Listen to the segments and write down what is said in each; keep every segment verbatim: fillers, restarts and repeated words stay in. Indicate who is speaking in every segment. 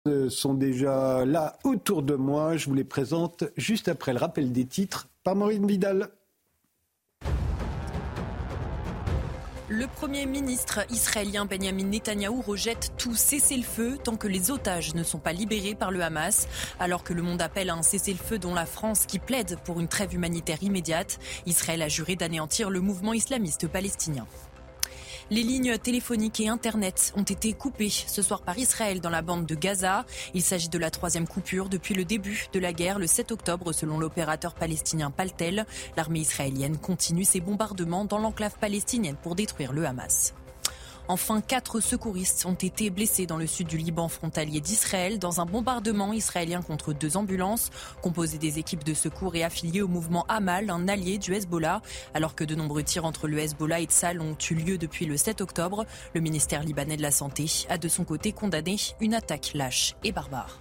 Speaker 1: sont déjà là autour de moi. Je vous les présente juste après le rappel des titres par Maureen Vidal.
Speaker 2: Le Premier ministre israélien Benjamin Netanyahou rejette tout cessez-le-feu tant que les otages ne sont pas libérés par le Hamas. Alors que le monde appelle à un cessez-le-feu dont la France qui plaide pour une trêve humanitaire immédiate, Israël a juré d'anéantir le mouvement islamiste palestinien. Les lignes téléphoniques et Internet ont été coupées ce soir par Israël dans la bande de Gaza. Il s'agit de la troisième coupure depuis le début de la guerre le sept octobre selon l'opérateur palestinien Paltel. L'armée israélienne continue ses bombardements dans l'enclave palestinienne pour détruire le Hamas. Enfin, quatre secouristes ont été blessés dans le sud du Liban frontalier d'Israël dans un bombardement israélien contre deux ambulances composées des équipes de secours et affiliées au mouvement Hamal, un allié du Hezbollah. Alors que de nombreux tirs entre le Hezbollah et Tsahal ont eu lieu depuis le sept octobre, le ministère libanais de la Santé a de son côté condamné une attaque lâche et barbare.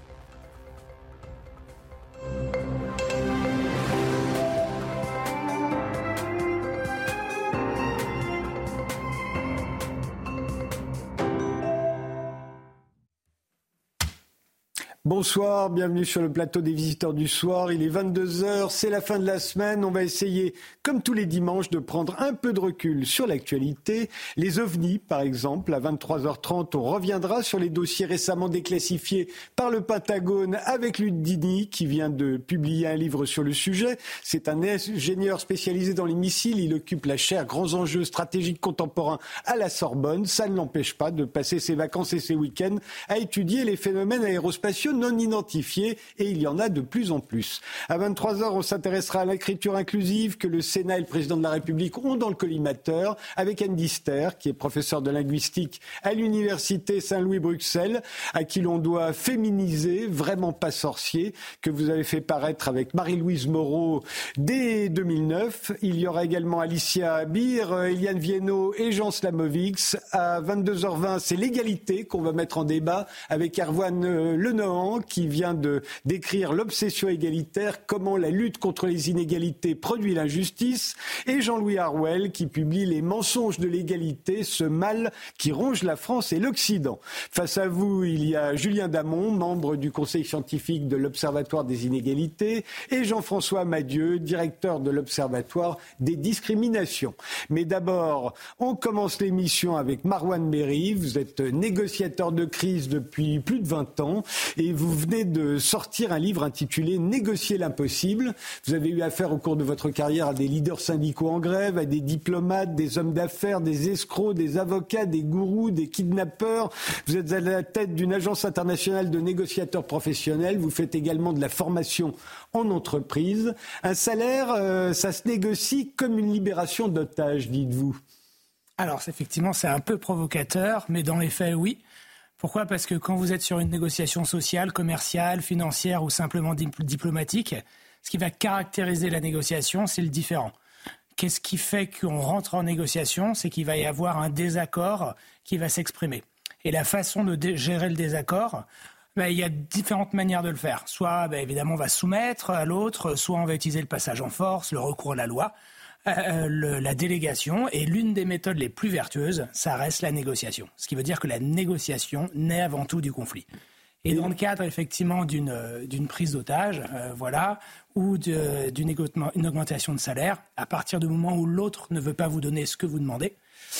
Speaker 1: Bonsoir, bienvenue sur le plateau des visiteurs du soir. Il est vingt-deux heures, c'est la fin de la semaine. On va essayer, comme tous les dimanches, de prendre un peu de recul sur l'actualité. Les ovnis, par exemple, à vingt-trois heures trente, on reviendra sur les dossiers récemment déclassifiés par le Pentagone avec Luc Dini, qui vient de publier un livre sur le sujet. C'est un ingénieur spécialisé dans les missiles. Il occupe la chaire Grands enjeux stratégiques contemporains à la Sorbonne. Ça ne l'empêche pas de passer ses vacances et ses week-ends à étudier les phénomènes aérospatiaux non identifiés, et il y en a de plus en plus. À vingt-trois heures, on s'intéressera à l'écriture inclusive que le Sénat et le président de la République ont dans le collimateur, avec Anne Dister, qui est professeur de linguistique à l'université Saint-Louis-Bruxelles, à qui l'on doit féminiser, vraiment pas sorcier, que vous avez fait paraître avec Marie-Louise Moreau dès deux mille neuf. Il y aura également Alicia Abir, Eliane Viennot et Jean Slamovix. À vingt-deux heures vingt, c'est l'égalité qu'on va mettre en débat avec Erwan Lenohan, qui vient de décrire l'obsession égalitaire, comment la lutte contre les inégalités produit l'injustice, et Jean-Louis Harwell qui publie Les mensonges de l'égalité, ce mal qui ronge la France et l'Occident. Face à vous, il y a Julien Damon, membre du conseil scientifique de l'Observatoire des inégalités, et Jean-François Madieu, directeur de l'Observatoire des discriminations. Mais d'abord, on commence l'émission avec Marouane Méri. Vous êtes négociateur de crise depuis plus de vingt ans et vous venez de sortir un livre intitulé « Négocier l'impossible ». Vous avez eu affaire au cours de votre carrière à des leaders syndicaux en grève, à des diplomates, des hommes d'affaires, des escrocs, des avocats, des gourous, des kidnappeurs. Vous êtes à la tête d'une agence internationale de négociateurs professionnels. Vous faites également de la formation en entreprise. Un salaire, euh, ça se négocie comme une libération d'otages, dites-vous.
Speaker 3: Alors, effectivement, c'est un peu provocateur, mais dans les faits, oui. Pourquoi ? Parce que quand vous êtes sur une négociation sociale, commerciale, financière ou simplement dip- diplomatique, ce qui va caractériser la négociation, c'est le différend. Qu'est-ce qui fait qu'on rentre en négociation ? C'est qu'il va y avoir un désaccord qui va s'exprimer. Et la façon de dé- gérer le désaccord, ben, il y a différentes manières de le faire. Soit, ben, évidemment, on va soumettre à l'autre, soit on va utiliser le passage en force, le recours à la loi. Euh, le, la délégation, et l'une des méthodes les plus vertueuses, ça reste la négociation. Ce qui veut dire que la négociation naît avant tout du conflit. Et dans le cadre, effectivement, d'une, d'une prise d'otage, euh, voilà, ou de, d'une une augmentation de salaire, à partir du moment où l'autre ne veut pas vous donner ce que vous demandez,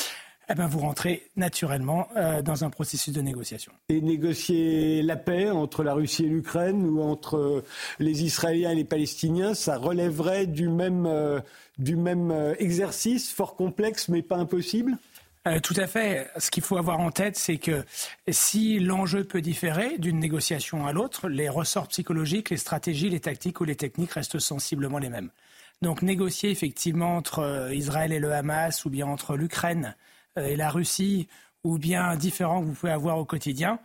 Speaker 3: eh ben vous rentrez naturellement euh, dans un processus de négociation.
Speaker 1: Et négocier la paix entre la Russie et l'Ukraine ou entre les Israéliens et les Palestiniens, ça relèverait du même, euh, du même euh, exercice, fort complexe mais pas impossible ?
Speaker 3: Euh, tout à fait. Ce qu'il faut avoir en tête, c'est que si l'enjeu peut différer d'une négociation à l'autre, les ressorts psychologiques, les stratégies, les tactiques ou les techniques restent sensiblement les mêmes. Donc négocier effectivement entre Israël et le Hamas ou bien entre l'Ukraine et la Russie, ou bien différents que vous pouvez avoir au quotidien,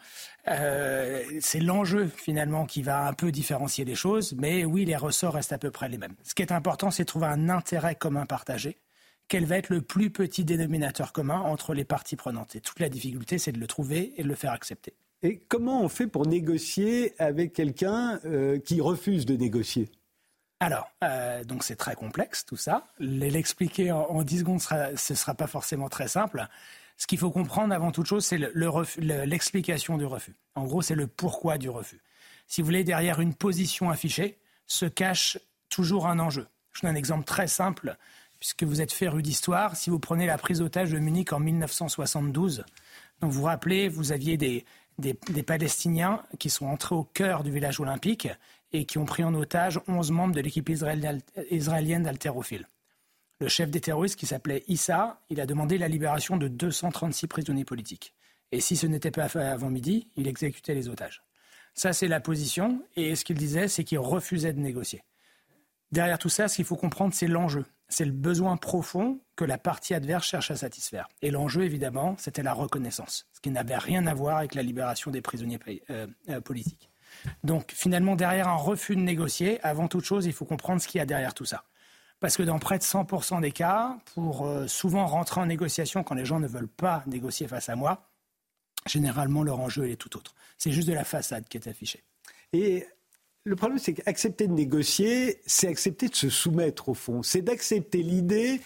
Speaker 3: euh, c'est l'enjeu finalement qui va un peu différencier les choses, mais oui, les ressorts restent à peu près les mêmes. Ce qui est important, c'est de trouver un intérêt commun partagé. Quel va être le plus petit dénominateur commun entre les parties prenantes ? Et toute la difficulté, c'est de le trouver et de le faire accepter.
Speaker 1: Et comment on fait pour négocier avec quelqu'un euh, qui refuse de négocier ?
Speaker 3: Alors, euh, donc c'est très complexe tout ça. L'expliquer en, en dix secondes, sera, ce ne sera pas forcément très simple. Ce qu'il faut comprendre avant toute chose, c'est le, le refus, le, l'explication du refus. En gros, c'est le pourquoi du refus. Si vous voulez, derrière une position affichée, se cache toujours un enjeu. Je donne un exemple très simple, puisque vous êtes féru d'histoire. Si vous prenez la prise d'otage de Munich en dix-neuf cent soixante-douze, donc vous vous rappelez, vous aviez des, des, des Palestiniens qui sont entrés au cœur du village olympique et qui ont pris en otage onze membres de l'équipe israélienne d'haltérophiles. Le chef des terroristes, qui s'appelait Issa, il a demandé la libération de deux cent trente-six prisonniers politiques. Et si ce n'était pas fait avant midi, il exécutait les otages. Ça, c'est la position. Et ce qu'il disait, c'est qu'il refusait de négocier. Derrière tout ça, ce qu'il faut comprendre, c'est l'enjeu. C'est le besoin profond que la partie adverse cherche à satisfaire. Et l'enjeu, évidemment, c'était la reconnaissance, ce qui n'avait rien à voir avec la libération des prisonniers euh, euh, politiques. Donc, finalement, derrière un refus de négocier, avant toute chose, il faut comprendre ce qu'il y a derrière tout ça. Parce que dans près de cent pour cent des cas, pour euh, souvent rentrer en négociation quand les gens ne veulent pas négocier face à moi, généralement leur enjeu est tout autre. C'est juste de la façade qui est affichée.
Speaker 1: Et le problème, c'est qu'accepter de négocier, c'est accepter de se soumettre au fond. C'est d'accepter l'idée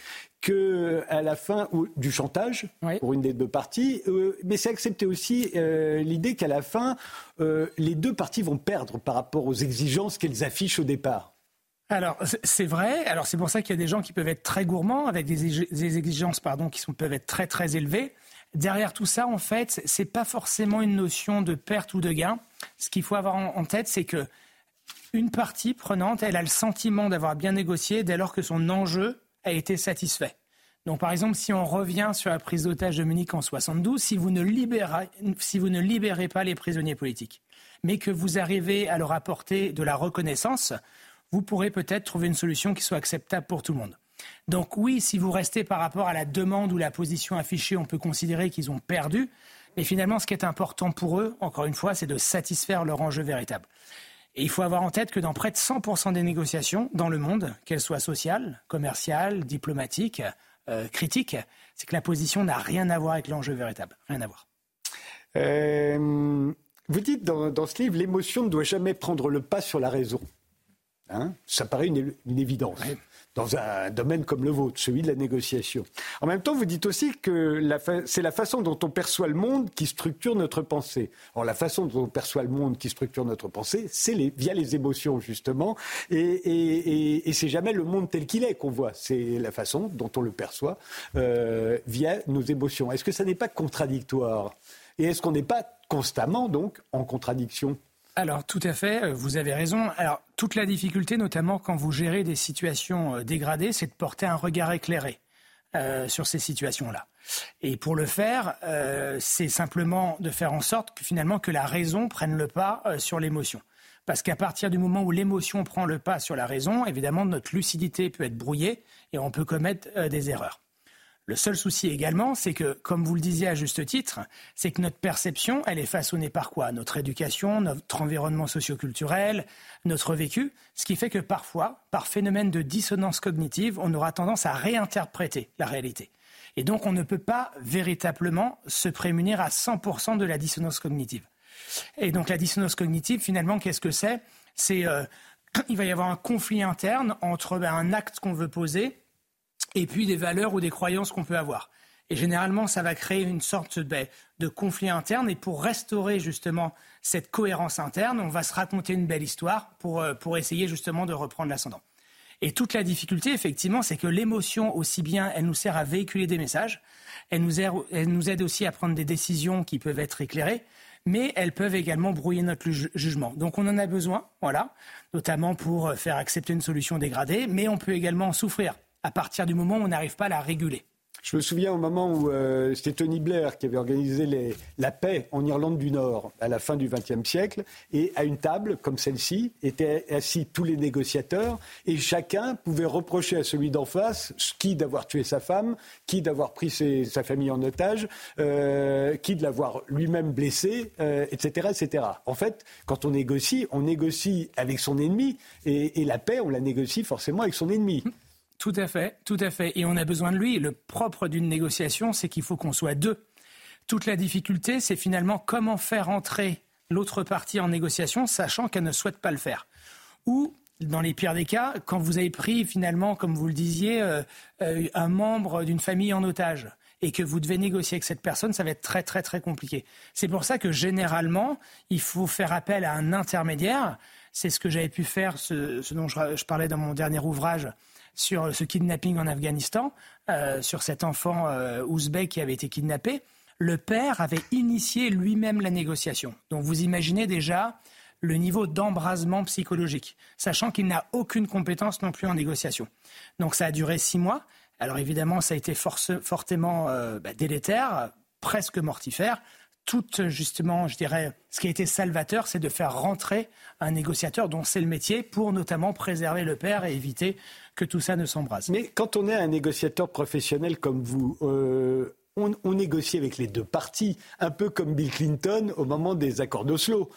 Speaker 1: qu'à la fin, ou, du chantage, oui, pour une des deux parties, euh, mais c'est accepter aussi euh, l'idée qu'à la fin, euh, les deux parties vont perdre par rapport aux exigences qu'elles affichent au départ.
Speaker 3: Alors, c'est vrai. Alors, c'est pour ça qu'il y a des gens qui peuvent être très gourmands, avec des, des exigences pardon, qui sont, peuvent être très, très élevées. Derrière tout ça, en fait, c'est pas forcément une notion de perte ou de gain. Ce qu'il faut avoir en, en tête, c'est que une partie prenante, elle a le sentiment d'avoir bien négocié dès lors que son enjeu a été satisfait. Donc, par exemple, si on revient sur la prise d'otage de Munich en soixante-douze, si vous ne libérez, si vous ne libérez pas les prisonniers politiques, mais que vous arrivez à leur apporter de la reconnaissance, vous pourrez peut-être trouver une solution qui soit acceptable pour tout le monde. Donc oui, si vous restez par rapport à la demande ou la position affichée, on peut considérer qu'ils ont perdu. Mais finalement, ce qui est important pour eux, encore une fois, c'est de satisfaire leur enjeu véritable. Et il faut avoir en tête que dans près de cent pour cent des négociations dans le monde, qu'elles soient sociales, commerciales, diplomatiques, euh, critiques, c'est que la position n'a rien à voir avec l'enjeu véritable. Rien à voir.
Speaker 1: Euh, vous dites dans, dans ce livre, l'émotion ne doit jamais prendre le pas sur la raison. Hein, ça paraît une, une évidence ouais. Dans un domaine comme le vôtre, celui de la négociation. En même temps, vous dites aussi que la fa- c'est la façon dont on perçoit le monde qui structure notre pensée. Alors, la façon dont on perçoit le monde qui structure notre pensée, c'est les, via les émotions, justement. Et, et, et, et c'est jamais le monde tel qu'il est qu'on voit. C'est la façon dont on le perçoit euh, via nos émotions. Est-ce que ça n'est pas contradictoire ? Et est-ce qu'on n'est pas constamment, donc, en contradiction ?
Speaker 3: Alors, tout à fait, vous avez raison. Alors, toute la difficulté, notamment quand vous gérez des situations dégradées, c'est de porter un regard éclairé euh, sur ces situations-là. Et pour le faire, euh, c'est simplement de faire en sorte que finalement que la raison prenne le pas euh, sur l'émotion. Parce qu'à partir du moment où l'émotion prend le pas sur la raison, évidemment, notre lucidité peut être brouillée et on peut commettre euh, des erreurs. Le seul souci également, c'est que, comme vous le disiez à juste titre, c'est que notre perception, elle est façonnée par quoi ? Notre éducation, notre environnement socio-culturel, notre vécu, ce qui fait que parfois, par phénomène de dissonance cognitive, on aura tendance à réinterpréter la réalité. Et donc, on ne peut pas véritablement se prémunir à cent pour cent de la dissonance cognitive. Et donc, la dissonance cognitive, finalement, qu'est-ce que c'est ? C'est, euh, il va y avoir un conflit interne entre ben, un acte qu'on veut poser et puis des valeurs ou des croyances qu'on peut avoir. Et généralement, ça va créer une sorte de, de conflit interne. Et pour restaurer justement cette cohérence interne, on va se raconter une belle histoire pour, pour essayer justement de reprendre l'ascendant. Et toute la difficulté, effectivement, c'est que l'émotion, aussi bien, elle nous sert à véhiculer des messages, elle nous aide, elle nous aide aussi à prendre des décisions qui peuvent être éclairées, mais elles peuvent également brouiller notre ju- jugement. Donc on en a besoin, voilà, notamment pour faire accepter une solution dégradée, mais on peut également en souffrir à partir du moment où on n'arrive pas à la réguler.
Speaker 1: Je me souviens au moment où euh, c'était Tony Blair qui avait organisé les, la paix en Irlande du Nord à la fin du vingtième siècle, et à une table comme celle-ci étaient assis tous les négociateurs, et chacun pouvait reprocher à celui d'en face qui d'avoir tué sa femme, qui d'avoir pris ses, sa famille en otage, euh, qui de l'avoir lui-même blessé, euh, et cetera, et cetera. En fait, quand on négocie, on négocie avec son ennemi, et, et la paix, on la négocie forcément avec son ennemi.
Speaker 3: Tout à fait, tout à fait. Et on a besoin de lui. Le propre d'une négociation, c'est qu'il faut qu'on soit deux. Toute la difficulté, c'est finalement comment faire entrer l'autre partie en négociation, sachant qu'elle ne souhaite pas le faire. Ou, dans les pires des cas, quand vous avez pris finalement, comme vous le disiez, euh, euh, un membre d'une famille en otage et que vous devez négocier avec cette personne, ça va être très très très compliqué. C'est pour ça que généralement, il faut faire appel à un intermédiaire. C'est ce que j'avais pu faire, ce, ce dont je, je parlais dans mon dernier ouvrage sur ce kidnapping en Afghanistan, euh, sur cet enfant euh, ouzbek qui avait été kidnappé. Le père avait initié lui-même la négociation. Donc vous imaginez déjà le niveau d'embrasement psychologique, sachant qu'il n'a aucune compétence non plus en négociation. Donc ça a duré six mois. Alors évidemment, ça a été force, fortement euh, bah, délétère, presque mortifère. Tout justement, je dirais, ce qui a été salvateur, c'est de faire rentrer un négociateur dont c'est le métier pour notamment préserver le père et éviter que tout ça ne s'embrase.
Speaker 1: Mais quand on est un négociateur professionnel comme vous, euh, on, on négocie avec les deux parties, un peu comme Bill Clinton au moment des accords d'Oslo,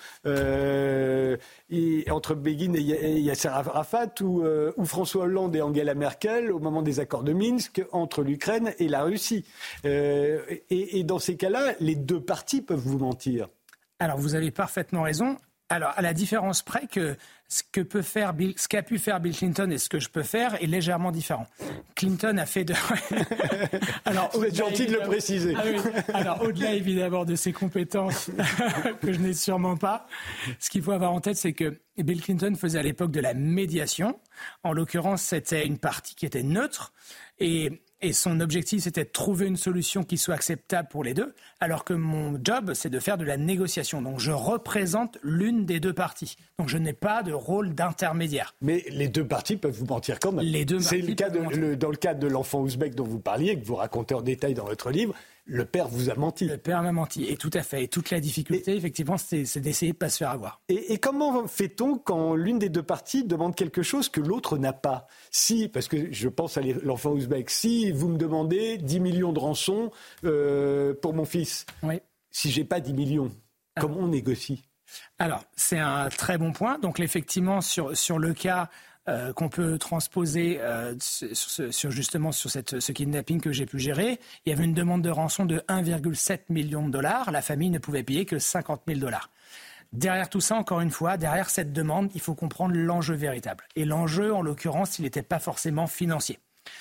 Speaker 1: euh, et, entre Begin et Yasser Arafat, ou, euh, ou François Hollande et Angela Merkel au moment des accords de Minsk entre l'Ukraine et la Russie. Euh, et, et dans ces cas-là, les deux parties peuvent vous mentir.
Speaker 3: Alors vous avez parfaitement raison. Alors, à la différence près que ce que peut faire Bill, ce qu'a pu faire Bill Clinton et ce que je peux faire est légèrement différent. Clinton a fait de...
Speaker 1: Alors, vous êtes gentil de le préciser.
Speaker 3: Ah oui. Alors, au-delà évidemment de ses compétences que je n'ai sûrement pas, ce qu'il faut avoir en tête, c'est que Bill Clinton faisait à l'époque de la médiation. En l'occurrence, c'était une partie qui était neutre et... Et son objectif, c'était de trouver une solution qui soit acceptable pour les deux, alors que mon job, c'est de faire de la négociation. Donc, je représente l'une des deux parties. Donc, je n'ai pas de rôle d'intermédiaire.
Speaker 1: Mais les deux parties peuvent vous mentir quand même.
Speaker 3: Les deux
Speaker 1: c'est
Speaker 3: parties
Speaker 1: le cas de,
Speaker 3: peuvent
Speaker 1: le, dans le cas de l'enfant ouzbek dont vous parliez, que vous racontez en détail dans votre livre, le père vous a menti.
Speaker 3: Le père m'a menti, et tout à fait. Et toute la difficulté, et, effectivement, c'est, c'est d'essayer de ne pas se faire avoir.
Speaker 1: Et, et comment fait-on quand l'une des deux parties demande quelque chose que l'autre n'a pas ? Si, parce que je pense à l'enfant ouzbek, si vous me demandez dix millions de rançon euh, pour mon fils, oui. Si je n'ai pas dix millions, ah. Comment on négocie ?
Speaker 3: Alors, c'est un très bon point. Donc, effectivement, sur, sur le cas... Euh, qu'on peut transposer euh, sur, sur justement sur cette, ce kidnapping que j'ai pu gérer. Il y avait une demande de rançon de un virgule sept million de dollars. La famille ne pouvait payer que cinquante mille dollars. Derrière tout ça, encore une fois, derrière cette demande, il faut comprendre l'enjeu véritable. Et l'enjeu, en l'occurrence, il n'était pas forcément financier.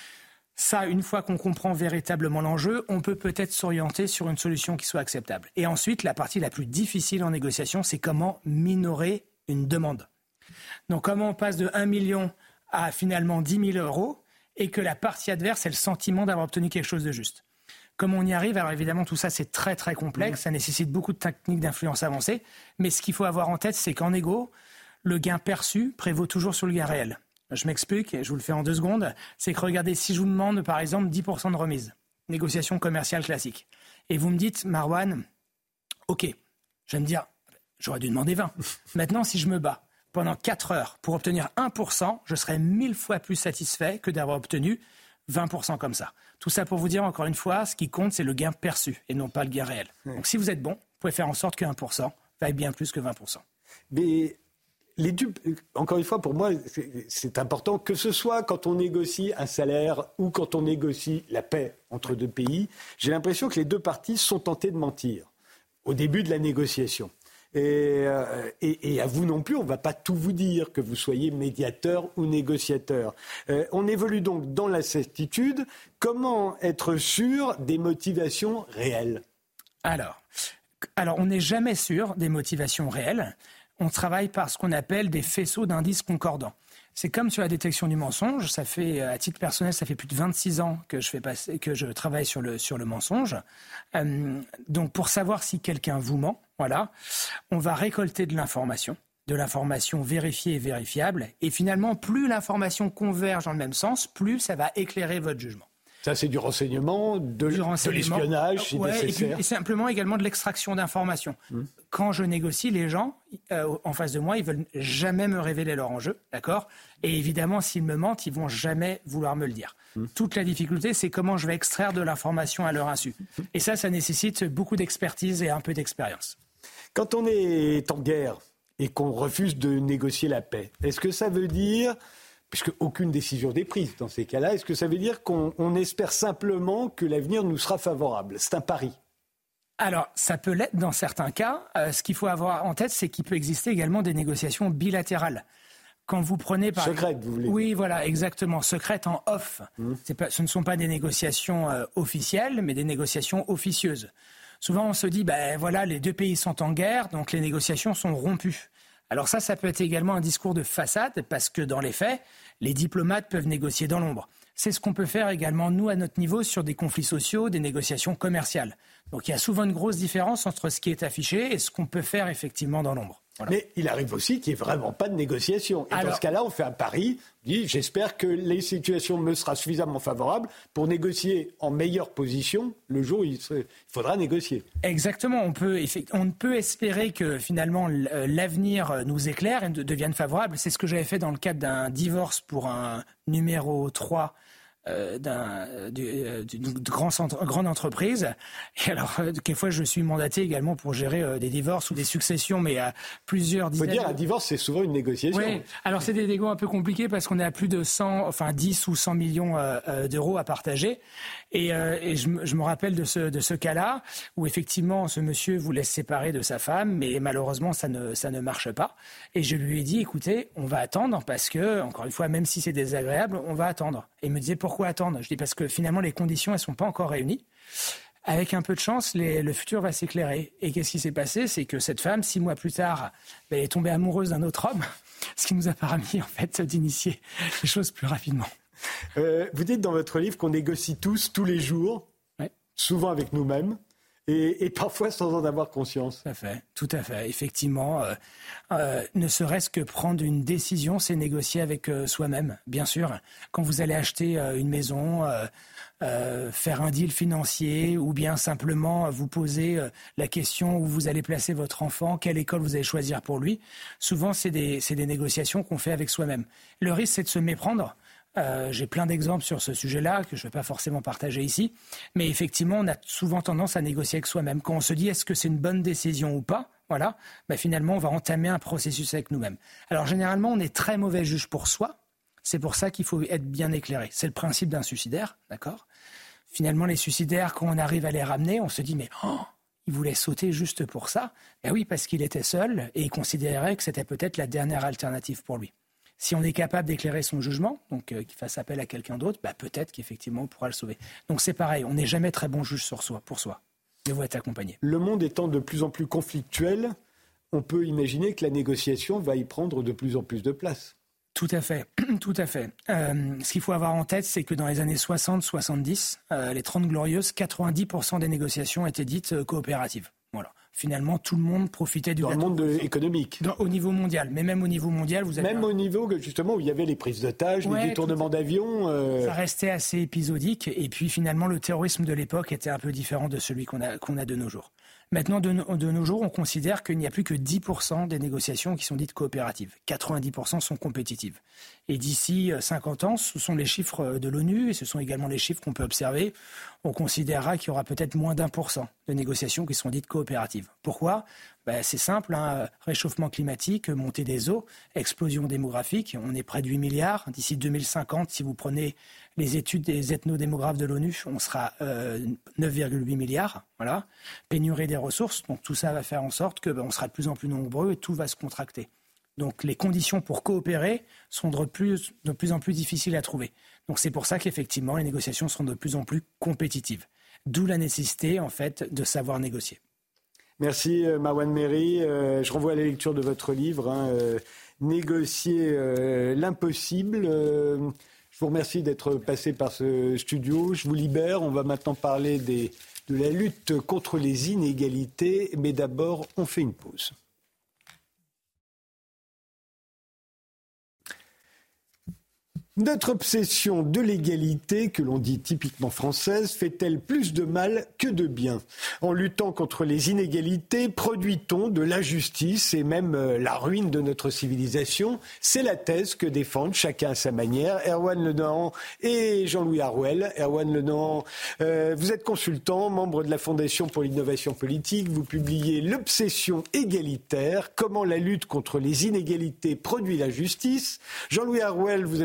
Speaker 3: Ça, une fois qu'on comprend véritablement l'enjeu, on peut peut-être s'orienter sur une solution qui soit acceptable. Et ensuite, la partie la plus difficile en négociation, c'est comment minorer une demande. Donc, comment on passe de un million à finalement dix mille euros et que la partie adverse ait le sentiment d'avoir obtenu quelque chose de juste. Comment on y arrive ? Alors évidemment, tout ça, c'est très très complexe. Mmh. Ça nécessite beaucoup de techniques d'influence avancées. Mais ce qu'il faut avoir en tête, c'est qu'en égo, le gain perçu prévaut toujours sur le gain réel. Je m'explique, je vous le fais en deux secondes. C'est que regardez, si je vous demande par exemple dix pour cent de remise, négociation commerciale classique, et vous me dites, Marwan, ok, je vais me dire, j'aurais dû demander vingt. Maintenant, si je me bats pendant quatre heures pour obtenir un pour cent, je serais mille fois plus satisfait que d'avoir obtenu vingt pour cent comme ça. Tout ça pour vous dire, encore une fois, ce qui compte, c'est le gain perçu et non pas le gain réel. Oui. Donc si vous êtes bon, vous pouvez faire en sorte que un pour cent vaille bien plus que vingt pour cent.
Speaker 1: Mais les dupes, encore une fois, pour moi, c'est, c'est important, que ce soit quand on négocie un salaire ou quand on négocie la paix entre deux pays, j'ai l'impression que les deux parties sont tentées de mentir au début de la négociation. Et, euh, et, et à vous non plus, on ne va pas tout vous dire, que vous soyez médiateur ou négociateur. Euh, on évolue donc dans l'incertitude. Comment être sûr des motivations réelles ?
Speaker 3: Alors, alors on n'est jamais sûr des motivations réelles. On travaille par ce qu'on appelle des faisceaux d'indices concordants. C'est comme sur la détection du mensonge. Ça fait, à titre personnel, ça fait plus de vingt-six ans que je, fais passer, que je travaille sur le, sur le mensonge. Euh, donc, pour savoir si quelqu'un vous ment, voilà, on va récolter de l'information, de l'information vérifiée et vérifiable. Et finalement, plus l'information converge dans le même sens, plus ça va éclairer votre jugement.
Speaker 1: Ça, c'est du renseignement, de, du renseignement. de l'espionnage, si
Speaker 3: ouais,
Speaker 1: nécessaire.
Speaker 3: Et, puis, et simplement également de l'extraction d'informations. Mmh. Quand je négocie, les gens euh, en face de moi, ils veulent jamais me révéler leur enjeu, d'accord ? Et évidemment, s'ils me mentent, ils vont jamais vouloir me le dire. Mmh. Toute la difficulté, c'est comment je vais extraire de l'information à leur insu. Mmh. Et ça, ça nécessite beaucoup d'expertise et un peu d'expérience.
Speaker 1: Quand on est en guerre et qu'on refuse de négocier la paix, est-ce que ça veut dire... puisque aucune décision n'est prise dans ces cas-là, est-ce que ça veut dire qu'on on espère simplement que l'avenir nous sera favorable ? C'est un pari.
Speaker 3: Alors, ça peut l'être dans certains cas. Euh, ce qu'il faut avoir en tête, c'est qu'il peut exister également des négociations bilatérales. Quand vous prenez par
Speaker 1: secrète, vous voulez dire.
Speaker 3: Oui, voilà, exactement. Secrète en off. Mmh. C'est pas, ce ne sont pas des négociations euh, officielles, mais des négociations officieuses. Souvent, on se dit, ben voilà, les deux pays sont en guerre, donc les négociations sont rompues. Alors ça, ça peut être également un discours de façade, parce que dans les faits, les diplomates peuvent négocier dans l'ombre. C'est ce qu'on peut faire également, nous, à notre niveau, sur des conflits sociaux, des négociations commerciales. Donc il y a souvent une grosse différence entre ce qui est affiché et ce qu'on peut faire effectivement dans l'ombre. Voilà.
Speaker 1: Mais il arrive aussi qu'il n'y ait vraiment pas de négociation. Et Alors, dans ce cas-là, on fait un pari. On dit, j'espère que les situations me seront suffisamment favorables pour négocier en meilleure position le jour où il, se, il faudra négocier.
Speaker 3: Exactement. On peut, on peut espérer que finalement l'avenir nous éclaire et devienne favorable. C'est ce que j'avais fait dans le cadre d'un divorce pour un numéro trois. Euh, d'un, d'une, d'une grand centre, grande entreprise. Et alors, euh, quelquefois, je suis mandaté également pour gérer euh, des divorces ou des successions, mais à plusieurs dizaines...
Speaker 1: Il faut dire, un divorce, c'est souvent une négociation.
Speaker 3: Oui, alors c'est des négos un peu compliqués parce qu'on est à plus de cent, enfin dix ou cent millions euh, euh, d'euros à partager. Et, euh, et je, je me rappelle de ce, de ce cas-là, où effectivement, ce monsieur voulait se séparer de sa femme, mais malheureusement, ça ne, ça ne marche pas. Et je lui ai dit, écoutez, on va attendre parce que, encore une fois, même si c'est désagréable, on va attendre. Et il me disait, pourquoi attendre ? Je dis parce que finalement les conditions elles sont pas encore réunies. Avec un peu de chance, les, le futur va s'éclairer. Et qu'est-ce qui s'est passé ? C'est que cette femme, six mois plus tard, ben, elle est tombée amoureuse d'un autre homme, ce qui nous a permis en fait d'initier les choses plus rapidement.
Speaker 1: Euh, vous dites dans votre livre qu'on négocie tous, tous les jours, ouais. souvent avec nous-mêmes. Et, et parfois sans en avoir conscience.
Speaker 3: Tout à fait, tout à fait. Effectivement, euh, euh, ne serait-ce que prendre une décision, c'est négocier avec euh, soi-même, bien sûr. Quand vous allez acheter euh, une maison, euh, euh, faire un deal financier, ou bien simplement euh, vous poser euh, la question où vous allez placer votre enfant, quelle école vous allez choisir pour lui, souvent c'est des, c'est des négociations qu'on fait avec soi-même. Le risque, c'est de se méprendre. Euh, j'ai plein d'exemples sur ce sujet-là que je ne vais pas forcément partager ici. Mais effectivement, on a souvent tendance à négocier avec soi-même. Quand on se dit est-ce que c'est une bonne décision ou pas, voilà, bah finalement, on va entamer un processus avec nous-mêmes. Alors généralement, on est très mauvais juge pour soi. C'est pour ça qu'il faut être bien éclairé. C'est le principe d'un suicidaire, d'accord ? Finalement, les suicidaires, quand on arrive à les ramener, on se dit mais oh, il voulait sauter juste pour ça. Ben oui, parce qu'il était seul et il considérait que c'était peut-être la dernière alternative pour lui. Si on est capable d'éclairer son jugement, donc euh, qu'il fasse appel à quelqu'un d'autre, bah, peut-être qu'effectivement on pourra le sauver. Donc c'est pareil, on n'est jamais très bon juge sur soi, pour soi. Il faut être accompagné.
Speaker 1: Le monde étant de plus en plus conflictuel, on peut imaginer que la négociation va y prendre de plus en plus de place.
Speaker 3: Tout à fait, tout à fait. Euh, ce qu'il faut avoir en tête, c'est que dans les années soixante soixante-dix, euh, les Trente Glorieuses, quatre-vingt-dix pour cent des négociations étaient dites euh, coopératives. Voilà. Finalement, tout le monde profitait du
Speaker 1: dans le monde de, économique.
Speaker 3: Dans, au niveau mondial, mais même au niveau mondial, vous avez
Speaker 1: même un... au niveau justement où il y avait les prises d'otages, ouais, les détournements d'avions. Euh...
Speaker 3: Ça restait assez épisodique, et puis finalement le terrorisme de l'époque était un peu différent de celui qu'on a qu'on a de nos jours. Maintenant, de, no, de nos jours, on considère qu'il n'y a plus que dix pour cent des négociations qui sont dites coopératives. quatre-vingt-dix pour cent sont compétitives. Et d'ici cinquante ans, ce sont les chiffres de l'ONU et ce sont également les chiffres qu'on peut observer. On considérera qu'il y aura peut-être moins d'un pour cent de négociations qui sont dites coopératives. Pourquoi ? Ben, c'est simple, hein, réchauffement climatique, montée des eaux, explosion démographique. On est près de huit milliards. D'ici deux mille cinquante, si vous prenez les études des ethnodémographes de l'ONU, on sera euh, neuf virgule huit milliards. Voilà. Pénurie des ressources. Donc tout ça va faire en sorte que ben, on sera de plus en plus nombreux et tout va se contracter. Donc les conditions pour coopérer sont de plus, de plus en plus difficiles à trouver. Donc c'est pour ça qu'effectivement les négociations seront de plus en plus compétitives. D'où la nécessité en fait de savoir négocier.
Speaker 1: Merci Marwan Méry. Euh, je renvoie à la lecture de votre livre, hein, euh, Négocier euh, l'impossible. Euh, je vous remercie d'être passé par ce studio. Je vous libère. On va maintenant parler des, de la lutte contre les inégalités. Mais d'abord, on fait une pause. Notre obsession de l'égalité, que l'on dit typiquement française, fait-elle plus de mal que de bien ? En luttant contre les inégalités, produit-on de l'injustice et même euh, la ruine de notre civilisation ? C'est la thèse que défendent chacun à sa manière Erwan Le Nohan et Jean-Louis Harouel. Erwan Le Nohan, euh, vous êtes consultant, membre de la Fondation pour l'innovation politique. Vous publiez L'obsession égalitaire, comment la lutte contre les inégalités produit la justice. Jean-Louis Harouel, vous êtes professeur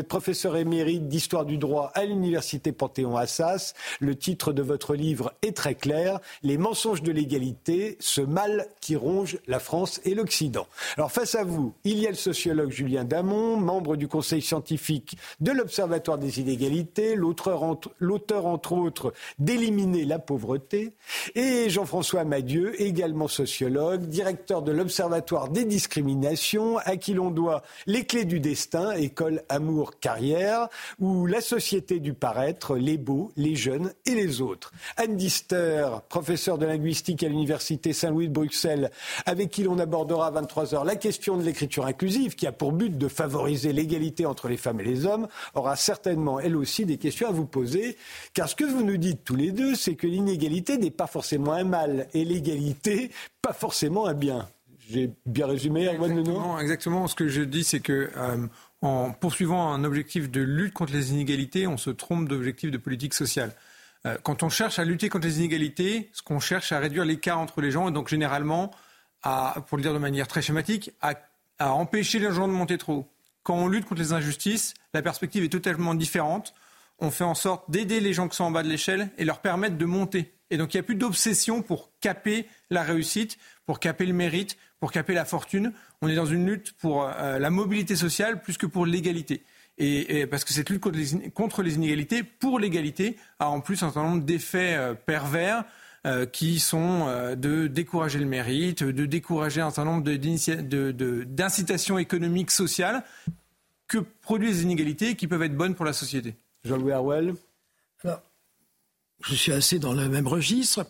Speaker 1: professeur émérite d'histoire du droit à l'université Panthéon-Assas. Le titre de votre livre est très clair, Les mensonges de l'égalité, ce mal qui ronge la France et l'Occident. Alors face à vous, il y a le sociologue Julien Damon, membre du conseil scientifique de l'Observatoire des inégalités, l'auteur entre, l'auteur entre autres d'Éliminer la pauvreté, et Jean-François Madieu, également sociologue, directeur de l'Observatoire des discriminations, à qui l'on doit Les clés du destin, école amour carrière, ou La société du paraître, les beaux, les jeunes et les autres. Anne Dister, professeure de linguistique à l'université Saint-Louis de Bruxelles, avec qui l'on abordera à vingt-trois heures la question de l'écriture inclusive, qui a pour but de favoriser l'égalité entre les femmes et les hommes, aura certainement elle aussi des questions à vous poser, car ce que vous nous dites tous les deux, c'est que l'inégalité n'est pas forcément un mal, et l'égalité, pas forcément un bien. J'ai bien résumé, Erwan Lenoir ?
Speaker 4: Non, exactement. Ce que je dis, c'est que euh, en poursuivant un objectif de lutte contre les inégalités, on se trompe d'objectif de politique sociale. Euh, quand on cherche à lutter contre les inégalités, ce qu'on cherche à réduire l'écart entre les gens, et donc généralement, à, pour le dire de manière très schématique, à, à empêcher les gens de monter trop haut. Quand on lutte contre les injustices, la perspective est totalement différente. On fait en sorte d'aider les gens qui sont en bas de l'échelle et leur permettre de monter. Et donc il n'y a plus d'obsession pour caper la réussite, pour caper le mérite, pour caper la fortune. On est dans une lutte pour euh, la mobilité sociale plus que pour l'égalité. Et, et parce que cette lutte contre les, contre les inégalités, pour l'égalité, a en plus un certain nombre d'effets euh, pervers euh, qui sont euh, de décourager le mérite, de décourager un certain nombre de, de, de, d'incitations économiques, sociales que produisent les inégalités et qui peuvent être bonnes pour la société.
Speaker 1: Jean-Louis Harouel.
Speaker 5: Alors, je suis assez dans le même registre,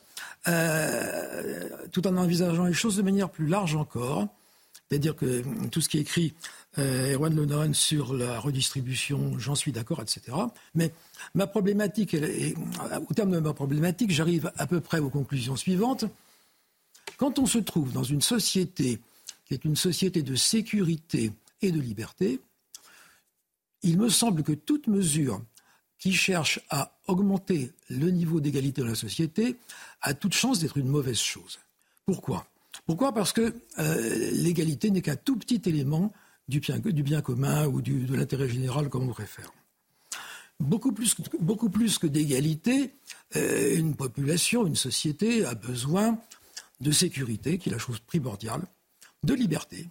Speaker 5: euh, tout en envisageant les choses de manière plus large encore. C'est-à-dire que tout ce qui est écrit, euh, Erwan Lenoir sur la redistribution, j'en suis d'accord, et cetera. Mais ma problématique, elle est, au terme de ma problématique, j'arrive à peu près aux conclusions suivantes. Quand on se trouve dans une société qui est une société de sécurité et de liberté, il me semble que toute mesure qui cherche à augmenter le niveau d'égalité dans la société a toute chance d'être une mauvaise chose. Pourquoi ? Pourquoi ? Parce que euh, l'égalité n'est qu'un tout petit élément du bien, du bien commun ou du, de l'intérêt général, comme on préfère. Beaucoup plus, beaucoup plus que d'égalité, euh, une population, une société a besoin de sécurité, qui est la chose primordiale, de liberté,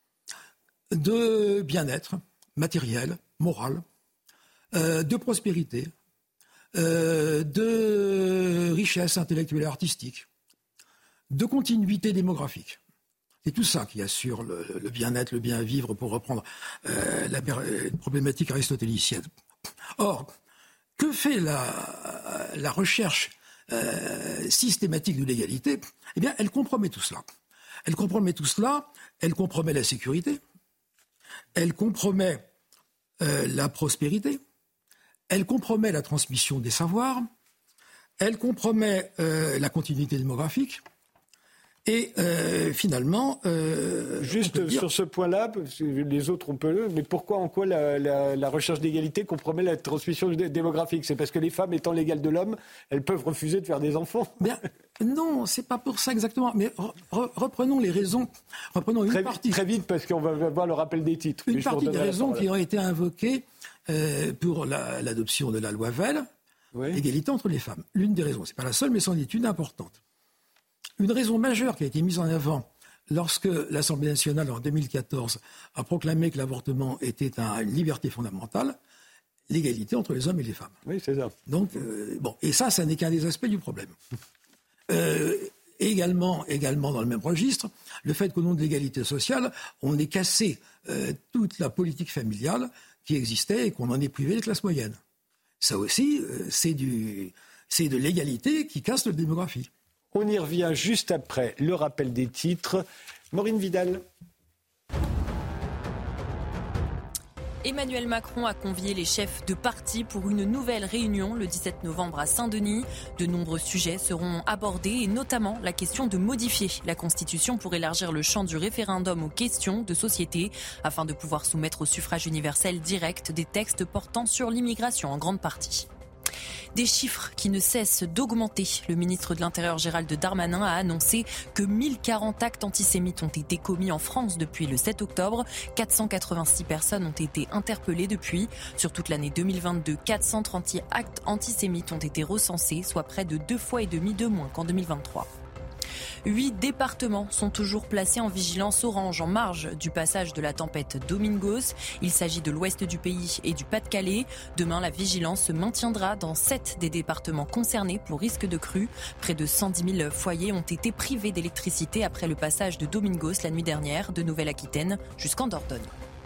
Speaker 5: de bien-être matériel, moral, euh, de prospérité, euh, de richesse intellectuelle et artistique, de continuité démographique. C'est tout ça qui assure le, le bien-être, le bien-vivre, pour reprendre euh, la euh, problématique aristotélicienne. Or, que fait la, la recherche euh, systématique de l'égalité ? Eh bien, elle compromet tout cela. Elle compromet tout cela, elle compromet la sécurité, elle compromet euh, la prospérité, elle compromet la transmission des savoirs, elle compromet euh, la continuité démographique. Et euh, finalement... Euh,
Speaker 1: Juste dire... sur ce point-là, parce que les autres on peut le... Mais pourquoi, en quoi la, la, la recherche d'égalité compromet la transmission démographique ? C'est parce que les femmes étant l'égale de l'homme, elles peuvent refuser de faire des enfants ?
Speaker 5: Bien, non, c'est pas pour ça exactement. Mais re, re, reprenons les raisons. Reprenons une
Speaker 1: très,
Speaker 5: partie.
Speaker 1: Très vite, parce qu'on va voir le rappel des titres.
Speaker 5: Une partie des raisons qui ont été invoquées euh, pour la, l'adoption de la loi Veil, oui. Égalité entre les femmes. L'une des raisons, c'est pas la seule, mais c'en est une importante. Une raison majeure qui a été mise en avant lorsque l'Assemblée nationale, en deux mille quatorze, a proclamé que l'avortement était une liberté fondamentale, l'égalité entre les hommes et les femmes.
Speaker 1: Oui, c'est ça.
Speaker 5: Donc, euh, bon, et ça, ça n'est qu'un des aspects du problème. Euh, également, également, dans le même registre, le fait qu'au nom de l'égalité sociale, on ait cassé euh, toute la politique familiale qui existait et qu'on en ait privé les classes moyennes. Ça aussi, euh, c'est, du, c'est de l'égalité qui casse la démographie.
Speaker 1: On y revient juste après le rappel des titres. Maureen Vidal.
Speaker 2: Emmanuel Macron a convié les chefs de parti pour une nouvelle réunion le dix-sept novembre à Saint-Denis. De nombreux sujets seront abordés et notamment la question de modifier la Constitution pour élargir le champ du référendum aux questions de société afin de pouvoir soumettre au suffrage universel direct des textes portant sur l'immigration en grande partie. Des chiffres qui ne cessent d'augmenter. Le ministre de l'Intérieur Gérald Darmanin a annoncé que mille quarante actes antisémites ont été commis en France depuis le sept octobre. quatre cent quatre-vingt-six personnes ont été interpellées depuis. Sur toute l'année deux mille vingt-deux, quatre cent trente actes antisémites ont été recensés, soit près de deux fois et demi de moins qu'en deux mille vingt-trois. Huit départements sont toujours placés en vigilance orange en marge du passage de la tempête Domingos. Il s'agit de l'ouest du pays et du Pas-de-Calais. Demain, la vigilance se maintiendra dans sept des départements concernés pour risque de crue. Près de cent dix mille foyers ont été privés d'électricité après le passage de Domingos la nuit dernière de Nouvelle-Aquitaine jusqu'en Dordogne.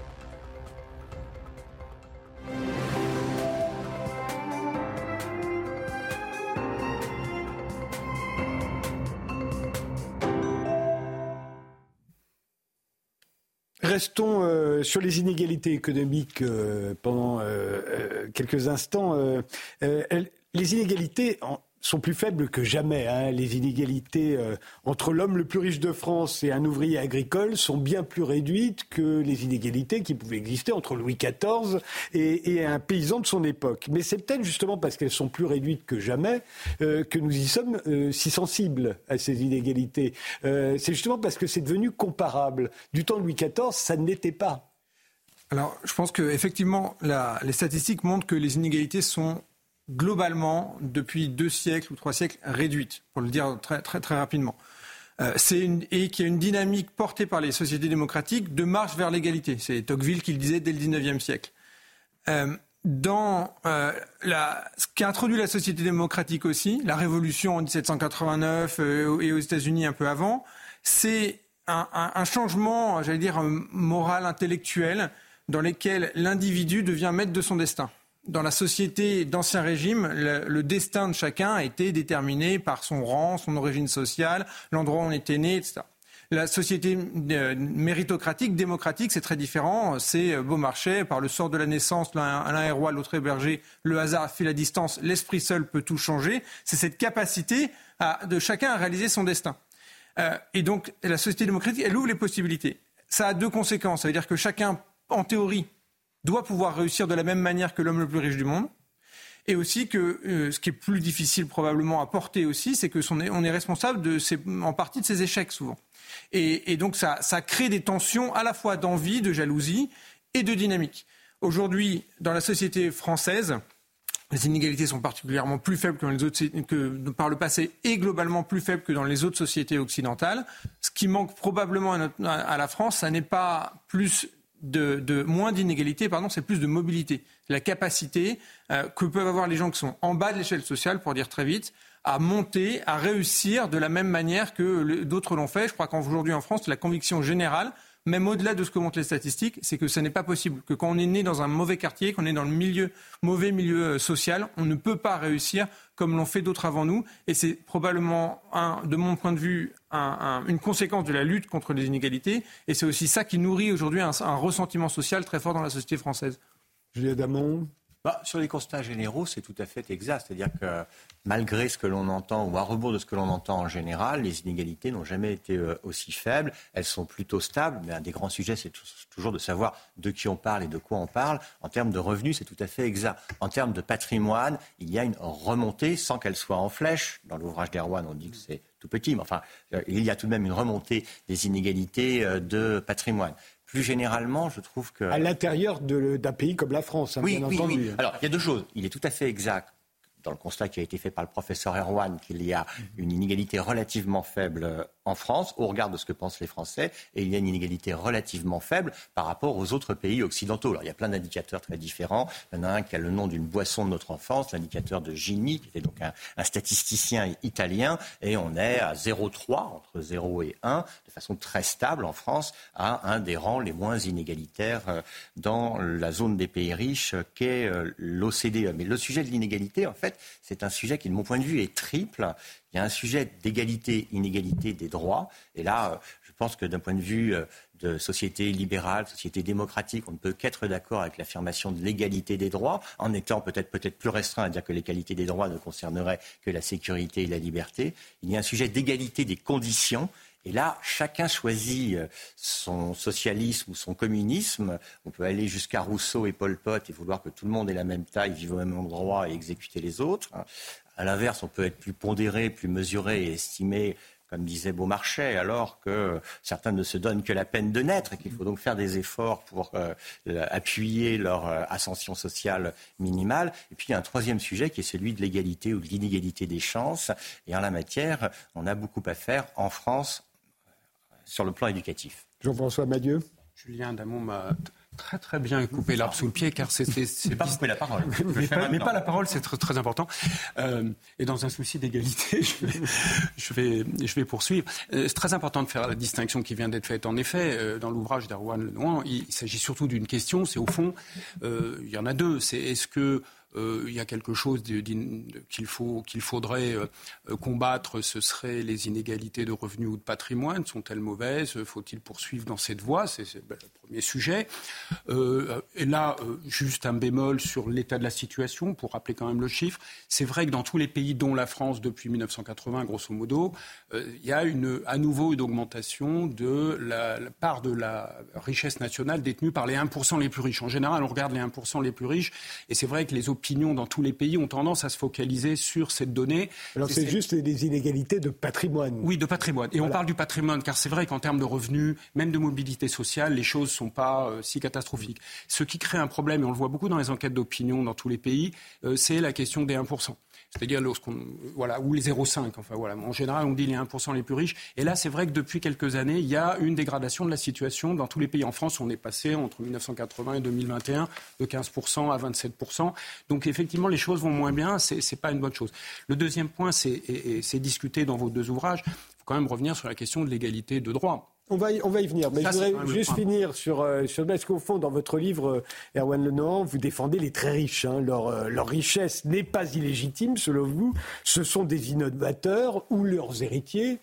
Speaker 1: Restons euh, sur les inégalités économiques euh, pendant euh, euh, quelques instants. Euh, euh, elles, les inégalités en, sont plus faibles que jamais. Hein. Les inégalités euh, entre l'homme le plus riche de France et un ouvrier agricole sont bien plus réduites que les inégalités qui pouvaient exister entre Louis quatorze et, et un paysan de son époque. Mais c'est peut-être justement parce qu'elles sont plus réduites que jamais euh, que nous y sommes euh, si sensibles à ces inégalités. Euh, c'est justement parce que c'est devenu comparable. Du temps de Louis quatorze, ça ne l'était pas.
Speaker 4: Alors, je pense qu'effectivement, les statistiques montrent que les inégalités sont globalement, depuis deux siècles ou trois siècles, réduite, pour le dire très, très, très rapidement. Euh, c'est une, et qu'il y a une dynamique portée par les sociétés démocratiques de marche vers l'égalité. C'est Tocqueville qui le disait dès le dix-neuvième siècle. Euh, dans euh, la, ce qui a introduit la société démocratique aussi, la Révolution en dix-sept cent quatre-vingt-neuf euh, et aux États-Unis un peu avant, c'est un, un, un changement, j'allais dire, moral, intellectuel, dans lequel l'individu devient maître de son destin. Dans la société d'Ancien Régime, le, le destin de chacun a été déterminé par son rang, son origine sociale, l'endroit où on était né, et cetera. La société euh, méritocratique, démocratique, c'est très différent. C'est Beaumarchais, par le sort de la naissance, l'un, l'un est roi, l'autre est berger, le hasard fait la distance, l'esprit seul peut tout changer. C'est cette capacité à, de chacun à réaliser son destin. Euh, et donc, la société démocratique, elle ouvre les possibilités. Ça a deux conséquences. Ça veut dire que chacun, en théorie, doit pouvoir réussir de la même manière que l'homme le plus riche du monde. Et aussi que euh, ce qui est plus difficile probablement à porter aussi, c'est que son, on est responsable de ses, en partie de ses échecs souvent. Et, et donc ça, ça crée des tensions à la fois d'envie, de jalousie et de dynamique. Aujourd'hui, dans la société française, les inégalités sont particulièrement plus faibles que, dans les autres, que par le passé et globalement plus faibles que dans les autres sociétés occidentales. Ce qui manque probablement à, notre, à la France, ça n'est pas plus... De, de moins d'inégalités, pardon, c'est plus de mobilité. La capacité euh, que peuvent avoir les gens qui sont en bas de l'échelle sociale, pour dire très vite, à monter, à réussir de la même manière que le, d'autres l'ont fait. Je crois qu'aujourd'hui en France, la conviction générale, même au-delà de ce que montrent les statistiques, c'est que ce n'est pas possible. Que quand on est né dans un mauvais quartier, qu'on est dans le milieu, mauvais milieu social, on ne peut pas réussir comme l'ont fait d'autres avant nous. Et c'est probablement, un, de mon point de vue, un, un, une conséquence de la lutte contre les inégalités. Et c'est aussi ça qui nourrit aujourd'hui un, un ressentiment social très fort dans la société française.
Speaker 1: Julien Damon.
Speaker 6: Bah, sur les constats généraux, c'est tout à fait exact. C'est-à-dire que malgré ce que l'on entend, ou à rebours de ce que l'on entend en général, les inégalités n'ont jamais été euh, aussi faibles. Elles sont plutôt stables. Mais un des grands sujets, c'est t- toujours de savoir de qui on parle et de quoi on parle. En termes de revenus, c'est tout à fait exact. En termes de patrimoine, il y a une remontée sans qu'elle soit en flèche. Dans l'ouvrage d'Erwan, on dit que c'est tout petit, mais enfin, euh, il y a tout de même une remontée des inégalités euh, de patrimoine. Plus généralement, je trouve que...
Speaker 1: À l'intérieur de, d'un pays comme la France, hein,
Speaker 6: oui,
Speaker 1: bien
Speaker 6: oui,
Speaker 1: entendu.
Speaker 6: Oui. Alors, il y a deux choses. Il est tout à fait exact, dans le constat qui a été fait par le professeur Erwan, qu'il y a une inégalité relativement faible en France, au regard de ce que pensent les Français, et il y a une inégalité relativement faible par rapport aux autres pays occidentaux. Alors, il y a plein d'indicateurs très différents. Il y en a un qui a le nom d'une boisson de notre enfance, l'indicateur de Gini, qui était donc un, un statisticien italien, et on est à zéro virgule trois, entre zéro et un, de façon très stable en France, à un des rangs les moins inégalitaires dans la zone des pays riches qu'est l'O C D E. Mais le sujet de l'inégalité, en fait, c'est un sujet qui, de mon point de vue, est triple. Il y a un sujet d'égalité, inégalité des droits. Et là, je pense que d'un point de vue de société libérale, société démocratique, on ne peut qu'être d'accord avec l'affirmation de l'égalité des droits, en étant peut-être, peut-être plus restreint à dire que l'égalité des droits ne concernerait que la sécurité et la liberté. Il y a un sujet d'égalité des conditions. Et là, chacun choisit son socialisme ou son communisme. On peut aller jusqu'à Rousseau et Pol Pot et vouloir que tout le monde ait la même taille, vive au même endroit et exécuter les autres. À l'inverse, on peut être plus pondéré, plus mesuré et estimer, comme disait Beaumarchais, alors que certains ne se donnent que la peine de naître et qu'il faut donc faire des efforts pour euh, appuyer leur euh, ascension sociale minimale. Et puis il y a un troisième sujet qui est celui de l'égalité ou de l'inégalité des chances. Et en la matière, on a beaucoup à faire en France sur le plan éducatif.
Speaker 1: Jean-François Madieu.
Speaker 7: Julien Damon m'a très très bien coupé l'arbre sous le pied, car c'est... c'est, c'est
Speaker 6: pas couper la parole.
Speaker 7: mais, pas, mais pas la parole, c'est très, très important. Euh, et dans un souci d'égalité, je vais, je vais, je vais poursuivre. Euh, c'est très important de faire la distinction qui vient d'être faite. En effet, euh, dans l'ouvrage d'Erwan Lenoir, il, il s'agit surtout d'une question, c'est au fond, euh, il y en a deux, c'est est-ce que Euh, il y a quelque chose de, de, de, qu'il, faut, qu'il faudrait euh, combattre, ce seraient les inégalités de revenus ou de patrimoine. Sont-elles mauvaises ? Faut-il poursuivre dans cette voie ? C'est, c'est ben, le premier sujet. Euh, et là, euh, juste un bémol sur l'état de la situation, pour rappeler quand même le chiffre. C'est vrai que dans tous les pays, dont la France depuis dix-neuf cent quatre-vingts, grosso modo, euh, il y a une, à nouveau une augmentation de la, la part de la richesse nationale détenue par les un pour cent les plus riches. En général, on regarde les un pour cent les plus riches, et c'est vrai que les opinions dans tous les pays ont tendance à se focaliser sur cette donnée.
Speaker 1: Alors c'est, c'est juste des inégalités de patrimoine.
Speaker 7: Oui, de patrimoine. Et voilà. On parle du patrimoine, car c'est vrai qu'en termes de revenus, même de mobilité sociale, les choses ne sont pas euh, si catastrophiques. Ce qui crée un problème, et on le voit beaucoup dans les enquêtes d'opinion dans tous les pays, euh, c'est la question des un pour cent. C'est-à-dire lorsqu'on, voilà, ou les zéro virgule cinq. Enfin, voilà. En général, on dit les un pour cent les plus riches. Et là, c'est vrai que depuis quelques années, il y a une dégradation de la situation dans tous les pays. En France, on est passé entre dix-neuf cent quatre-vingts et deux mille vingt et un de quinze pour cent à vingt-sept pour cent. Donc, effectivement, les choses vont moins bien. C'est, c'est pas une bonne chose. Le deuxième point, c'est, et, et c'est discuté dans vos deux ouvrages. Il faut quand même revenir sur la question de l'égalité de droit.
Speaker 1: On va, y, on va y venir, mais ça, je voudrais juste finir sur, euh, sur parce qu'au fond, dans votre livre, euh, Erwan Lenoir, vous défendez les très riches. Hein. Leur, euh, leur richesse n'est pas illégitime, selon vous. Ce sont des innovateurs ou leurs héritiers,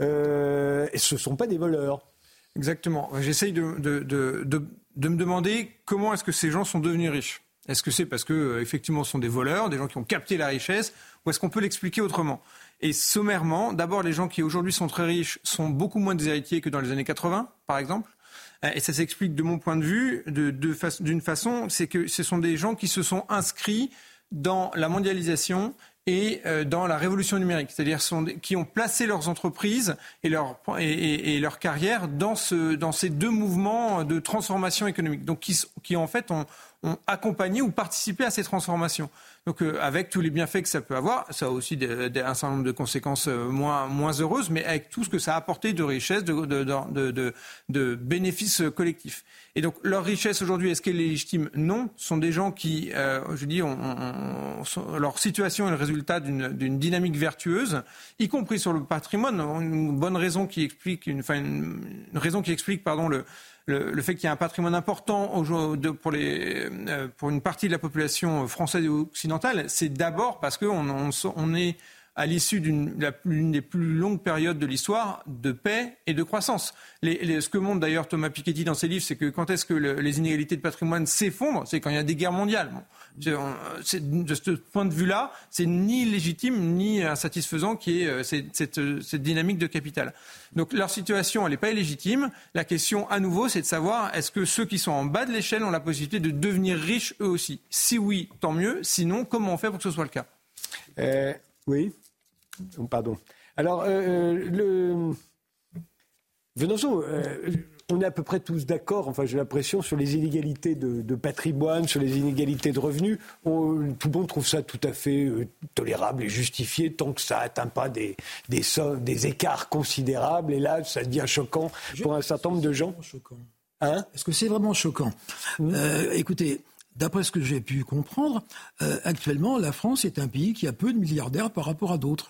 Speaker 1: euh, et ce ne sont pas des voleurs.
Speaker 4: Exactement. J'essaye de, de, de, de, de me demander comment est-ce que ces gens sont devenus riches. Est-ce que c'est parce que effectivement, ce sont des voleurs, des gens qui ont capté la richesse, ou est-ce qu'on peut l'expliquer autrement ? Et sommairement, d'abord, les gens qui aujourd'hui sont très riches sont beaucoup moins des héritiers que dans les années quatre-vingts, par exemple. Et ça s'explique de mon point de vue de, de fa- d'une façon, c'est que ce sont des gens qui se sont inscrits dans la mondialisation et euh, dans la révolution numérique, c'est-à-dire sont, qui ont placé leurs entreprises et leur, et, et, et leur carrière dans, ce, dans ces deux mouvements de transformation économique, donc qui, qui en fait ont, ont accompagné ou participé à ces transformations. Donc euh, avec tous les bienfaits que ça peut avoir, ça a aussi des, des, un certain nombre de conséquences euh, moins, moins heureuses, mais avec tout ce que ça a apporté de richesse, de, de, de, de, de bénéfices collectifs. Et donc leur richesse aujourd'hui, est-ce qu'elle est légitime ? Non. Ce sont des gens qui, euh, je dis, on, on, on, leur situation est le résultat d'une, d'une dynamique vertueuse, y compris sur le patrimoine. Une bonne raison qui explique, une, enfin une, une raison qui explique, pardon, le Le, le fait qu'il y a un patrimoine important pour, les, pour une partie de la population française et occidentale, c'est d'abord parce qu'on on, on est à l'issue d'une la, l'une des plus longues périodes de l'histoire de paix et de croissance. Les, les, ce que montre d'ailleurs Thomas Piketty dans ses livres, c'est que quand est-ce que le, les inégalités de patrimoine s'effondrent, c'est quand il y a des guerres mondiales. Bon, c'est, on, c'est, de ce point de vue-là, c'est ni légitime ni insatisfaisant qui est cette, cette, cette dynamique de capital. Donc leur situation, elle n'est pas illégitime. La question, à nouveau, c'est de savoir est-ce que ceux qui sont en bas de l'échelle ont la possibilité de devenir riches eux aussi ? Si oui, tant mieux. Sinon, comment on fait pour que ce soit le cas ?
Speaker 1: euh, Oui. Pardon. Alors, euh, le... venons-en. Euh, on est à peu près tous d'accord, enfin j'ai l'impression, sur les inégalités de, de patrimoine, sur les inégalités de revenus. On, tout le monde trouve ça tout à fait euh, tolérable et justifié tant que ça n'atteint pas des, des, sommes, des écarts considérables. Et là, ça devient choquant pour un certain nombre de gens.
Speaker 5: Choquant.
Speaker 1: Hein ?
Speaker 5: Est-ce que c'est vraiment choquant ? mmh. euh, Écoutez, d'après ce que j'ai pu comprendre, euh, actuellement, la France est un pays qui a peu de milliardaires par rapport à d'autres.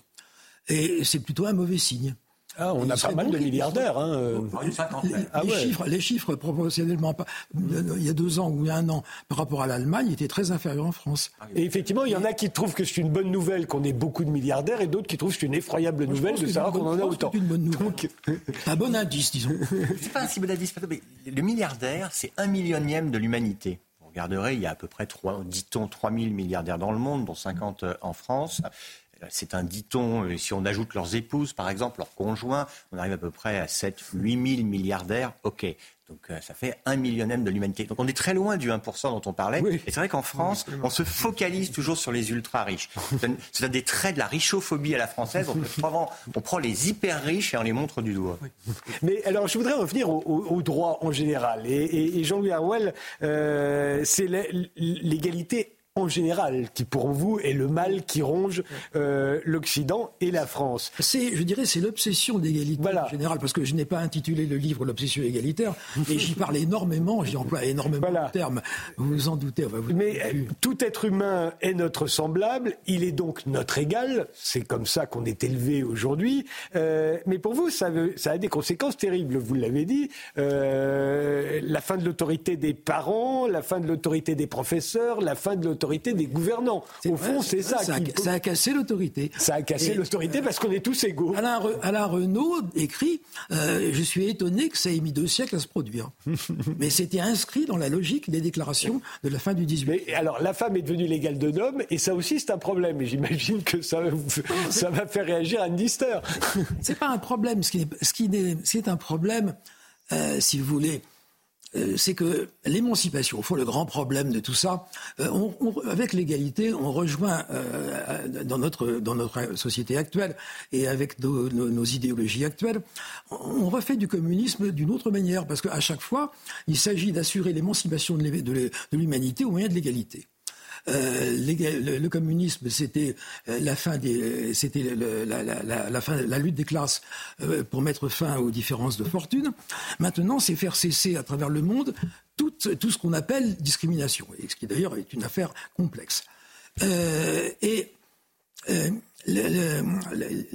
Speaker 5: Et c'est plutôt un mauvais signe.
Speaker 1: Ah, on a pas mal de milliardaires. Hein, euh...
Speaker 5: les,
Speaker 1: ah,
Speaker 5: les,
Speaker 1: ouais.
Speaker 5: chiffres, les chiffres, proportionnellement, il y a deux ans ou il y a un an, par rapport à l'Allemagne, étaient très inférieurs en France.
Speaker 1: Et effectivement, il y en a qui trouvent que c'est une bonne nouvelle qu'on ait beaucoup de milliardaires et d'autres qui trouvent que c'est une effroyable Moi, nouvelle de savoir qu'on en a autant.
Speaker 5: C'est une bonne nouvelle. Donc... un bon indice, disons.
Speaker 6: C'est pas un si bon indice. Mais le milliardaire, c'est un millionième de l'humanité. Vous regarderez, il y a à peu près, trois, dit-on, trois mille milliardaires dans le monde, dont cinquante en France. c'est un dit-on, si on ajoute leurs épouses, par exemple, leurs conjoints, on arrive à peu près à sept à huit mille milliardaires. OK. Donc euh, ça fait un millionième de l'humanité. Donc on est très loin du un pour cent dont on parlait. Oui. Et c'est vrai qu'en France, oui, on se focalise toujours sur les ultra-riches. C'est un, c'est un des traits de la richophobie à la française. On, prend, on prend les hyper-riches et on les montre du doigt. Oui.
Speaker 1: Mais alors je voudrais revenir au, au, au droit en général. Et, et, et Jean-Louis Harouel, euh, c'est l'égalité en général, qui pour vous est le mal qui ronge euh, l'Occident et la France.
Speaker 5: C'est, je dirais, c'est l'obsession d'égalité voilà. en général, parce que je n'ai pas intitulé le livre l'obsession égalitaire, et j'y parle énormément, j'y emploie énormément voilà. de termes, vous vous en doutez. Enfin, vous
Speaker 1: Mais euh, tout être humain est notre semblable, il est donc notre égal, c'est comme ça qu'on est élevé aujourd'hui, euh, mais pour vous, ça, veut, ça a des conséquences terribles, vous l'avez dit, euh, la fin de l'autorité des parents, la fin de l'autorité des professeurs, la fin de l'autorité des gouvernants. C'est Au fond, vrai, c'est, c'est ça.
Speaker 5: Ça,
Speaker 1: qui...
Speaker 5: a, ça a cassé l'autorité.
Speaker 1: Ça a cassé et, l'autorité parce qu'on est tous égaux.
Speaker 5: Alain, Re, Alain Renaud écrit euh, « Je suis étonné que ça ait mis deux siècles à se produire. » Mais c'était inscrit dans la logique des déclarations de la fin du dix-huitième.
Speaker 1: Mais alors, la femme est devenue l'égale de l'homme et ça aussi, c'est un problème. Et j'imagine que ça, ça va faire réagir Anne Lister.
Speaker 5: C'est pas un problème. Ce qui est, ce qui est, c'est un problème, euh, si vous voulez... Euh, c'est que l'émancipation, au fond, le grand problème de tout ça, euh, on, on, avec l'égalité, on rejoint euh, dans notre dans notre société actuelle et avec nos, nos, nos idéologies actuelles, on refait du communisme d'une autre manière, parce qu'à chaque fois, il s'agit d'assurer l'émancipation de, de, de l'humanité au moyen de l'égalité. Euh, le, le communisme, c'était la fin des, c'était le, la, la, la, la fin, la lutte des classes euh, pour mettre fin aux différences de fortune. Maintenant, c'est faire cesser à travers le monde tout, tout ce qu'on appelle discrimination, et ce qui d'ailleurs est une affaire complexe. Euh, et euh, le, le, le,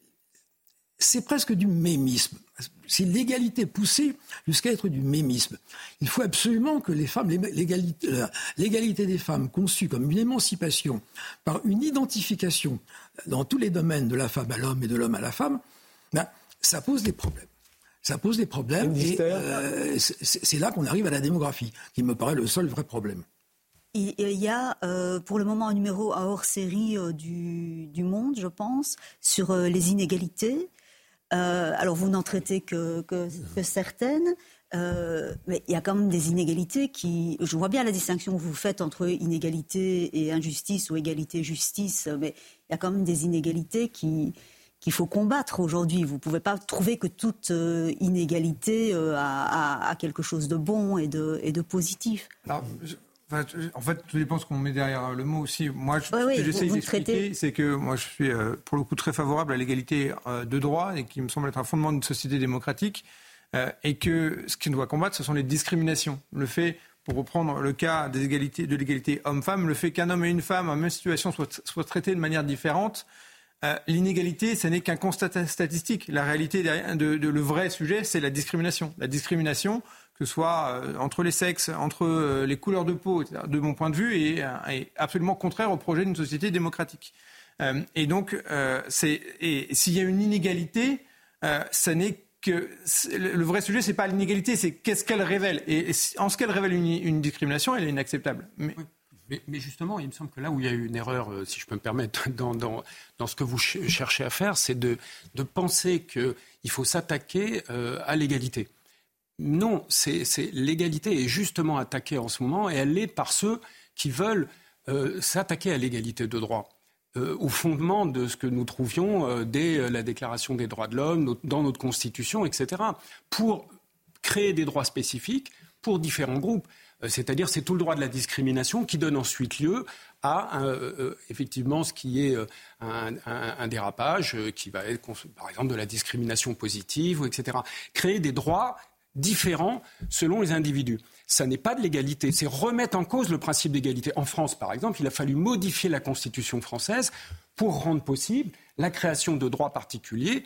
Speaker 5: c'est presque du mémisme. C'est l'égalité poussée jusqu'à être du mémisme. Il faut absolument que les femmes, l'égalité, l'égalité des femmes conçue comme une émancipation par une identification dans tous les domaines de la femme à l'homme et de l'homme à la femme, ben, ça pose des problèmes. Ça pose des problèmes et euh, c'est, c'est là qu'on arrive à la démographie, qui me paraît le seul vrai problème.
Speaker 8: Il y a euh, pour le moment un numéro à hors-série euh, du, du Monde, je pense, sur euh, les inégalités. Euh, alors vous n'en traitez que, que, que certaines, euh, mais il y a quand même des inégalités qui... Je vois bien la distinction que vous faites entre inégalité et injustice ou égalité et justice, mais il y a quand même des inégalités qui, qu'il faut combattre aujourd'hui. Vous ne pouvez pas trouver que toute euh, inégalité euh, a, a, a quelque chose de bon et de, et de positif.
Speaker 4: Alors, je... Enfin, en fait, tout dépend ce qu'on met derrière le mot aussi. Moi, je,
Speaker 8: oui, oui,
Speaker 4: ce que j'essaie
Speaker 8: vous, vous
Speaker 4: d'expliquer,
Speaker 8: traitez...
Speaker 4: c'est que moi, je suis euh, pour le coup très favorable à l'égalité euh, de droit et qui me semble être un fondement d'une société démocratique. Euh, et que ce qu'on doit combattre, ce sont les discriminations. Le fait, pour reprendre le cas des égalités, de l'égalité homme-femme, le fait qu'un homme et une femme en même situation soient, soient traités de manière différente. Euh, l'inégalité, ce n'est qu'un constat statistique. La réalité, de, de, de, le vrai sujet, c'est la discrimination. La discrimination, que ce soit euh, entre les sexes, entre euh, les couleurs de peau, et cetera, de mon point de vue, est, est absolument contraire au projet d'une société démocratique. Euh, et donc, euh, c'est, et s'il y a une inégalité, euh, ça n'est que le vrai sujet, c'est pas l'inégalité, c'est qu'est-ce qu'elle révèle. Et, et en ce qu'elle révèle une, une discrimination, elle est inacceptable. Mais...
Speaker 7: Oui. Mais, mais justement, il me semble que là où il y a eu une erreur, euh, si je peux me permettre, dans, dans, dans ce que vous ch- cherchez à faire, c'est de, de penser qu'il faut s'attaquer euh, à l'égalité. Non, c'est, c'est, l'égalité est justement attaquée en ce moment, et elle l'est par ceux qui veulent euh, s'attaquer à l'égalité de droit, euh, au fondement de ce que nous trouvions euh, dès euh, la Déclaration des droits de l'homme, notre, dans notre Constitution, et cetera, pour créer des droits spécifiques pour différents groupes. C'est-à-dire, c'est tout le droit de la discrimination qui donne ensuite lieu à, euh, euh, effectivement, ce qui est euh, un, un, un dérapage euh, qui va être, par exemple, de la discrimination positive, et cetera. Créer des droits différents selon les individus. Ça n'est pas de l'égalité, c'est remettre en cause le principe d'égalité. En France, par exemple, il a fallu modifier la Constitution française pour rendre possible la création de droits particuliers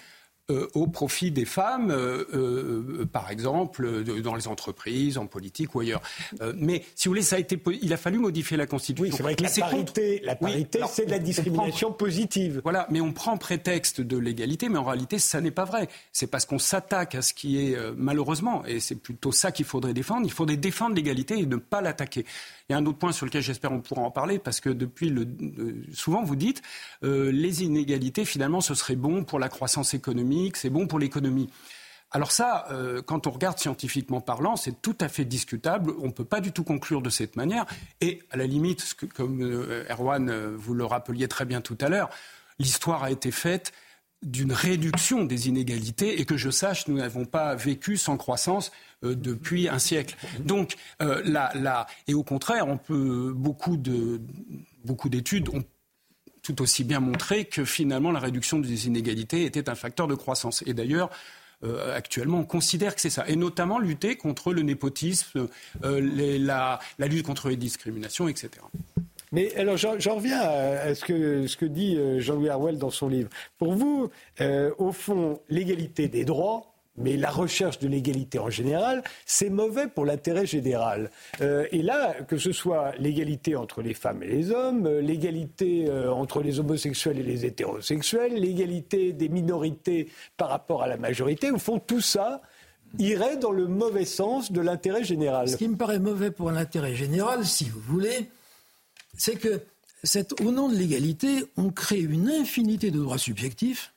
Speaker 7: Euh, au profit des femmes, euh, euh, par exemple, de, dans les entreprises, en politique ou ailleurs. Euh, mais si vous voulez, ça a été, il a fallu modifier la Constitution.
Speaker 1: Oui, c'est vrai que
Speaker 7: mais
Speaker 1: la parité, contre... la parité oui, alors, c'est de la discrimination prend... positive.
Speaker 7: Voilà, mais on prend prétexte de l'égalité, mais en réalité, ça n'est pas vrai. C'est parce qu'on s'attaque à ce qui est, euh, malheureusement, et c'est plutôt ça qu'il faudrait défendre, il faudrait défendre l'égalité et ne pas l'attaquer. Il y a un autre point sur lequel j'espère on pourra en parler, parce que depuis le, euh, souvent vous dites euh, les inégalités, finalement, ce serait bon pour la croissance économique, c'est bon pour l'économie. Alors ça, euh, quand on regarde scientifiquement parlant, c'est tout à fait discutable. On ne peut pas du tout conclure de cette manière. Et à la limite, ce que, comme euh, Erwan, euh, vous le rappeliez très bien tout à l'heure, l'histoire a été faite d'une réduction des inégalités et que je sache, nous n'avons pas vécu sans croissance euh, depuis un siècle. Donc, euh, là, là, et au contraire, on peut beaucoup de beaucoup d'études ont tout aussi bien montré que finalement la réduction des inégalités était un facteur de croissance. Et d'ailleurs, euh, actuellement, on considère que c'est ça. Et notamment lutter contre le népotisme, euh, les, la, la lutte contre les discriminations, et cetera.
Speaker 1: Mais alors, j'en, j'en reviens à ce que, ce que dit Jean-Louis Harouel dans son livre. Pour vous, euh, au fond, l'égalité des droits, mais la recherche de l'égalité en général, c'est mauvais pour l'intérêt général. Euh, et là, que ce soit l'égalité entre les femmes et les hommes, l'égalité euh, entre les homosexuels et les hétérosexuels, l'égalité des minorités par rapport à la majorité, au fond, tout ça irait dans le mauvais sens de l'intérêt général.
Speaker 5: Ce qui me paraît mauvais pour l'intérêt général, si vous voulez, c'est que, cette, au nom de l'égalité, on crée une infinité de droits subjectifs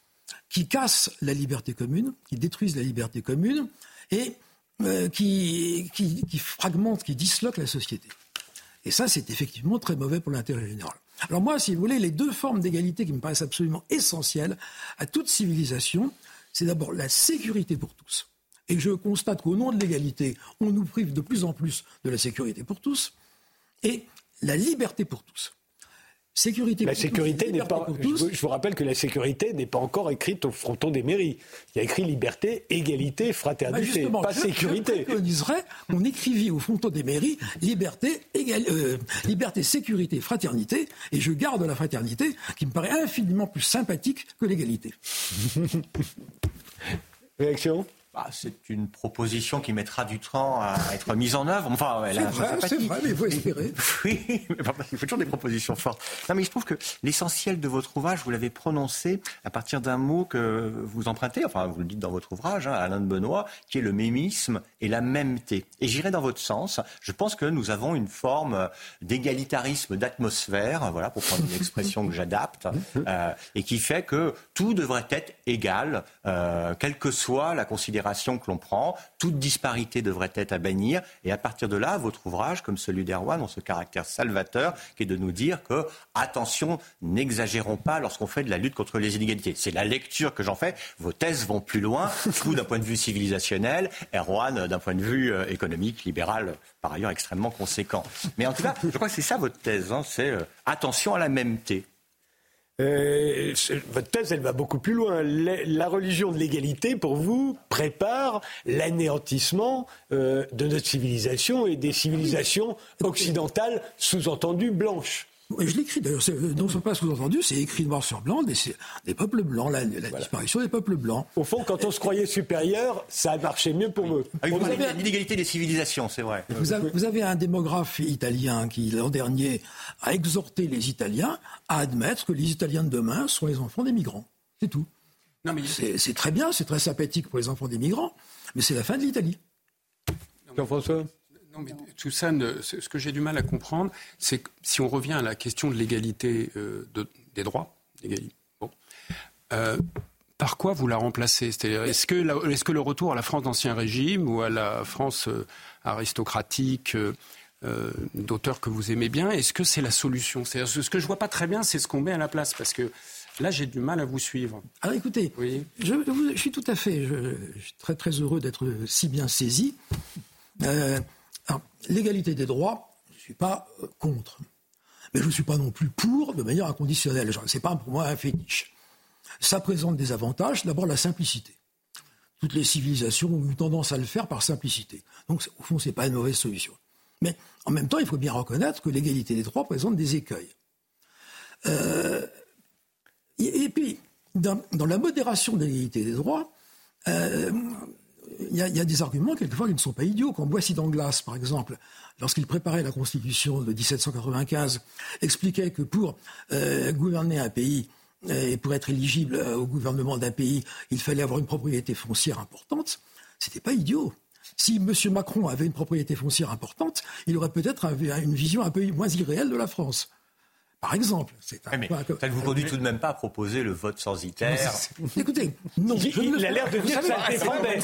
Speaker 5: qui cassent la liberté commune, qui détruisent la liberté commune et euh, qui, qui, qui fragmentent, qui disloquent la société. Et ça, c'est effectivement très mauvais pour l'intérêt général. Alors moi, si vous voulez, les deux formes d'égalité qui me paraissent absolument essentielles à toute civilisation, c'est d'abord la sécurité pour tous. Et je constate qu'au nom de l'égalité, on nous prive de plus en plus de la sécurité pour tous, et la liberté pour tous. Sécurité
Speaker 1: la
Speaker 5: pour
Speaker 1: sécurité
Speaker 5: tous,
Speaker 1: n'est pas.
Speaker 5: Pour tous.
Speaker 1: Je, vous, je vous rappelle que la sécurité n'est pas encore écrite au fronton des mairies. Il y a écrit liberté, égalité, fraternité, bah pas
Speaker 5: je,
Speaker 1: sécurité.
Speaker 5: Je préconiserais qu'on écrivit au fronton des mairies liberté, égal, euh, liberté, sécurité, fraternité, et je garde la fraternité qui me paraît infiniment plus sympathique que l'égalité.
Speaker 1: Réaction ?
Speaker 6: Bah, c'est une proposition qui mettra du temps à être mise en œuvre. Enfin,
Speaker 5: c'est, là, vrai, c'est vrai, mais il faut espérer.
Speaker 6: Oui, mais il faut toujours des propositions fortes. Non, mais je trouve que l'essentiel de votre ouvrage, vous l'avez prononcé à partir d'un mot que vous empruntez, enfin, vous le dites dans votre ouvrage, hein, Alain de Benoît, qui est le mémisme et la mêmeté. Et j'irai dans votre sens. Je pense que nous avons une forme d'égalitarisme d'atmosphère, voilà, pour prendre une expression que j'adapte, euh, et qui fait que tout devrait être égal, euh, quelle que soit la considération que l'on prend, toute disparité devrait être à bannir, et à partir de là, votre ouvrage, comme celui d'Erwan, ont ce caractère salvateur qui est de nous dire que, attention, n'exagérons pas lorsqu'on fait de la lutte contre les inégalités. C'est la lecture que j'en fais, vos thèses vont plus loin, vous d'un point de vue civilisationnel, Erwan d'un point de vue euh, économique, libéral, par ailleurs extrêmement conséquent. Mais en tout cas, je crois que c'est ça votre thèse, hein, c'est euh, attention à la mêmeté.
Speaker 1: Euh, votre thèse, elle va beaucoup plus loin. La, la religion de l'égalité, pour vous, prépare l'anéantissement euh, de notre civilisation et des civilisations occidentales, sous-entendues blanches.
Speaker 5: Oui, je l'écris d'ailleurs, c'est, non c'est pas sous-entendu, c'est écrit noir sur blanc, des, des peuples blancs, la, la voilà. disparition des peuples blancs.
Speaker 1: Au fond, quand on se croyait supérieur, ça a marché mieux pour eux.
Speaker 6: Ah, vous avez l'inégalité des civilisations, c'est vrai.
Speaker 5: Vous avez, vous avez un démographe italien qui, l'an dernier, a exhorté les Italiens à admettre que les Italiens de demain sont les enfants des migrants. C'est tout. Non, mais c'est, c'est très bien, c'est très sympathique pour les enfants des migrants, mais c'est la fin de l'Italie.
Speaker 1: Jean-François ?
Speaker 7: Non, mais tout ça, ne, ce que j'ai du mal à comprendre, c'est que si on revient à la question de l'égalité euh, de, des droits, bon, euh, par quoi vous la remplacez ? C'est-à-dire, est-ce que, la, est-ce que le retour à la France d'Ancien Régime ou à la France euh, aristocratique euh, euh, d'auteurs que vous aimez bien, est-ce que c'est la solution ? C'est-à-dire, ce que je vois pas très bien, c'est ce qu'on met à la place, parce que là, j'ai du mal à vous suivre.
Speaker 5: Alors écoutez, oui. je, je suis tout à fait, je, je suis très très heureux d'être si bien saisi. Euh, Alors, l'égalité des droits, je ne suis pas euh, contre. Mais je ne suis pas non plus pour de manière inconditionnelle. Ce n'est pas pour moi un fétiche. Ça présente des avantages. D'abord, la simplicité. Toutes les civilisations ont eu tendance à le faire par simplicité. Donc, au fond, ce n'est pas une mauvaise solution. Mais en même temps, il faut bien reconnaître que l'égalité des droits présente des écueils. Euh, et, et puis, dans, dans la modération de l'égalité des droits, euh, il y, y a des arguments, quelquefois, qui ne sont pas idiots. Quand Boissy d'Anglas, par exemple, lorsqu'il préparait la Constitution de dix-sept cent quatre-vingt-quinze, expliquait que pour euh, gouverner un pays euh, et pour être éligible euh, au gouvernement d'un pays, il fallait avoir une propriété foncière importante, c'était pas idiot. Si M. Macron avait une propriété foncière importante, il aurait peut-être une vision un peu moins irréelle de la France. Par exemple. C'est un
Speaker 6: mais
Speaker 5: point que...
Speaker 6: ça ne vous conduit tout de même pas à proposer le vote censitaire.
Speaker 5: Écoutez, non.
Speaker 1: Je il,
Speaker 5: ne
Speaker 1: il a l'air de dire que ça le défendait.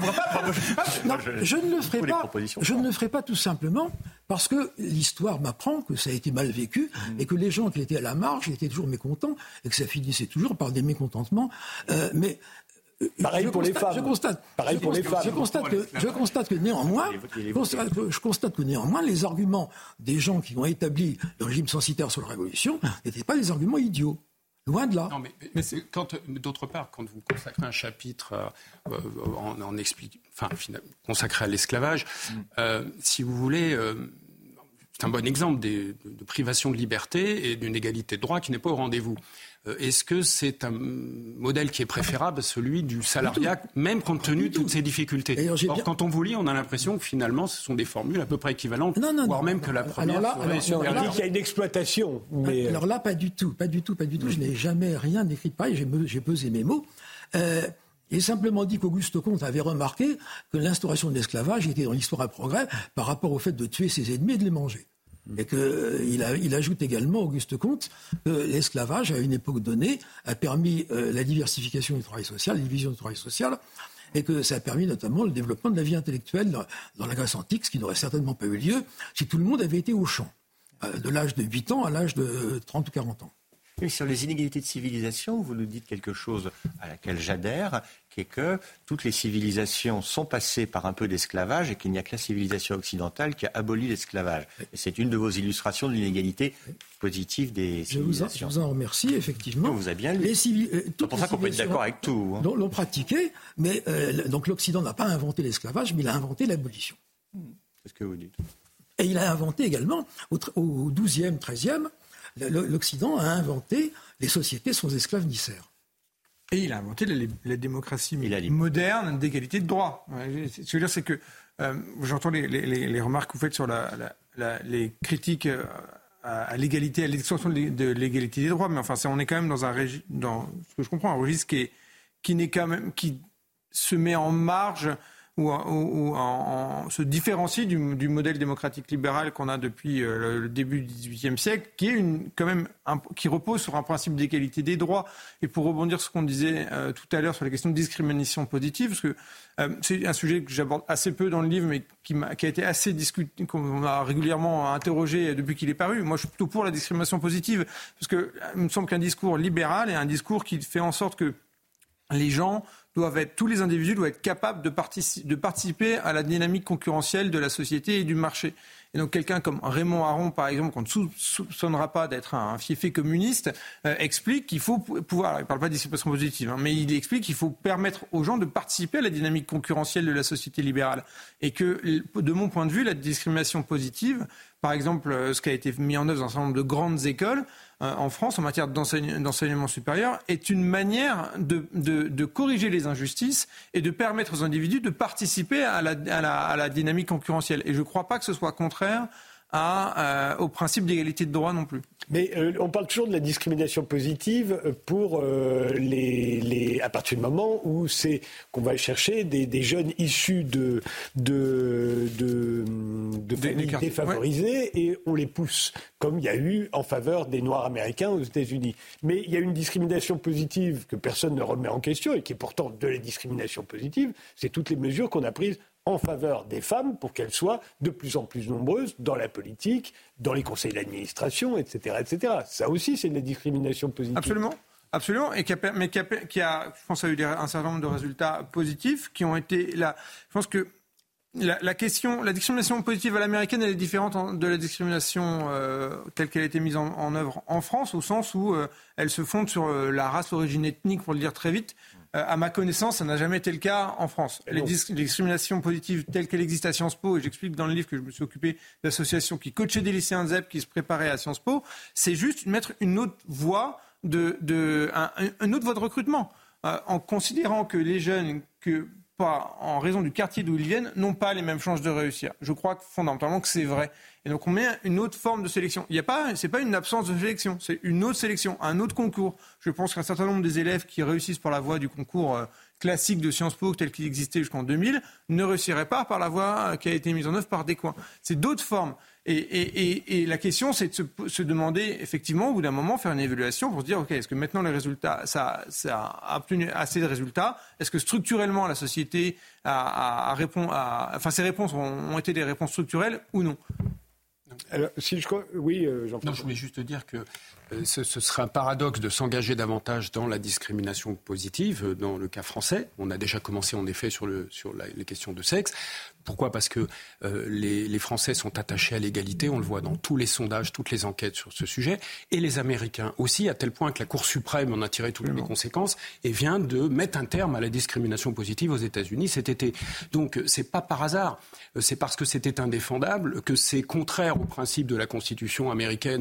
Speaker 5: Non, je ne le ferai pas. Je ne le ferai pas tout simplement parce que l'histoire m'apprend que ça a été mal vécu mmh. et que les gens qui étaient à la marge étaient toujours mécontents et que ça finissait toujours par des mécontentements. Euh, mais
Speaker 1: Pareil
Speaker 5: je
Speaker 1: pour
Speaker 5: constate,
Speaker 1: les femmes.
Speaker 5: Je constate,
Speaker 1: Pareil
Speaker 5: je
Speaker 1: pour
Speaker 5: constate,
Speaker 1: les femmes.
Speaker 5: Je constate que, je constate que néanmoins, je constate que, je constate que néanmoins, les arguments des gens qui ont établi le régime censitaire sur la Révolution n'étaient pas des arguments idiots. Loin de là.
Speaker 7: Non, mais, mais c'est quand, d'autre part, quand vous consacrez un chapitre euh, en, en explique, enfin, consacré à l'esclavage, mm. euh, si vous voulez. Euh, C'est un bon exemple des, de, de privation de liberté et d'une égalité de droit qui n'est pas au rendez-vous. Euh, est-ce que c'est un modèle qui est préférable à celui du salariat, même compte tenu de toutes ces difficultés ? Or, bien... quand on vous lit, on a l'impression que finalement, ce sont des formules à peu près équivalentes, non, non, voire non, même non, que la première
Speaker 1: là,
Speaker 7: serait supérieure.
Speaker 1: On dit qu'il y a une exploitation. Mais...
Speaker 5: Alors là, pas du tout, pas du tout, pas du tout. Je n'ai jamais rien écrit de pareil, j'ai, j'ai pesé mes mots. Euh, Il est simplement dit qu'Auguste Comte avait remarqué que l'instauration de l'esclavage était dans l'histoire un progrès par rapport au fait de tuer ses ennemis et de les manger. Et qu'il a, il ajoute également, Auguste Comte, que l'esclavage, à une époque donnée, a permis euh, la diversification du travail social, la division du travail social, et que ça a permis notamment le développement de la vie intellectuelle dans, dans la Grèce antique, ce qui n'aurait certainement pas eu lieu si tout le monde avait été au champ, euh, de l'âge de huit ans à l'âge de trente ou quarante ans.
Speaker 6: Oui, sur les inégalités de civilisation, vous nous dites quelque chose à laquelle j'adhère, qui est que toutes les civilisations sont passées par un peu d'esclavage et qu'il n'y a que la civilisation occidentale qui a aboli l'esclavage. Et c'est une de vos illustrations de l'inégalité positive des civilisations.
Speaker 5: Je vous en, je vous en remercie, effectivement.
Speaker 6: On vous a bien lu.
Speaker 5: Les civil, euh,
Speaker 6: c'est pour ça qu'on peut être d'accord avec tout. Hein.
Speaker 5: L'ont, l'ont pratiqué, mais euh, donc l'Occident n'a pas inventé l'esclavage, mais il a inventé l'abolition.
Speaker 6: C'est ce que vous dites.
Speaker 5: Et il a inventé également, au, au douzième, treizième, l'Occident a inventé les sociétés sans esclaves ni serfs.
Speaker 4: Et il a inventé la, la démocratie moderne d'égalité de droit. Ce que je veux dire, c'est que euh, j'entends les, les, les remarques que vous faites sur la, la, la, les critiques à, à l'égalité, à l'extension de, de l'égalité des droits, mais enfin, c'est, on est quand même dans un registre, dans ce que je comprends, un registre qui, est, qui n'est quand même, qui se met en marge ou, ou, ou en, en, se différencie du, du modèle démocratique libéral qu'on a depuis euh, le début du dix-huitième siècle, qui est une, quand même un, qui repose sur un principe d'égalité des droits. Et pour rebondir sur ce qu'on disait euh, tout à l'heure sur la question de discrimination positive, parce que euh, c'est un sujet que j'aborde assez peu dans le livre, mais qui, m'a, qui a été assez discuté, qu'on a régulièrement interrogé depuis qu'il est paru. Moi, je suis plutôt pour la discrimination positive, parce que il me semble qu'un discours libéral est un discours qui fait en sorte que les gens doivent être, tous les individus doivent être capables de, partici- de participer à la dynamique concurrentielle de la société et du marché. Et donc quelqu'un comme Raymond Aron, par exemple, qu'on ne soupçonnera pas d'être un, un fiefé communiste, euh, explique qu'il faut pouvoir, alors il ne parle pas de discrimination positive, hein, mais il explique qu'il faut permettre aux gens de participer à la dynamique concurrentielle de la société libérale. Et que, de mon point de vue, la discrimination positive, par exemple, ce qui a été mis en œuvre dans un certain nombre de grandes écoles euh, en France en matière d'enseigne- d'enseignement supérieur, est une manière de, de, de corriger les injustices et de permettre aux individus de participer à la, à la, à la dynamique concurrentielle. Et je ne crois pas que ce soit contraire à, euh, au principe d'égalité de droit non plus.
Speaker 1: Mais euh, on parle toujours de la discrimination positive pour euh, les, les, à partir du moment où c'est qu'on va chercher des, des jeunes issus de, de, de, de familles défavorisées, ouais. Et on les pousse, comme il y a eu en faveur des Noirs américains aux États-Unis. Mais il y a une discrimination positive que personne ne remet en question et qui est pourtant de la discrimination positive, c'est toutes les mesures qu'on a prises en faveur des femmes pour qu'elles soient de plus en plus nombreuses dans la politique, dans les conseils d'administration, et cetera, et cetera. Ça aussi, c'est de la discrimination positive.
Speaker 4: Absolument. Absolument, et qui a, mais qui a, qui a, je pense, a eu des, un certain nombre de résultats positifs qui ont été là. Je pense que la, la question, la discrimination positive à l'américaine, elle est différente de la discrimination euh, telle qu'elle a été mise en, en œuvre en France, au sens où euh, elle se fonde sur euh, la race, l'origine ethnique, pour le dire très vite. Euh, à ma connaissance, ça n'a jamais été le cas en France. Les, dis- les discriminations positives telles qu'elle existe à Sciences Po, et j'explique dans le livre que je me suis occupé d'associations qui coachaient des lycéens de Z E P qui se préparaient à Sciences Po, c'est juste mettre une autre voie de, de un, un autre voie de recrutement, euh, en considérant que les jeunes, que pas en raison du quartier d'où ils viennent, n'ont pas les mêmes chances de réussir. Je crois que, fondamentalement que c'est vrai. Et donc on met une autre forme de sélection. Il y a pas, c'est pas une absence de sélection, c'est une autre sélection, un autre concours. Je pense qu'un certain nombre des élèves qui réussissent par la voie du concours euh, classique de Sciences Po tel qu'il existait jusqu'en deux mille ne réussiraient pas par la voie qui a été mise en œuvre par Descoings. C'est d'autres formes. Et, et, et, et la question, c'est de se, se demander, effectivement, au bout d'un moment, faire une évaluation pour se dire, OK, est-ce que maintenant les résultats, ça, ça a obtenu assez de résultats? Est-ce que structurellement, la société a, a, a répond, a, enfin, ces réponses ont, ont été des réponses structurelles ou non?
Speaker 1: Alors, si je... Oui, euh, Jean-François.
Speaker 7: Non, je voulais juste dire que euh, ce, ce serait un paradoxe de s'engager davantage dans la discrimination positive, euh, dans le cas français. On a déjà commencé, en effet, sur, le, sur la, les questions de sexe. Pourquoi ? Parce que euh, les, les Français sont attachés à l'égalité, on le voit dans tous les sondages, toutes les enquêtes sur ce sujet, et les Américains aussi, à tel point que la Cour suprême en a tiré toutes les conséquences et vient de mettre un terme à la discrimination positive aux États-Unis cet été. Donc c'est pas par hasard, c'est parce que c'était indéfendable, que c'est contraire au principe de la Constitution américaine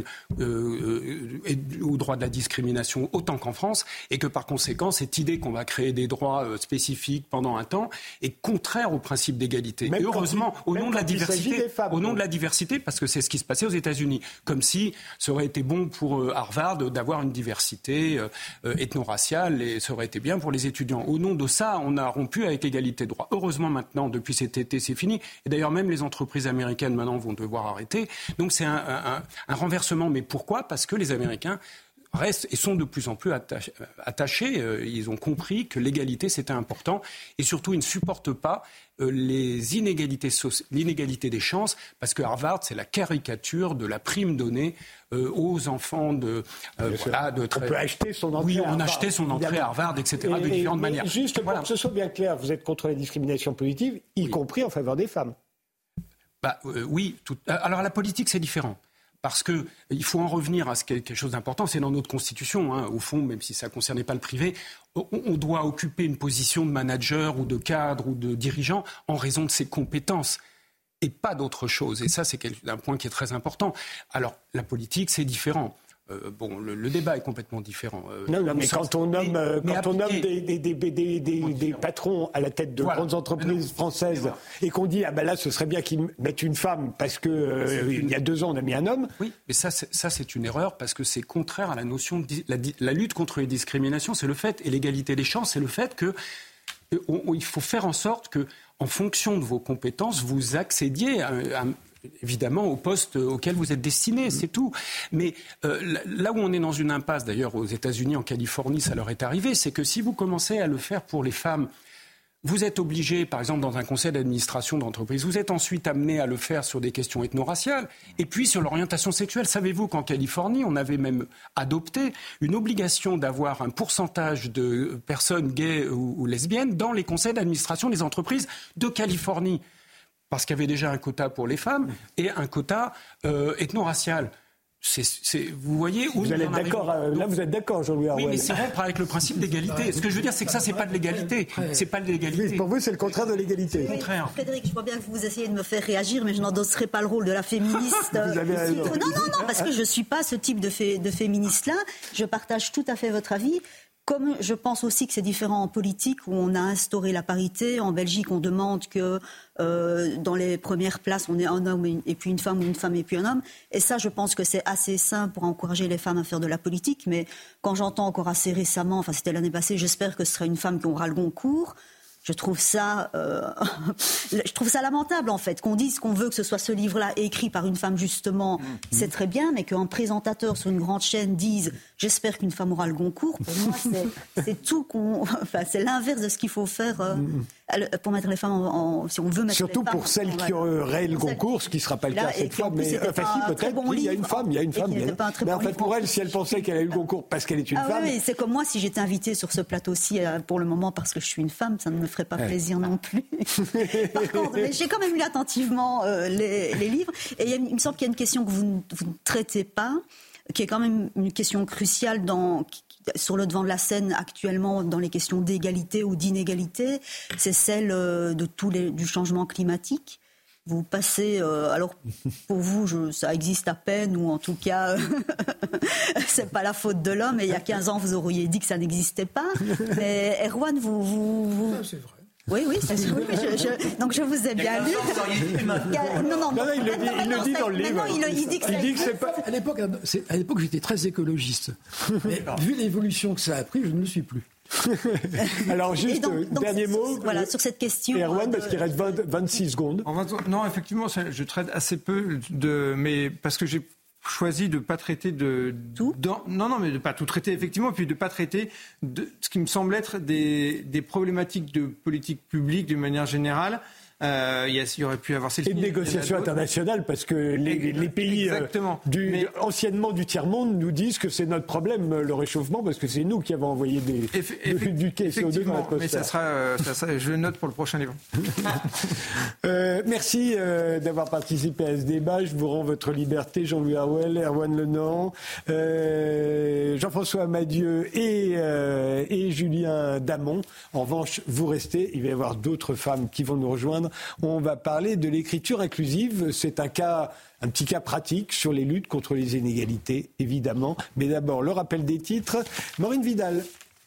Speaker 7: euh, et au droit de la discrimination autant qu'en France, et que par conséquent cette idée qu'on va créer des droits euh, spécifiques pendant un temps est contraire au principe d'égalité. Et heureusement,
Speaker 1: il,
Speaker 7: au nom de la diversité,
Speaker 1: femmes,
Speaker 7: au nom de la diversité, parce que c'est ce qui se passait aux États-Unis, comme si ça aurait été bon pour euh, Harvard d'avoir une diversité euh, euh, ethno-raciale, et ça aurait été bien pour les étudiants. Au nom de ça, on a rompu avec l'égalité de droit. Heureusement maintenant, depuis cet été, c'est fini. Et d'ailleurs, même les entreprises américaines maintenant vont devoir arrêter. Donc c'est un, un, un renversement. Mais pourquoi ? Parce que les Américains restent et sont de plus en plus attachés. attachés. Ils ont compris que l'égalité, c'était important. Et surtout, ils ne supportent pas les inégalités, l'inégalité des chances, parce que Harvard, c'est la caricature de la prime donnée euh, aux enfants de... Euh, voilà, de très...
Speaker 1: On peut acheter son entrée
Speaker 7: oui,
Speaker 1: à
Speaker 7: on
Speaker 1: Harvard.
Speaker 7: achetait son entrée
Speaker 1: Évidemment.
Speaker 7: à Harvard, et cetera,
Speaker 1: et,
Speaker 7: de différentes
Speaker 1: et,
Speaker 7: manières.
Speaker 1: Juste
Speaker 7: voilà.
Speaker 1: pour que ce soit bien clair, vous êtes contre la discrimination positive, y
Speaker 7: oui.
Speaker 1: compris en faveur des femmes.
Speaker 7: Bah, euh, oui. Tout... Alors la politique, c'est différent. Parce qu'il faut en revenir à ce quelque chose d'important, c'est dans notre Constitution, hein, au fond, même si ça ne concernait pas le privé, on, on doit occuper une position de manager ou de cadre ou de dirigeant en raison de ses compétences et pas d'autre chose. Et ça, c'est un point qui est très important. Alors, la politique, c'est différent. Euh, bon, le, le débat est complètement différent. Euh,
Speaker 1: non, non, mais quand on nomme, mais, mais quand on nomme des, des, des, des, des, des patrons à la tête de voilà. grandes entreprises françaises voilà. et qu'on dit ah ben là ce serait bien qu'ils mettent une femme parce que euh, une... il y a deux ans on a mis un homme.
Speaker 7: Oui, mais ça c'est, ça c'est une erreur parce que c'est contraire à la notion de la, la lutte contre les discriminations, c'est le fait et l'égalité des chances, c'est le fait que on, on, il faut faire en sorte que en fonction de vos compétences vous accédiez à, à évidemment au poste auquel vous êtes destiné, c'est tout. Mais euh, là où on est dans une impasse, d'ailleurs aux États-Unis, en Californie, ça leur est arrivé, c'est que si vous commencez à le faire pour les femmes, vous êtes obligé, par exemple, dans un conseil d'administration d'entreprise, vous êtes ensuite amené à le faire sur des questions ethno-raciales, et puis sur l'orientation sexuelle. Savez-vous qu'en Californie, on avait même adopté une obligation d'avoir un pourcentage de personnes gays ou, ou lesbiennes dans les conseils d'administration des entreprises de Californie ? Parce qu'il y avait déjà un quota pour les femmes et un quota euh, ethno-racial. C'est, c'est, vous voyez où
Speaker 1: vous allez être d'accord, euh, là vous êtes d'accord, Jean-Louis Arouet.
Speaker 7: Oui, mais c'est rompre avec le principe d'égalité. Ce que je veux dire, c'est que ça, c'est pas de l'égalité. C'est pas de l'égalité.
Speaker 1: Oui, pour vous, c'est le contraire de l'égalité.
Speaker 8: Oui, contraire. Frédéric, je vois bien que vous essayez de me faire réagir, mais je n'endosserai pas le rôle de la féministe. Vous avez raison. Non, non, non, parce que je suis pas ce type de, fé- de féministe-là. Je partage tout à fait votre avis. Comme je pense aussi que c'est différent en politique où on a instauré la parité. En Belgique, on demande que euh, dans les premières places, on ait un homme et, une, et puis une femme ou une femme et puis un homme. Et ça, je pense que c'est assez sain pour encourager les femmes à faire de la politique. Mais quand j'entends encore assez récemment, enfin c'était l'année passée, j'espère que ce sera une femme qui aura le Goncourt. Je trouve ça, euh, je trouve ça lamentable en fait, qu'on dise qu'on veut que ce soit ce livre-là écrit par une femme justement, mmh. c'est très bien, mais qu'un présentateur sur une grande chaîne dise « j'espère qu'une femme aura le Goncourt », pour moi c'est, c'est tout, qu'on, enfin c'est l'inverse de ce qu'il faut faire euh, mmh. pour mettre les femmes en, en, si on veut mettre
Speaker 1: surtout
Speaker 8: les femmes.
Speaker 1: Surtout pour celles qui auraient le Goncourt, ce qui ne sera pas le cas cette fois, mais enfin si peut-être, bon oui, il y a une femme, il y a une femme, bien. Mais en fait pour elle, si elle pensait qu'elle a eu le Concours parce qu'elle est une
Speaker 8: ah,
Speaker 1: femme.
Speaker 8: Oui, c'est comme moi si j'étais invitée sur ce plateau-ci euh, pour le moment parce que je suis une femme, ça ne me ferait pas ouais. plaisir non plus. Par contre, mais j'ai quand même lu attentivement euh, les, les livres. Et il, y a, il me semble qu'il y a une question que vous, vous ne traitez pas, qui est quand même une question cruciale dans, qui, sur le devant de la scène actuellement dans les questions d'égalité ou d'inégalité. C'est celle euh, de tous les, du changement climatique. vous passez, euh, alors pour vous, je, ça existe à peine, ou en tout cas, c'est pas la faute de l'homme, et il y a quinze ans, vous auriez dit que ça n'existait pas. Mais Erwan, vous... vous, vous...
Speaker 5: Ah, c'est vrai.
Speaker 8: Oui, oui, c'est oui, je, je, donc je vous ai bien lu. Non, non,
Speaker 1: non, non, il le dit, il le dit dans le livre.
Speaker 8: Non, il, il dit que,
Speaker 1: il dit que c'est pas...
Speaker 5: À l'époque, c'est, à l'époque, j'étais très écologiste. Mais vu l'évolution que ça a pris, je ne le suis plus.
Speaker 1: Alors, juste,
Speaker 8: donc, donc,
Speaker 1: dernier mot.
Speaker 8: Voilà, euh, sur cette question.
Speaker 1: Erwan,
Speaker 8: de...
Speaker 1: parce qu'il reste vingt, vingt-six secondes.
Speaker 4: Non, effectivement, je traite assez peu de. Mais parce que j'ai choisi de ne pas traiter de.
Speaker 8: Tout
Speaker 4: dans, Non, non, mais de ne pas tout traiter, effectivement, puis de ne pas traiter de ce qui me semble être des, des problématiques de politique publique d'une manière générale. Euh, il, y a, il y aurait pu avoir
Speaker 1: et de négociations internationales, parce que les, les pays euh, du, mais, anciennement du tiers-monde nous disent que c'est notre problème, le réchauffement, parce que c'est nous qui avons envoyé des,
Speaker 4: eff,
Speaker 1: de, du C O deux dans l'atmosphère.
Speaker 4: Mais ça sera, euh, ça sera, je le note pour le prochain livre.
Speaker 1: euh, merci euh, d'avoir participé à ce débat. Je vous rends votre liberté, Jean-Louis Harouel, Erwan Lenan, euh, Jean-François Amadieu et, euh, et Julien Damon. En revanche, vous restez, il va y avoir d'autres femmes qui vont nous rejoindre. On va parler de l'écriture inclusive. C'est un cas, un petit cas pratique sur les luttes contre les inégalités, évidemment. Mais d'abord, le rappel des titres. Maureen Vidal.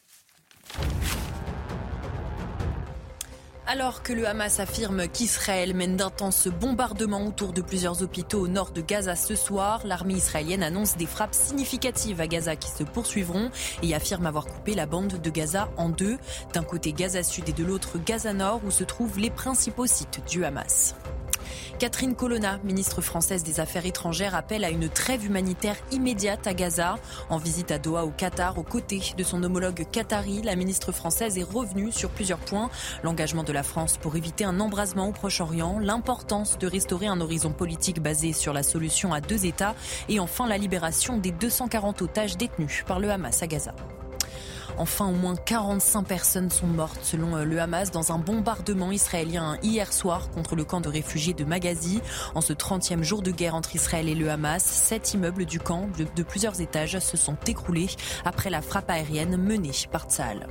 Speaker 2: Alors que le Hamas affirme qu'Israël mène d'intenses bombardements autour de plusieurs hôpitaux au nord de Gaza ce soir, l'armée israélienne annonce des frappes significatives à Gaza qui se poursuivront et affirme avoir coupé la bande de Gaza en deux. D'un côté Gaza Sud et de l'autre Gaza Nord où se trouvent les principaux sites du Hamas. Catherine Colonna, ministre française des Affaires étrangères, appelle à une trêve humanitaire immédiate à Gaza. En visite à Doha au Qatar, aux côtés de son homologue qatari, la ministre française est revenue sur plusieurs points. L'engagement de la France pour éviter un embrasement au Proche-Orient, l'importance de restaurer un horizon politique basé sur la solution à deux États et enfin la libération des deux cent quarante otages détenus par le Hamas à Gaza. Enfin, au moins quarante-cinq personnes sont mortes selon le Hamas dans un bombardement israélien hier soir contre le camp de réfugiés de Maghazi. En ce trentième jour de guerre entre Israël et le Hamas, sept immeubles du camp de, de plusieurs étages se sont écroulés après la frappe aérienne menée par Tsahal.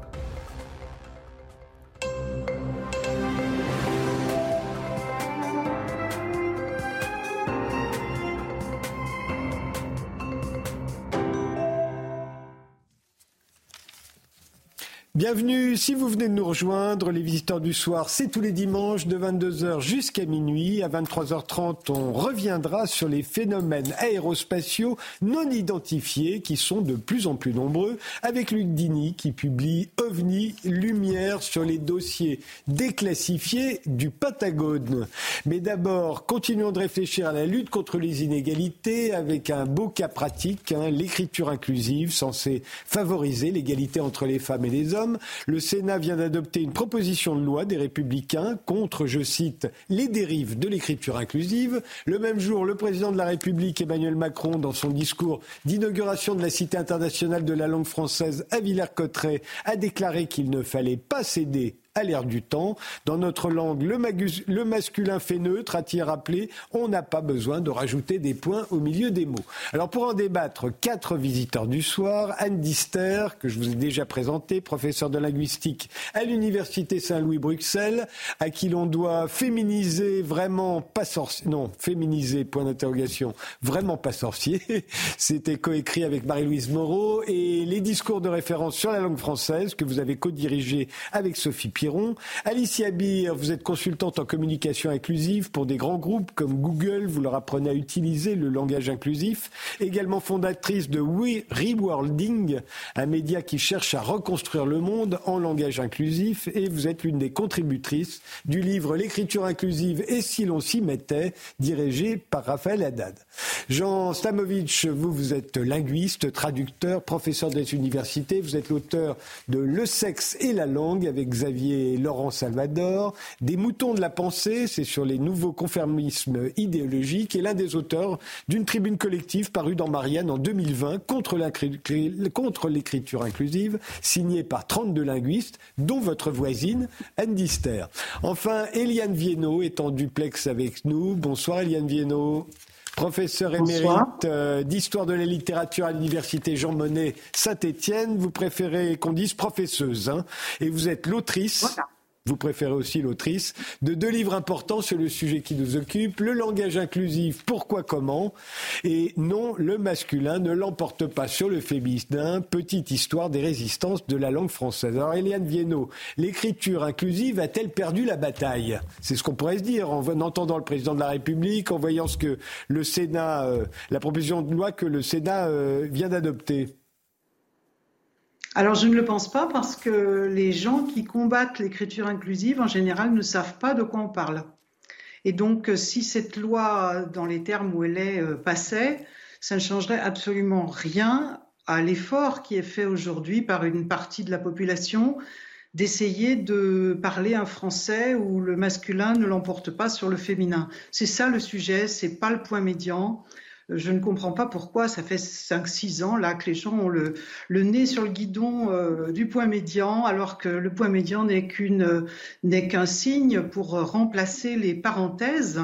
Speaker 1: Bienvenue, si vous venez de nous rejoindre, les visiteurs du soir, c'est tous les dimanches de vingt-deux heures jusqu'à minuit. À vingt-trois heures trente, on reviendra sur les phénomènes aérospatiaux non identifiés qui sont de plus en plus nombreux avec Luc Dini qui publie OVNI, Lumière sur les dossiers déclassifiés du Pentagone. Mais d'abord, continuons de réfléchir à la lutte contre les inégalités avec un beau cas pratique, hein, l'écriture inclusive censée favoriser l'égalité entre les femmes et les hommes. Le Sénat vient d'adopter une proposition de loi des Républicains contre, je cite, les dérives de l'écriture inclusive. Le même jour, le président de la République, Emmanuel Macron, dans son discours d'inauguration de la Cité internationale de la langue française à Villers-Cotterêts, a déclaré qu'il ne fallait pas céder à l'ère du temps. Dans notre langue, le, magus, le masculin fait neutre, a-t-il rappelé. On n'a pas besoin de rajouter des points au milieu des mots. Alors pour en débattre, quatre visiteurs du soir. Anne Dister, que je vous ai déjà présenté, professeure de linguistique à l'Université Saint-Louis-Bruxelles, à qui l'on doit féminiser vraiment pas sorcier. Non, féminiser, point d'interrogation, vraiment pas sorcier. C'était coécrit avec Marie-Louise Moreau et les discours de référence sur la langue française que vous avez co-dirigé avec Sophie Piron. Alicia Beer, vous êtes consultante en communication inclusive pour des grands groupes comme Google. Vous leur apprenez à utiliser le langage inclusif. Également fondatrice de Rewording, un média qui cherche à reconstruire le monde en langage inclusif. Et vous êtes l'une des contributrices du livre L'écriture inclusive et si l'on s'y mettait, dirigé par Raphaël Haddad. Jean Stamovitch, vous, vous êtes linguiste, traducteur, professeur des universités. Vous êtes l'auteur de Le sexe et la langue avec Xavier Laurent Salvador. Des moutons de la pensée, c'est sur les nouveaux conformismes idéologiques et l'un des auteurs d'une tribune collective parue dans Marianne en deux mille vingt contre, contre l'écriture inclusive, signée par trente-deux linguistes, dont votre voisine Anne Dister. Enfin, Eliane Viennot est en duplex avec nous. Bonsoir Eliane Viennot. Professeur émérite euh, d'histoire de la littérature à l'université Jean Monnet Saint-Étienne. Vous préférez qu'on dise professeuse, hein, et vous êtes l'autrice.
Speaker 9: Voilà.
Speaker 1: vous préférez aussi l'autrice, de deux livres importants sur le sujet qui nous occupe, Le langage inclusif, pourquoi, comment, et Non, le masculin ne l'emporte pas sur le féminin, petite histoire des résistances de la langue française. Alors Éliane Viennot, l'écriture inclusive a-t-elle perdu la bataille ? C'est ce qu'on pourrait se dire en entendant le président de la République, en voyant ce que le Sénat, euh, la proposition de loi que le Sénat euh, vient d'adopter.
Speaker 9: Alors je ne le pense pas parce que les gens qui combattent l'écriture inclusive en général ne savent pas de quoi on parle. Et donc si cette loi, dans les termes où elle est, passait, ça ne changerait absolument rien à l'effort qui est fait aujourd'hui par une partie de la population d'essayer de parler un français où le masculin ne l'emporte pas sur le féminin. C'est ça le sujet, c'est pas le point médian. Je ne comprends pas pourquoi ça fait cinq six ans là que les gens ont le, le nez sur le guidon euh, du point médian, alors que le point médian n'est qu'une, n'est qu'un signe pour remplacer les parenthèses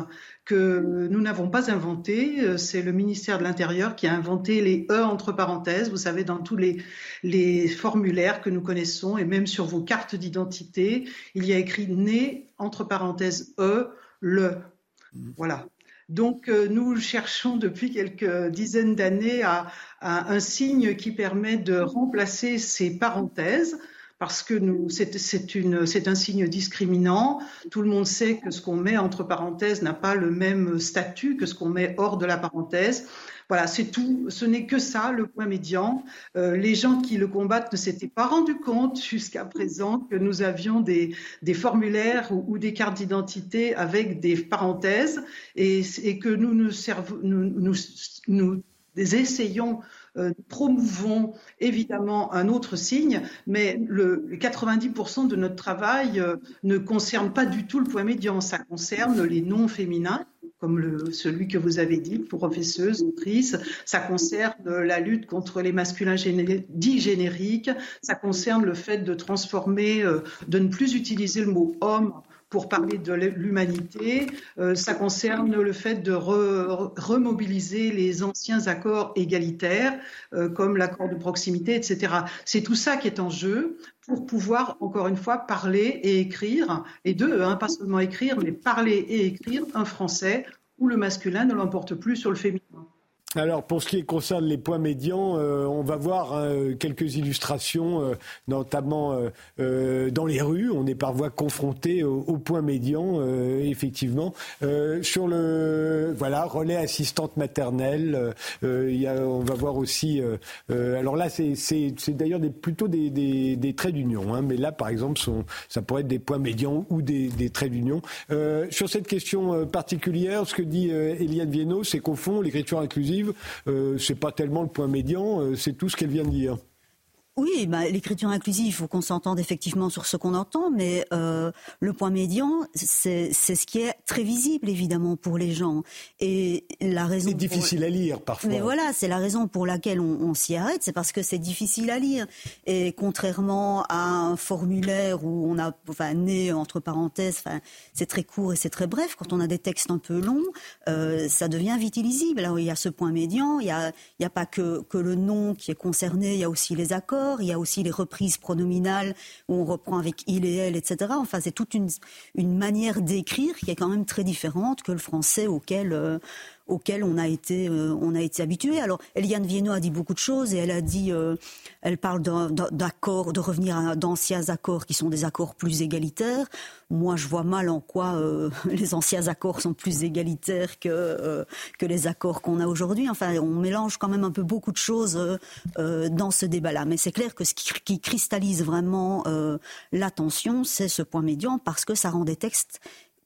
Speaker 9: que nous n'avons pas inventées. C'est le ministère de l'Intérieur qui a inventé les E entre parenthèses. Vous savez, dans tous les, les formulaires que nous connaissons et même sur vos cartes d'identité, il y a écrit né entre parenthèses E, le. Voilà. Donc euh, nous cherchons depuis quelques dizaines d'années à, à un signe qui permet de remplacer ces parenthèses parce que nous, c'est, c'est, une, c'est un signe discriminant. Tout le monde sait que ce qu'on met entre parenthèses n'a pas le même statut que ce qu'on met hors de la parenthèse. Voilà, c'est tout. Ce n'est que ça, le point médian. Euh, les gens qui le combattent ne s'étaient pas rendus compte jusqu'à présent que nous avions des, des formulaires ou, ou des cartes d'identité avec des parenthèses et, et que nous nous, servons, nous, nous, nous essayons Euh, promouvons évidemment un autre signe, mais le quatre-vingt-dix pour cent de notre travail euh, ne concerne pas du tout le point médian, ça concerne les noms féminins, comme le, celui que vous avez dit, professeuse, autrice, ça concerne la lutte contre les masculins géné- dits génériques, ça concerne le fait de transformer, euh, de ne plus utiliser le mot homme pour parler de l'humanité, euh, ça concerne le fait de re, remobiliser les anciens accords égalitaires, euh, comme l'accord de proximité, et cetera. C'est tout ça qui est en jeu pour pouvoir, encore une fois, parler et écrire, et deux, hein, pas seulement écrire, mais parler et écrire un français où le masculin ne l'emporte plus sur le féminin.
Speaker 1: Alors, pour ce qui concerne les points médians, euh, on va voir hein, quelques illustrations, euh, notamment euh, euh, dans les rues. On est parfois confronté au, au point médian, euh, effectivement. Euh, sur le voilà relais assistante maternelle, euh, y a, on va voir aussi. Euh, euh, alors là, c'est, c'est, c'est d'ailleurs des, plutôt des, des, des traits d'union. Hein, mais là, par exemple, sont, ça pourrait être des points médians ou des, des traits d'union. Euh, sur cette question particulière, ce que dit euh, Éliane Viennot, c'est qu'au fond, l'écriture inclusive, Euh, c'est pas tellement le point médian, euh, c'est tout ce qu'elle vient de dire.
Speaker 8: Oui, bah, l'écriture inclusive, il faut qu'on s'entende effectivement sur ce qu'on entend, mais euh, le point médian, c'est, c'est ce qui est très visible évidemment pour les gens. Et la raison
Speaker 1: c'est difficile
Speaker 8: pour...
Speaker 1: à lire parfois.
Speaker 8: Mais voilà, c'est la raison pour laquelle on, on s'y arrête, c'est parce que c'est difficile à lire. Et contrairement à un formulaire où on a, enfin, né entre parenthèses, enfin, c'est très court et c'est très bref. Quand on a des textes un peu longs, euh, ça devient vite illisible. Alors il y a ce point médian, il y a, il y a pas que que le nom qui est concerné, il y a aussi les accords. Il y a aussi les reprises pronominales où on reprend avec il et elle, et cetera. Enfin, c'est toute une, une manière d'écrire qui est quand même très différente que le français auquel, euh, auquel on a été, euh, on a été habitué. Alors, Éliane Viennot a dit beaucoup de choses et elle a dit, euh, elle parle d'un, d'accords, de revenir à d'anciens accords qui sont des accords plus égalitaires. Moi, je vois mal en quoi euh, les anciens accords sont plus égalitaires que euh, que les accords qu'on a aujourd'hui. Enfin, on mélange quand même un peu beaucoup de choses euh, euh, dans ce débat-là. Mais c'est clair que ce qui, qui cristallise vraiment euh, l'attention, c'est ce point médian parce que ça rend des textes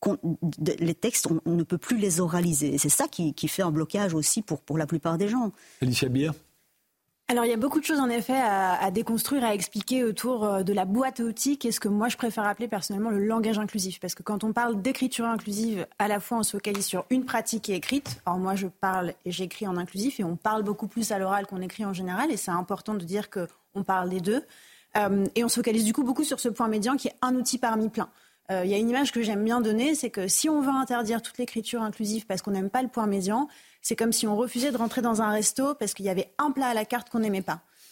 Speaker 8: les textes, on, on ne peut plus les oraliser. Et c'est ça qui, qui fait un blocage aussi pour, pour la plupart des gens.
Speaker 1: Alicia Beer.
Speaker 10: Alors il y a beaucoup de choses en effet à, à déconstruire, à expliquer autour de la boîte optique et ce que moi je préfère appeler personnellement le langage inclusif. Parce que quand on parle d'écriture inclusive, à la fois on se focalise sur une pratique qui est écrite. Alors moi je parle et j'écris en inclusif et on parle beaucoup plus à l'oral qu'on écrit en général. Et c'est important de dire qu'on parle des deux. Euh, et on se focalise du coup beaucoup sur ce point médian qui est un outil parmi plein. Il euh, y a une image que j'aime bien donner, c'est que si on veut interdire toute l'écriture inclusive parce qu'on n'aime pas le point médian, c'est comme si on refusait de rentrer dans un resto parce qu'il y avait un plat à la carte qu'on n'aimait pas.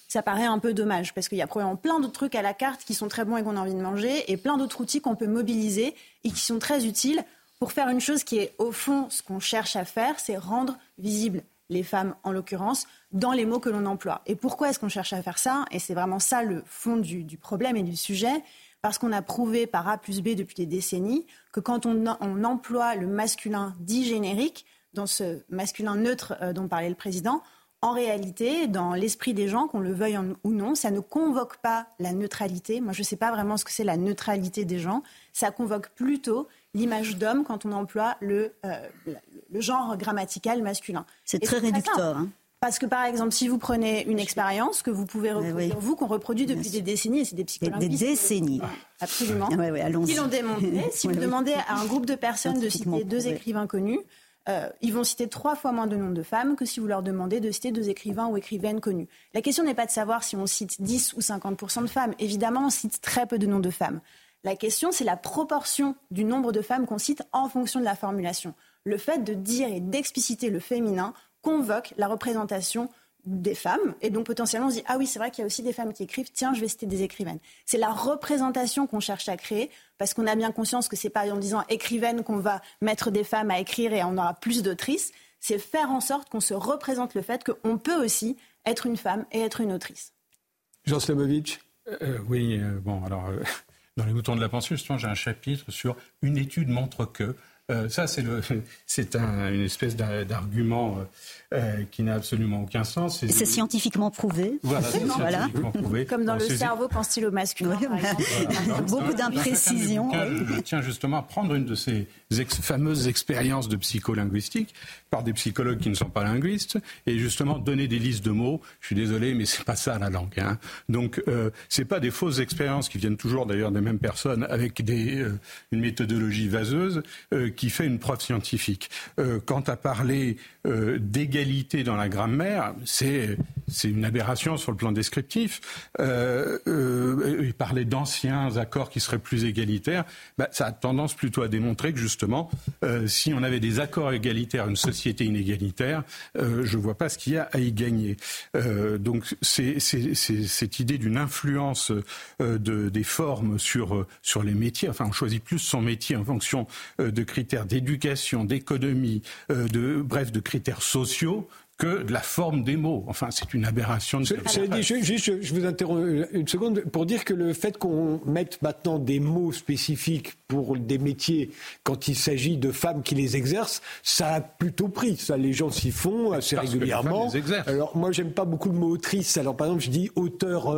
Speaker 10: ça paraît un peu dommage, parce qu'il y a probablement plein d'autres trucs à la carte qui sont très bons et qu'on a envie de manger, et plein d'autres outils qu'on peut mobiliser et qui sont très utiles pour faire une chose qui est, au fond, ce qu'on cherche à faire, c'est rendre visibles les femmes, en l'occurrence, dans les mots que l'on emploie. Et pourquoi est-ce qu'on cherche à faire ça ? Et c'est vraiment ça le fond du, du problème et du sujet. Parce qu'on a prouvé par A plus B depuis des décennies que quand on, on emploie le masculin dit générique, dans ce masculin neutre euh, dont parlait le président, en réalité, dans l'esprit des gens, qu'on le veuille en, ou non, ça ne convoque pas la neutralité. Moi, je ne sais pas vraiment ce que c'est la neutralité des gens. Ça convoque plutôt l'image d'homme quand on emploie le, euh, le genre grammatical masculin.
Speaker 8: C'est
Speaker 10: Et
Speaker 8: très
Speaker 10: c'est
Speaker 8: réducteur. Très
Speaker 10: Parce que, par exemple, si vous prenez une expérience que vous pouvez reproduire, oui. vous, qu'on reproduit depuis des décennies, et c'est des psychologues.
Speaker 8: Des décennies.
Speaker 10: Absolument.
Speaker 8: Oui, oui, allons-y.
Speaker 10: Qui l'ont démontré. Si oui, vous oui. demandez à un groupe de personnes de citer deux oui. écrivains connus, euh, ils vont citer trois fois moins de noms de femmes que si vous leur demandez de citer deux écrivains ou écrivaines connus. La question n'est pas de savoir si on cite dix ou cinquante pour cent de femmes. Évidemment, on cite très peu de noms de femmes. La question, c'est la proportion du nombre de femmes qu'on cite en fonction de la formulation. Le fait de dire et d'expliciter le féminin convoque la représentation des femmes, et donc potentiellement on se dit ah oui c'est vrai qu'il y a aussi des femmes qui écrivent, tiens je vais citer des écrivaines. C'est la représentation qu'on cherche à créer, parce qu'on a bien conscience que c'est pas en disant écrivaine qu'on va mettre des femmes à écrire et on aura plus d'autrices, c'est faire en sorte qu'on se représente le fait qu'on peut aussi être une femme et être une autrice.
Speaker 1: Jean Slamovitch.
Speaker 11: euh, Oui, euh, bon alors euh, dans les moutons de la pensée justement j'ai un chapitre sur une étude montre que Euh, ça, c'est, le, c'est un, une espèce d'argument euh, qui n'a absolument aucun sens.
Speaker 8: C'est, c'est scientifiquement prouvé.
Speaker 11: Voilà, c'est
Speaker 8: voilà.
Speaker 11: scientifiquement prouvé.
Speaker 10: Comme dans
Speaker 11: bon,
Speaker 10: le cerveau qu'en stylo masculin, par exemple.
Speaker 11: Voilà.
Speaker 8: Beaucoup d'imprécisions.
Speaker 11: Je tiens justement à prendre une de ces ex- fameuses expériences de psycholinguistique par des psychologues qui ne sont pas linguistes et justement donner des listes de mots. Je suis désolé, mais c'est pas ça la langue. Hein. Donc, euh, c'est pas des fausses expériences qui viennent toujours d'ailleurs des mêmes personnes avec des, euh, une méthodologie vaseuse. Euh, qui fait une preuve scientifique. Euh, quant à parler euh, d'égalité dans la grammaire, c'est, c'est une aberration sur le plan descriptif. Euh, euh, parler d'anciens accords qui seraient plus égalitaires, bah, ça a tendance plutôt à démontrer que justement, euh, si on avait des accords égalitaires, une société inégalitaire, euh, je ne vois pas ce qu'il y a à y gagner. Euh, donc c'est, c'est, c'est cette idée d'une influence euh, de, des formes sur, sur les métiers, enfin on choisit plus son métier en fonction euh, de critères d'éducation, d'économie, euh, de, bref, de critères sociaux, que de la forme des mots. Enfin, c'est une aberration. De
Speaker 1: je, je, je, je, je vous interromps une seconde pour dire que le fait qu'on mette maintenant des mots spécifiques pour des métiers quand il s'agit de femmes qui les exercent, ça a plutôt pris. Ça, les gens s'y font assez Parce régulièrement. Alors moi, j'aime pas beaucoup le mot autrice. Alors par exemple, je dis auteur.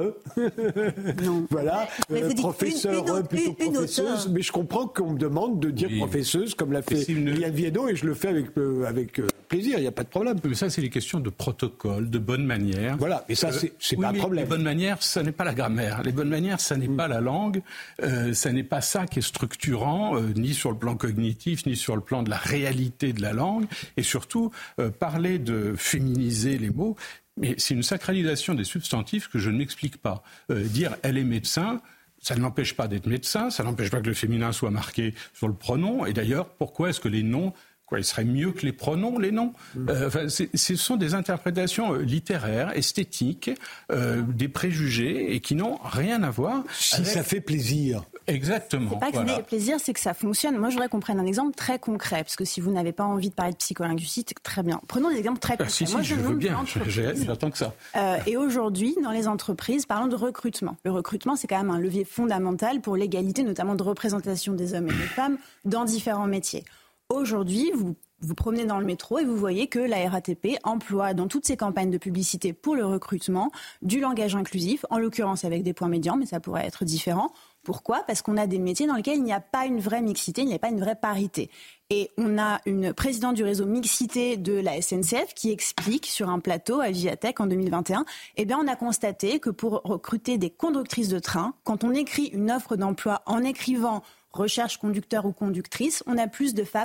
Speaker 1: Non. Voilà, euh, professeur une, une, plutôt une, professeuse. Une mais je comprends qu'on me demande de dire oui. professeuse, comme l'a fait Liane Viennot, et je le fais avec euh, avec euh, plaisir. Il n'y a pas de problème.
Speaker 11: Mais ça, c'est les questions de protocole, de bonne manière.
Speaker 1: Voilà, et ça, c'est, c'est
Speaker 11: euh,
Speaker 1: pas
Speaker 11: oui,
Speaker 1: un problème.
Speaker 11: Les bonnes manières, ça n'est pas la grammaire. Les bonnes manières, ça n'est mmh. pas la langue. Euh, ça n'est pas ça qui est structurant, euh, ni sur le plan cognitif, ni sur le plan de la réalité de la langue. Et surtout, euh, parler de féminiser les mots, mais c'est une sacralisation des substantifs que je ne m'explique pas. Euh, dire « elle est médecin », ça ne l'empêche pas d'être médecin, ça n'empêche pas que le féminin soit marqué sur le pronom. Et d'ailleurs, pourquoi est-ce que les noms... Quoi, il serait mieux que les pronoms, les noms. Euh, enfin, c'est, ce sont des interprétations euh, littéraires, esthétiques, euh, des préjugés et qui n'ont rien à voir.
Speaker 1: Si
Speaker 11: avec...
Speaker 1: ça fait plaisir.
Speaker 11: Exactement.
Speaker 10: C'est pas que
Speaker 11: voilà.
Speaker 10: ça fait plaisir, c'est que ça fonctionne. Moi, je voudrais qu'on prenne un exemple très concret, parce que si vous n'avez pas envie de parler de psycholinguistique, très bien. Prenons des exemples très concrets.
Speaker 11: Ah, si, si,
Speaker 10: Moi,
Speaker 11: je, je veux bien. J'attends que ça.
Speaker 10: Euh, et aujourd'hui, dans les entreprises, parlons de recrutement. Le recrutement, c'est quand même un levier fondamental pour l'égalité, notamment de représentation des hommes et des femmes dans différents métiers. Aujourd'hui, vous vous promenez dans le métro et vous voyez que la R A T P emploie dans toutes ses campagnes de publicité pour le recrutement du langage inclusif, en l'occurrence avec des points médians, mais ça pourrait être différent. Pourquoi ? Parce qu'on a des métiers dans lesquels il n'y a pas une vraie mixité, il n'y a pas une vraie parité. Et on a une présidente du réseau mixité de la S N C F qui explique sur un plateau à Vivatech en deux mille vingt et un, eh bien on a constaté que pour recruter des conductrices de train, quand on écrit une offre d'emploi en écrivant recherche conducteur ou conductrice, on a plus de femmes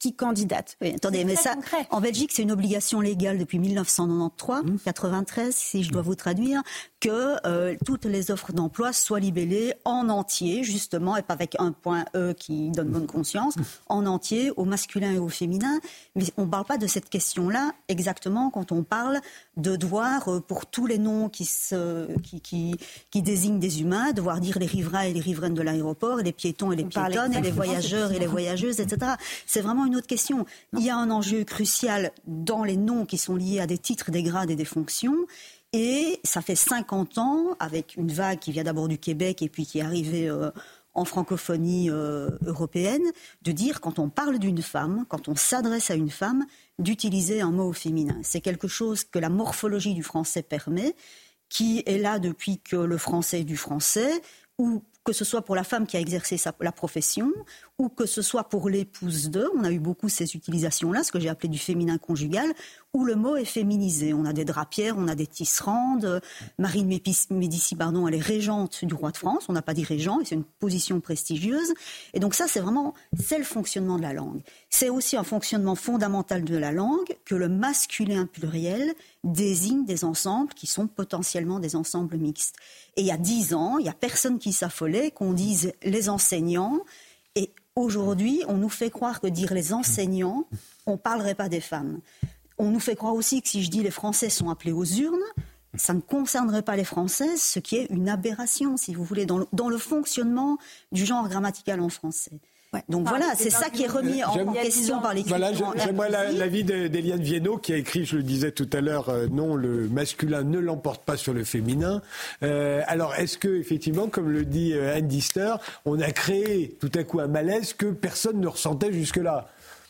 Speaker 10: qui candidatent.
Speaker 8: Oui, attendez, mais ça,
Speaker 10: concret.
Speaker 8: En Belgique, c'est une obligation légale depuis mille neuf cent quatre-vingt-treize, mmh. quatre-vingt-treize, si je dois vous traduire, que euh, toutes les offres d'emploi soient libellées en entier, justement, et pas avec un point E qui donne bonne conscience, en entier, au masculin et au féminin. Mais on ne parle pas de cette question-là exactement quand on parle de devoir, euh, pour tous les noms qui, se, qui, qui, qui désignent des humains, devoir dire les riverains et les riveraines de l'aéroport, et les piétons et les on piétonnes, et les voyageurs et les voyageuses, et cetera. C'est vraiment une autre question. Il y a un enjeu crucial dans les noms qui sont liés à des titres, des grades et des fonctions. Et ça fait cinquante ans, avec une vague qui vient d'abord du Québec et puis qui est arrivée euh, en francophonie euh, européenne, de dire quand on parle d'une femme, quand on s'adresse à une femme, d'utiliser un mot au féminin. C'est quelque chose que la morphologie du français permet, qui est là depuis que le français est du français, ou que ce soit pour la femme qui a exercé sa, la profession, ou que ce soit pour l'épouse d'eux. On a eu beaucoup ces utilisations-là, ce que j'ai appelé du féminin conjugal, où le mot est féminisé. On a des drapières, on a des tisserandes. Marine Médicis, pardon, elle est régente du roi de France. On n'a pas dit régent, et c'est une position prestigieuse. Et donc ça, c'est vraiment, c'est le fonctionnement de la langue. C'est aussi un fonctionnement fondamental de la langue que le masculin pluriel désigne des ensembles qui sont potentiellement des ensembles mixtes. Et il y a dix ans, il n'y a personne qui s'affolait qu'on dise les enseignants. Et aujourd'hui, on nous fait croire que dire les enseignants, on ne parlerait pas des femmes. On nous fait croire aussi que si je dis les Français sont appelés aux urnes, ça ne concernerait pas les Françaises, ce qui est une aberration, si vous voulez, dans le, dans le fonctionnement du genre grammatical en français. Ouais. Donc enfin, voilà, c'est ça qui est remis en, en question par l'écriture.
Speaker 1: Voilà, j'aimerais l'avis d'Eliane Viennot qui a écrit, je le disais tout à l'heure, euh, non, le masculin ne l'emporte pas sur le féminin. Euh, alors, est-ce que effectivement, comme le dit euh, Anne Dister, on a créé tout à coup un malaise que personne ne ressentait jusque-là?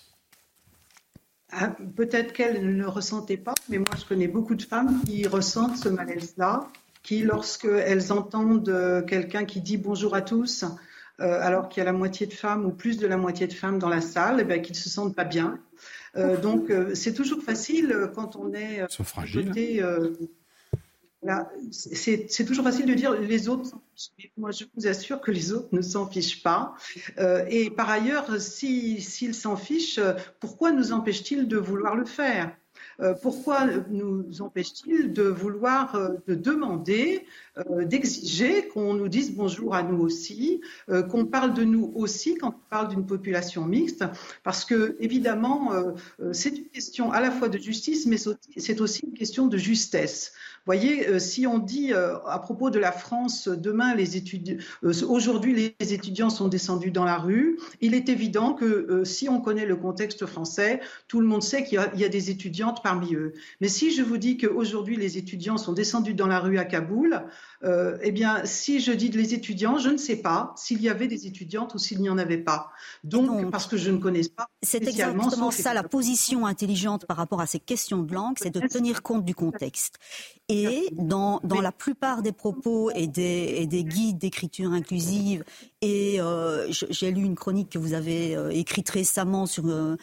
Speaker 9: Ah, peut-être qu'elle ne le ressentait pas, mais moi je connais beaucoup de femmes qui ressentent ce malaise-là, qui lorsqu'elles entendent quelqu'un qui dit bonjour à tous, Euh, alors qu'il y a la moitié de femmes ou plus de la moitié de femmes dans la salle, eh bien, qu'ils ne se sentent pas bien. Euh, donc, euh, c'est toujours facile quand on est euh,
Speaker 11: Ils sont fragiles.
Speaker 9: côté, euh, là, c'est, c'est toujours facile de dire les autres s'en fichent. Moi, je vous assure que les autres ne s'en fichent pas. Euh, et par ailleurs, si, s'ils s'en fichent, pourquoi nous empêchent-ils de vouloir le faire ? Euh, pourquoi nous empêche-t-il de vouloir, euh, de demander, euh, d'exiger qu'on nous dise bonjour à nous aussi, euh, qu'on parle de nous aussi quand on parle d'une population mixte? Parce que, évidemment, euh, c'est une question à la fois de justice, mais c'est aussi une question de justesse. Vous voyez, euh, si on dit euh, à propos de la France, demain, les étudiants, euh, aujourd'hui, les étudiants sont descendus dans la rue, il est évident que euh, si on connaît le contexte français, tout le monde sait qu'il y a, il y a des étudiantes parmi eux. Mais si je vous dis qu'aujourd'hui, les étudiants sont descendus dans la rue à Kaboul, euh, eh bien, si je dis les étudiants, je ne sais pas s'il y avait des étudiantes ou s'il n'y en avait pas. Donc, Donc parce que je ne connais pas.
Speaker 8: C'est exactement ça, la position intelligente par rapport à ces questions de langue, c'est de tenir compte du contexte. Et dans, dans la plupart des propos et des, et des guides d'écriture inclusive, et euh, j'ai lu une chronique que vous avez euh, écrite récemment sur euh,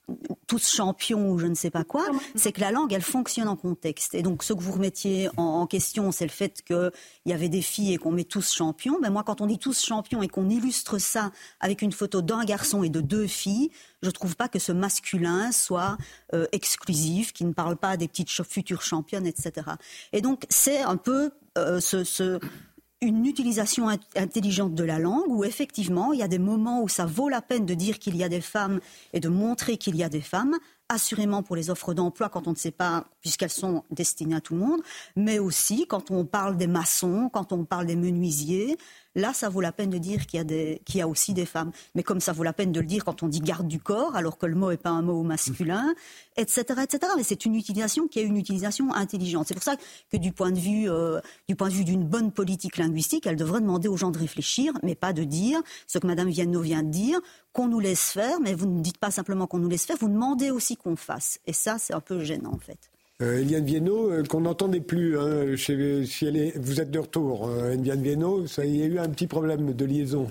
Speaker 8: tous champions ou je ne sais pas quoi, c'est que la langue, elle fonctionne en contexte. Et donc, ce que vous remettiez en, en question, c'est le fait qu'il y avait des filles et qu'on met tous champions. Ben moi, quand on dit tous champions et qu'on illustre ça avec une photo d'un garçon et de deux filles, je ne trouve pas que ce masculin soit euh, exclusif, qui ne parle pas des petites futures championnes, et cetera. Et donc, c'est un peu euh, ce... ce une utilisation intelligente de la langue où effectivement il y a des moments où ça vaut la peine de dire qu'il y a des femmes et de montrer qu'il y a des femmes, assurément pour les offres d'emploi quand on ne sait pas, puisqu'elles sont destinées à tout le monde, mais aussi quand on parle des maçons, quand on parle des menuisiers, là ça vaut la peine de dire qu'il y a, des, qu'il y a aussi des femmes. Mais comme ça vaut la peine de le dire quand on dit garde du corps, alors que le mot n'est pas un mot masculin, et cetera, et cetera. Mais c'est une utilisation qui est une utilisation intelligente. C'est pour ça que du point de vue, euh, du point de vue d'une bonne politique linguistique, elle devrait demander aux gens de réfléchir, mais pas de dire ce que Mme Viennot vient de dire, qu'on nous laisse faire, mais vous ne dites pas simplement qu'on nous laisse faire, vous demandez aussi qu'on fasse. Et ça, c'est un peu gênant, en fait.
Speaker 1: Euh, Eliane Viennot, euh, qu'on n'entendait plus, hein, chez, si elle est, vous êtes de retour, euh, Eliane Viennot, ça, il y a eu un petit problème de liaison.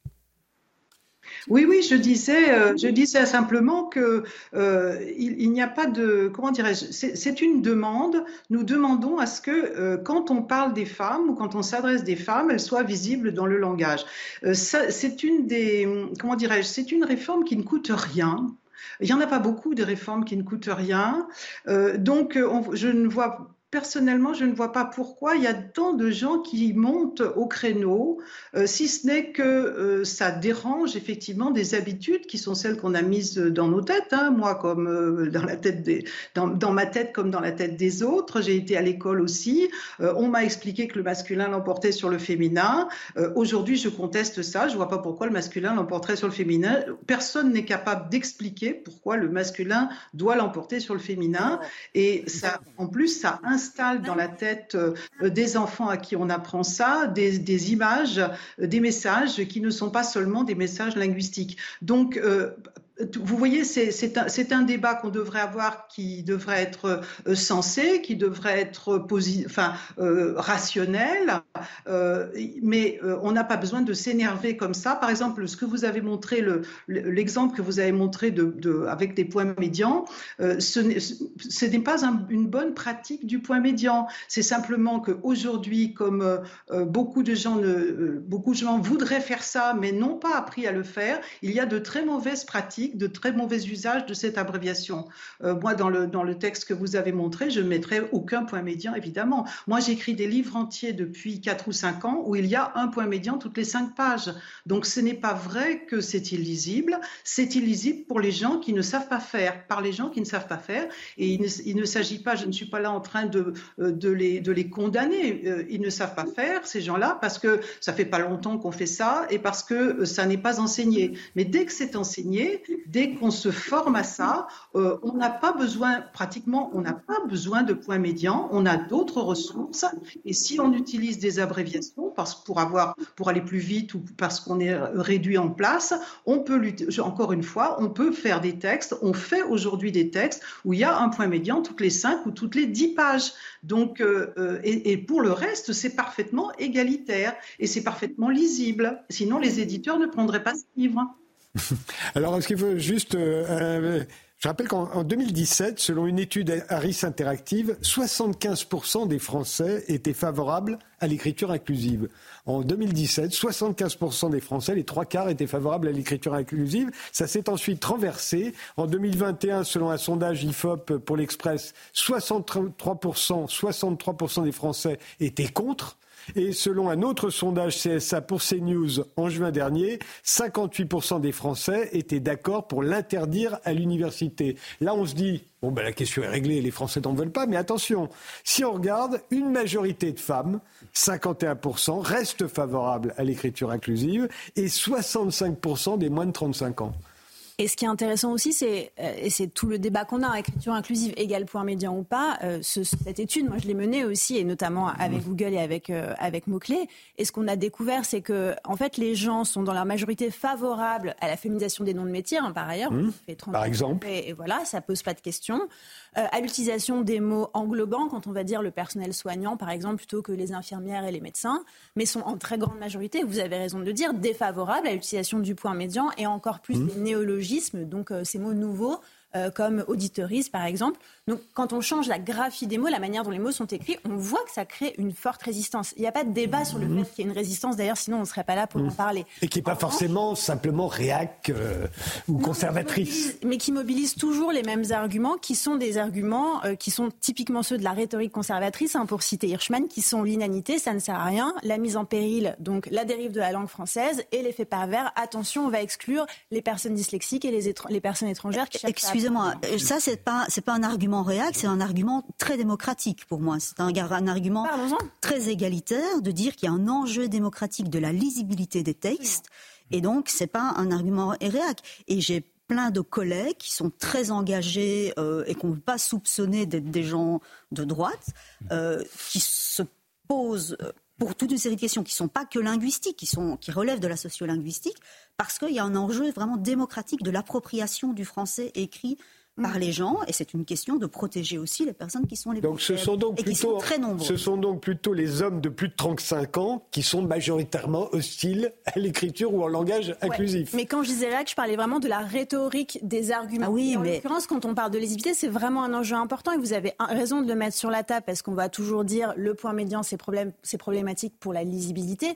Speaker 9: Oui, oui, je disais, euh, je disais simplement que euh, il, il n'y a pas de, comment dirais-je, c'est, c'est une demande. Nous demandons à ce que euh, quand on parle des femmes ou quand on s'adresse des femmes, elles soient visibles dans le langage. Euh, ça, c'est une des, comment dirais-je, c'est une réforme qui ne coûte rien. Il n'y en a pas beaucoup des réformes qui ne coûtent rien. Euh, donc, on, je ne vois Personnellement, je ne vois pas pourquoi il y a tant de gens qui montent au créneau, euh, si ce n'est que euh, ça dérange effectivement des habitudes qui sont celles qu'on a mises dans nos têtes. Hein. Moi, comme euh, dans la tête des, dans, dans ma tête comme dans la tête des autres, j'ai été à l'école aussi. Euh, on m'a expliqué que le masculin l'emportait sur le féminin. Euh, aujourd'hui, je conteste ça. Je ne vois pas pourquoi le masculin l'emporterait sur le féminin. Personne n'est capable d'expliquer pourquoi le masculin doit l'emporter sur le féminin. Et ça, en plus, ça installe dans la tête euh, des enfants à qui on apprend ça, des, des images, euh, des messages qui ne sont pas seulement des messages linguistiques. Donc, euh, vous voyez, c'est, c'est, un, c'est un débat qu'on devrait avoir qui devrait être euh, sensé, qui devrait être posi- enfin, euh, rationnel, euh, mais euh, on n'a pas besoin de s'énerver comme ça. Par exemple, ce que vous avez montré, le, l'exemple que vous avez montré de, de, avec des points médians, euh, ce, n'est, ce n'est pas un, une bonne pratique du point médian. C'est simplement qu'aujourd'hui, comme euh, beaucoup de gens ne, euh, beaucoup de gens voudraient faire ça, mais n'ont pas appris à le faire, il y a de très mauvaises pratiques, de très mauvais usage de cette abréviation. Euh, moi, dans le, dans le texte que vous avez montré, je ne mettrai aucun point médian, évidemment. Moi, j'écris des livres entiers depuis quatre ou cinq ans où il y a un point médian toutes les cinq pages. Donc, ce n'est pas vrai que c'est illisible. C'est illisible pour les gens qui ne savent pas faire, par les gens qui ne savent pas faire. Et il ne, il ne s'agit pas, je ne suis pas là en train de, de, les, de les condamner. Ils ne savent pas faire, ces gens-là, parce que ça fait pas longtemps qu'on fait ça et parce que ça n'est pas enseigné. Mais dès que c'est enseigné, dès qu'on se forme à ça, euh, on n'a pas besoin, pratiquement, on n'a pas besoin de points médians, on a d'autres ressources. Et si on utilise des abréviations parce, pour, avoir, pour aller plus vite ou parce qu'on est réduit en place, on peut, lutter, encore une fois, on peut faire des textes. On fait aujourd'hui des textes où il y a un point médian toutes les cinq ou toutes les dix pages. Donc, euh, et, et pour le reste, c'est parfaitement égalitaire et c'est parfaitement lisible. Sinon, les éditeurs ne prendraient pas ce livre.
Speaker 1: Alors, est-ce qu'il faut juste... Euh, je rappelle qu'en deux mille dix-sept, selon une étude Harris Interactive, soixante-quinze pour cent des Français étaient favorables à l'écriture inclusive. En deux mille dix-sept, soixante-quinze pour cent des Français, les trois quarts, étaient favorables à l'écriture inclusive. Ça s'est ensuite renversé. En deux mille vingt et un, selon un sondage I F O P pour l'Express, soixante-trois pour cent, soixante-trois pour cent des Français étaient contre. Et selon un autre sondage C S A pour CNews en juin dernier, cinquante-huit pour cent des Français étaient d'accord pour l'interdire à l'université. Là, on se dit, bon, ben, la question est réglée, les Français n'en veulent pas, mais attention, si on regarde, une majorité de femmes, cinquante et un pour cent, restent favorables à l'écriture inclusive et soixante-cinq pour cent des moins de trente-cinq ans.
Speaker 10: Et ce qui est intéressant aussi, c'est, euh, et c'est tout le débat qu'on a, écriture inclusive égale point médian ou pas, euh, ce, cette étude, moi je l'ai menée aussi, et notamment avec Google et avec, euh, avec mots-clés. Et ce qu'on a découvert, c'est que en fait, les gens sont dans leur majorité favorables à la féminisation des noms de métiers, hein, par ailleurs.
Speaker 1: Mmh, par exemple.
Speaker 10: Et, et voilà, ça pose pas de questions. Euh, à l'utilisation des mots englobants, quand on va dire le personnel soignant, par exemple, plutôt que les infirmières et les médecins, mais sont en très grande majorité, vous avez raison de le dire, défavorables à l'utilisation du point médian et encore plus mmh. des néologismes, donc euh, ces mots nouveaux, euh, comme auditeuriste par exemple. Donc quand on change la graphie des mots, la manière dont les mots sont écrits, on voit que ça crée une forte résistance. Il n'y a pas de débat sur le mmh. fait qu'il y ait une résistance, d'ailleurs sinon on ne serait pas là pour mmh. en parler.
Speaker 1: Et qui n'est pas en forcément revanche, simplement réac euh, ou non, conservatrice.
Speaker 10: Qui mobilise, mais qui mobilise toujours les mêmes arguments, qui sont des arguments euh, qui sont typiquement ceux de la rhétorique conservatrice, hein, pour citer Hirschman, qui sont l'inanité, ça ne sert à rien, la mise en péril, donc la dérive de la langue française et l'effet pervers, attention, on va exclure les personnes dyslexiques et les, étr- les personnes étrangères qui cherchent.
Speaker 8: Excusez-moi, ça c'est pas, c'est pas un argument réac, c'est un argument très démocratique pour moi. C'est un, un argument
Speaker 10: Parlons-en.
Speaker 8: très égalitaire de dire qu'il y a un enjeu démocratique de la lisibilité des textes, et donc c'est pas un argument réac. Et j'ai plein de collègues qui sont très engagés euh, et qu'on ne peut pas soupçonner d'être des gens de droite, euh, qui se posent pour toute une série de questions qui ne sont pas que linguistiques, qui, sont, qui relèvent de la sociolinguistique, parce qu'il y a un enjeu vraiment démocratique de l'appropriation du français écrit par les gens, et c'est une question de protéger aussi les personnes qui sont les
Speaker 1: donc
Speaker 8: plus
Speaker 1: ce
Speaker 8: faibles,
Speaker 1: sont donc
Speaker 8: et
Speaker 1: plutôt,
Speaker 8: qui sont très nombreux.
Speaker 1: Ce sont donc plutôt les hommes de plus de trente-cinq ans qui sont majoritairement hostiles à l'écriture ou au langage ouais. inclusif.
Speaker 10: Mais quand je disais là que je parlais vraiment de la rhétorique des arguments.
Speaker 8: Ah oui,
Speaker 10: et en
Speaker 8: mais...
Speaker 10: l'occurrence, quand on parle de lisibilité, c'est vraiment un enjeu important, et vous avez raison de le mettre sur la table, parce qu'on va toujours dire le point médian, c'est, problème, c'est problématique pour la lisibilité.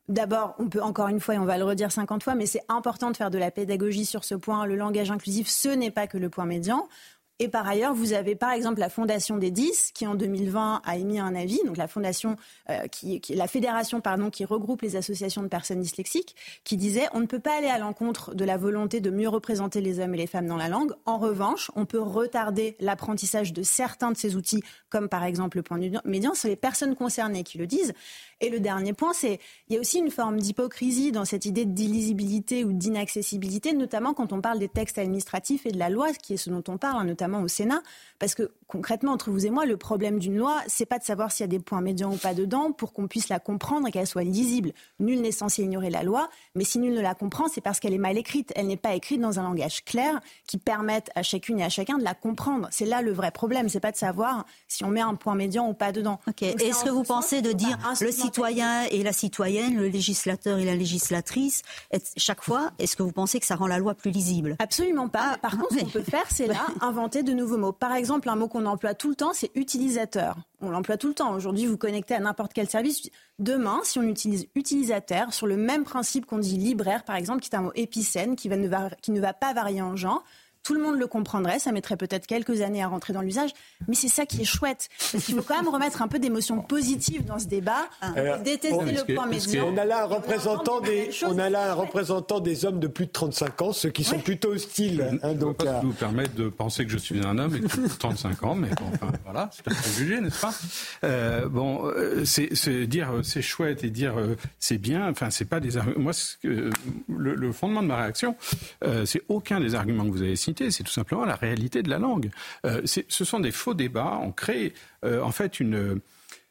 Speaker 10: D'abord, on peut encore une fois, et on va le redire cinquante fois, mais c'est important de faire de la pédagogie sur ce point. Le langage inclusif, ce n'est pas que le point médian. Et par ailleurs, vous avez par exemple la Fondation des dix qui en deux mille vingt a émis un avis, donc la fondation, euh, qui, qui, la fédération pardon, qui regroupe les associations de personnes dyslexiques, qui disait on ne peut pas aller à l'encontre de la volonté de mieux représenter les hommes et les femmes dans la langue. En revanche, on peut retarder l'apprentissage de certains de ces outils, comme par exemple le point médian. C'est les personnes concernées qui le disent. Et le dernier point, c'est il y a aussi une forme d'hypocrisie dans cette idée d'illisibilité ou d'inaccessibilité, notamment quand on parle des textes administratifs et de la loi, qui est ce dont on parle, hein, notamment au Sénat. Parce que concrètement, entre vous et moi, le problème d'une loi, c'est pas de savoir s'il y a des points médians ou pas dedans pour qu'on puisse la comprendre et qu'elle soit lisible. Nul n'est censé ignorer la loi, mais si nul ne la comprend, c'est parce qu'elle est mal écrite. Elle n'est pas écrite dans un langage clair qui permette à chacune et à chacun de la comprendre. C'est là le vrai problème, c'est pas de savoir si on met un point médian ou pas dedans.
Speaker 8: Okay. Est-ce que vous pensez de dire le citoyen et la citoyenne, le législateur et la législatrice, chaque fois, est-ce que vous pensez que ça rend la loi plus lisible ?
Speaker 10: Absolument pas. Par contre, ce qu'on peut faire, c'est là inventer de nouveaux mots. Par exemple, un mot qu'on emploie tout le temps, c'est utilisateur. On l'emploie tout le temps. Aujourd'hui, vous connectez à n'importe quel service. Demain, si on utilise utilisateur, sur le même principe qu'on dit libraire, par exemple, qui est un mot épicène, qui, va ne va, qui ne va pas varier en genre, tout le monde le comprendrait, ça mettrait peut-être quelques années à rentrer dans l'usage, mais c'est ça qui est chouette. Parce qu'il faut quand même remettre un peu d'émotions positives dans ce débat,
Speaker 1: Alors,
Speaker 10: détester
Speaker 1: on,
Speaker 10: le point médian.
Speaker 1: On a là un représentant des, on a là un représentant des hommes de plus de trente-cinq ans, ceux qui sont oui. plutôt hostiles.
Speaker 11: Hein, donc, ça vous permettre de penser que je suis un homme et que j'ai trente-cinq ans, mais bon, enfin, voilà, c'est un préjugé, n'est-ce pas ? euh, Bon, euh, c'est, c'est dire euh, c'est chouette et dire euh, c'est bien, enfin, c'est pas des arguments. Moi, euh, le, le fondement de ma réaction, euh, c'est aucun des arguments que vous avez cités, c'est tout simplement la réalité de la langue. Euh, c'est, ce sont des faux débats. On crée euh, en fait une,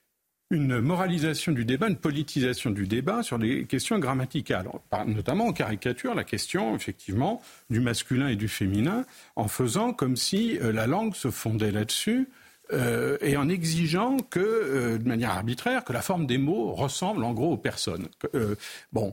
Speaker 11: une moralisation du débat, une politisation du débat sur des questions grammaticales. Notamment, on caricature la question, effectivement, du masculin et du féminin en faisant comme si euh, la langue se fondait là-dessus. Euh, et en exigeant que, euh, de manière arbitraire, que la forme des mots ressemble en gros aux personnes. Euh, bon,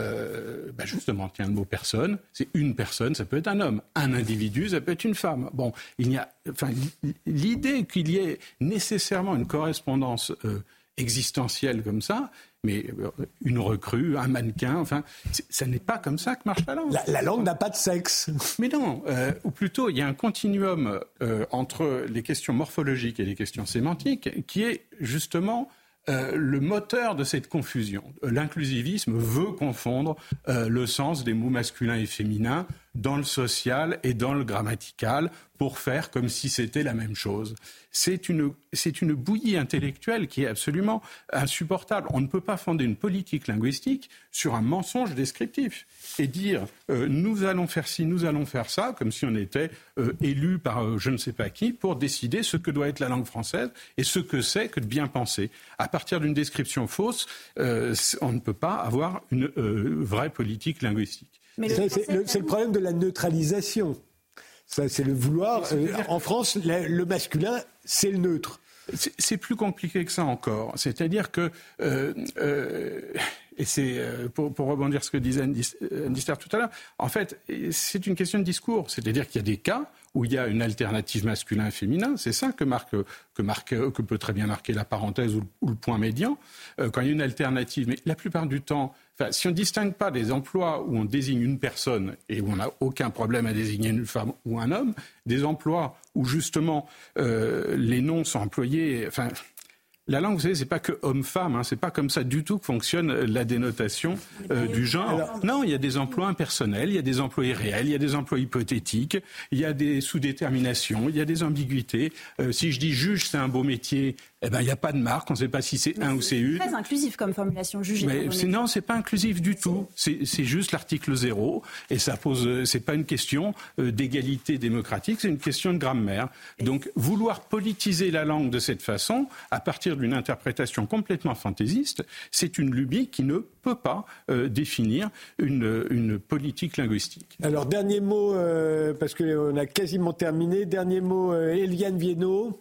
Speaker 11: euh, ben justement, tiens, le mot personne, c'est une personne, ça peut être un homme. Un individu, ça peut être une femme. Bon, il y a, enfin, l'idée qu'il y ait nécessairement une correspondance euh, existentielle comme ça, mais une recrue, un mannequin, enfin, ça n'est pas comme ça que marche la langue.
Speaker 1: La, la langue n'a pas de sexe.
Speaker 11: Mais non, euh, ou plutôt, il y a un continuum euh, entre les questions morphologiques et les questions sémantiques qui est justement euh, le moteur de cette confusion. L'inclusivisme veut confondre euh, le sens des mots masculins et féminins dans le social et dans le grammatical pour faire comme si c'était la même chose. C'est une, c'est une bouillie intellectuelle qui est absolument insupportable. On ne peut pas fonder une politique linguistique sur un mensonge descriptif et dire euh, nous allons faire ci, nous allons faire ça, comme si on était euh, élu par euh, je ne sais pas qui pour décider ce que doit être la langue française et ce que c'est que de bien penser. À partir d'une description fausse, euh, on ne peut pas avoir une euh, vraie politique linguistique.
Speaker 1: Mais c'est, c'est, le, c'est le problème de la neutralisation. Ça, c'est le vouloir. Euh, en France, le, le masculin, c'est le neutre.
Speaker 11: C'est, c'est plus compliqué que ça encore. C'est-à-dire que, euh, euh, et c'est euh, pour, pour rebondir sur ce que disait Anne Dister tout à l'heure, en fait, c'est une question de discours. C'est-à-dire qu'il y a des cas où il y a une alternative masculin-féminin. C'est ça que, marque, que, marque, que peut très bien marquer la parenthèse ou le, ou le point médian. Euh, quand il y a une alternative, mais la plupart du temps, enfin, si on ne distingue pas des emplois où on désigne une personne et où on n'a aucun problème à désigner une femme ou un homme, des emplois où justement euh, les noms sont employés... Enfin, la langue, vous savez, c'est pas que homme-femme, hein, c'est pas comme ça du tout que fonctionne la dénotation euh, du genre. Alors, non, il y a des emplois impersonnels, il y a des emplois irréels, il y a des emplois hypothétiques, il y a des sous-déterminations, il y a des ambiguïtés. Euh, si je dis juge, c'est un beau métier, eh ben il n'y a pas de marque, on ne sait pas si c'est mais un c'est ou c'est une.
Speaker 10: C'est très inclusif comme formulation, juge.
Speaker 11: Mais c'est, non, c'est pas inclusif du tout. C'est, c'est juste l'article zéro et ça pose. C'est pas une question euh, d'égalité démocratique, c'est une question de grammaire. Donc vouloir politiser la langue de cette façon, à partir d'une interprétation complètement fantaisiste, c'est une lubie qui ne peut pas euh, définir une, une politique linguistique.
Speaker 1: Alors dernier mot, euh, parce qu'on a quasiment terminé. Dernier mot, euh, Éliane Viennot.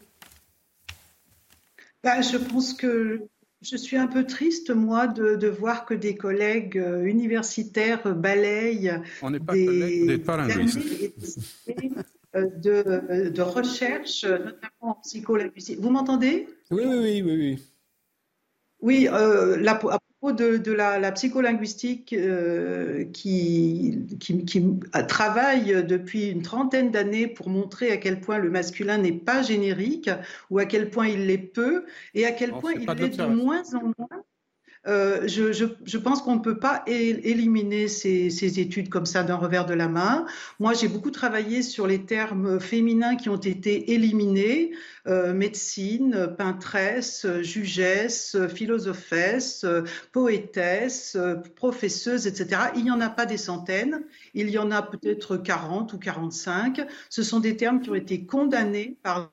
Speaker 9: Ben, je pense que je suis un peu triste, moi, de, de voir que des collègues euh, universitaires balayent
Speaker 11: On n'est pas
Speaker 9: des
Speaker 11: collègues, vous n'êtes pas linguiste.
Speaker 9: De, de recherche, notamment en psycholinguistique. Vous m'entendez ?
Speaker 1: Oui, oui, oui, oui. Oui,
Speaker 9: oui euh, là, à propos De, de la, la psycholinguistique euh, qui, qui, qui travaille depuis une trentaine d'années pour montrer à quel point le masculin n'est pas générique ou à quel point il l'est peu et à quel point il l'est de moins en moins. Euh, je, je, je pense qu'on ne peut pas é- éliminer ces, ces études comme ça d'un revers de la main. Moi, j'ai beaucoup travaillé sur les termes féminins qui ont été éliminés, euh, médecine, peintresse, jugesse, philosophesse, poétesse, professeuse, et cetera. Il n'y en a pas des centaines, il y en a peut-être quarante ou quarante-cinq. Ce sont des termes qui ont été condamnés par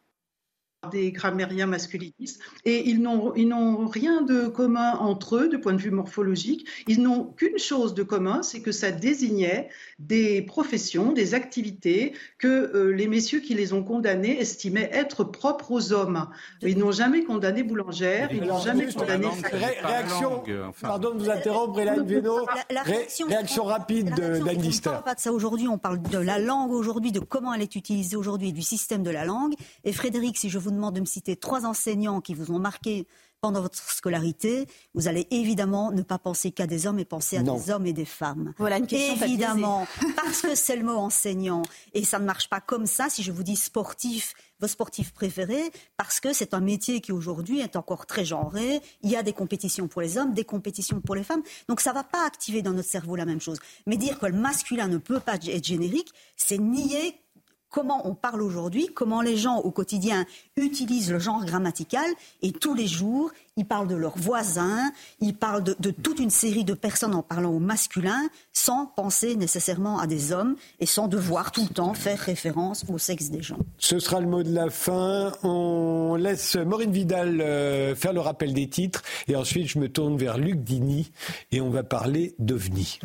Speaker 9: des grammairiens masculinistes, et ils n'ont, ils n'ont rien de commun entre eux, de point de vue morphologique. Ils n'ont qu'une chose de commun, c'est que ça désignait des professions, des activités que euh, les messieurs qui les ont condamnés estimaient être propres aux hommes. Ils n'ont jamais condamné boulangère, ils n'ont jamais condamné...
Speaker 1: Ré- réaction, enfin... pardon de vous interrompre, Hélène Vénaud, la, la réaction, Ré- réaction rapide d'Anne Lister.
Speaker 8: On ne parle pas de ça aujourd'hui, on parle de la langue aujourd'hui, de comment elle est utilisée aujourd'hui et du système de la langue. Et Frédéric, si je vous demande de me citer trois enseignants qui vous ont marqué pendant votre scolarité, vous allez évidemment ne pas penser qu'à des hommes et penser à non. des hommes et des femmes.
Speaker 10: Voilà une question
Speaker 8: évidemment, parce que c'est le mot enseignant. Et ça ne marche pas comme ça si je vous dis sportif, vos sportifs préférés, parce que c'est un métier qui aujourd'hui est encore très genré. Il y a des compétitions pour les hommes, des compétitions pour les femmes. Donc ça ne va pas activer dans notre cerveau la même chose. Mais dire que le masculin ne peut pas être générique, c'est nier comment on parle aujourd'hui, comment les gens au quotidien utilisent le genre grammatical, et tous les jours, ils parlent de leurs voisins, ils parlent de, de toute une série de personnes en parlant au masculin, sans penser nécessairement à des hommes, et sans devoir tout le temps faire référence au sexe des gens.
Speaker 1: Ce sera le mot de la fin. On laisse Maureen Vidal euh, faire le rappel des titres, et ensuite je me tourne vers Luc Dini, et on va parler d'OVNI.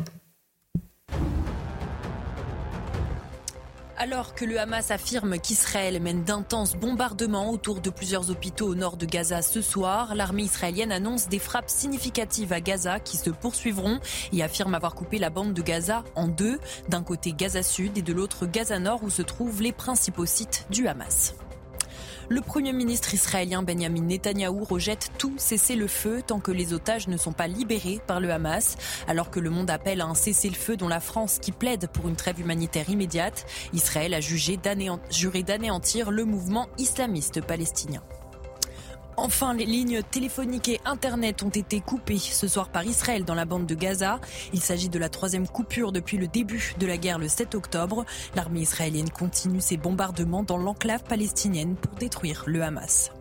Speaker 2: Alors que le Hamas affirme qu'Israël mène d'intenses bombardements autour de plusieurs hôpitaux au nord de Gaza ce soir, l'armée israélienne annonce des frappes significatives à Gaza qui se poursuivront et affirme avoir coupé la bande de Gaza en deux, d'un côté Gaza Sud et de l'autre Gaza Nord où se trouvent les principaux sites du Hamas. Le Premier ministre israélien Benjamin Netanyahou rejette tout cessez-le-feu tant que les otages ne sont pas libérés par le Hamas. Alors que le monde appelle à un cessez-le-feu dont la France qui plaide pour une trêve humanitaire immédiate, Israël a jugé d'anéant- juré d'anéantir le mouvement islamiste palestinien. Enfin, les lignes téléphoniques et Internet ont été coupées ce soir par Israël dans la bande de Gaza. Il s'agit de la troisième coupure depuis le début de la guerre le sept octobre. L'armée israélienne continue ses bombardements dans l'enclave palestinienne pour détruire le Hamas.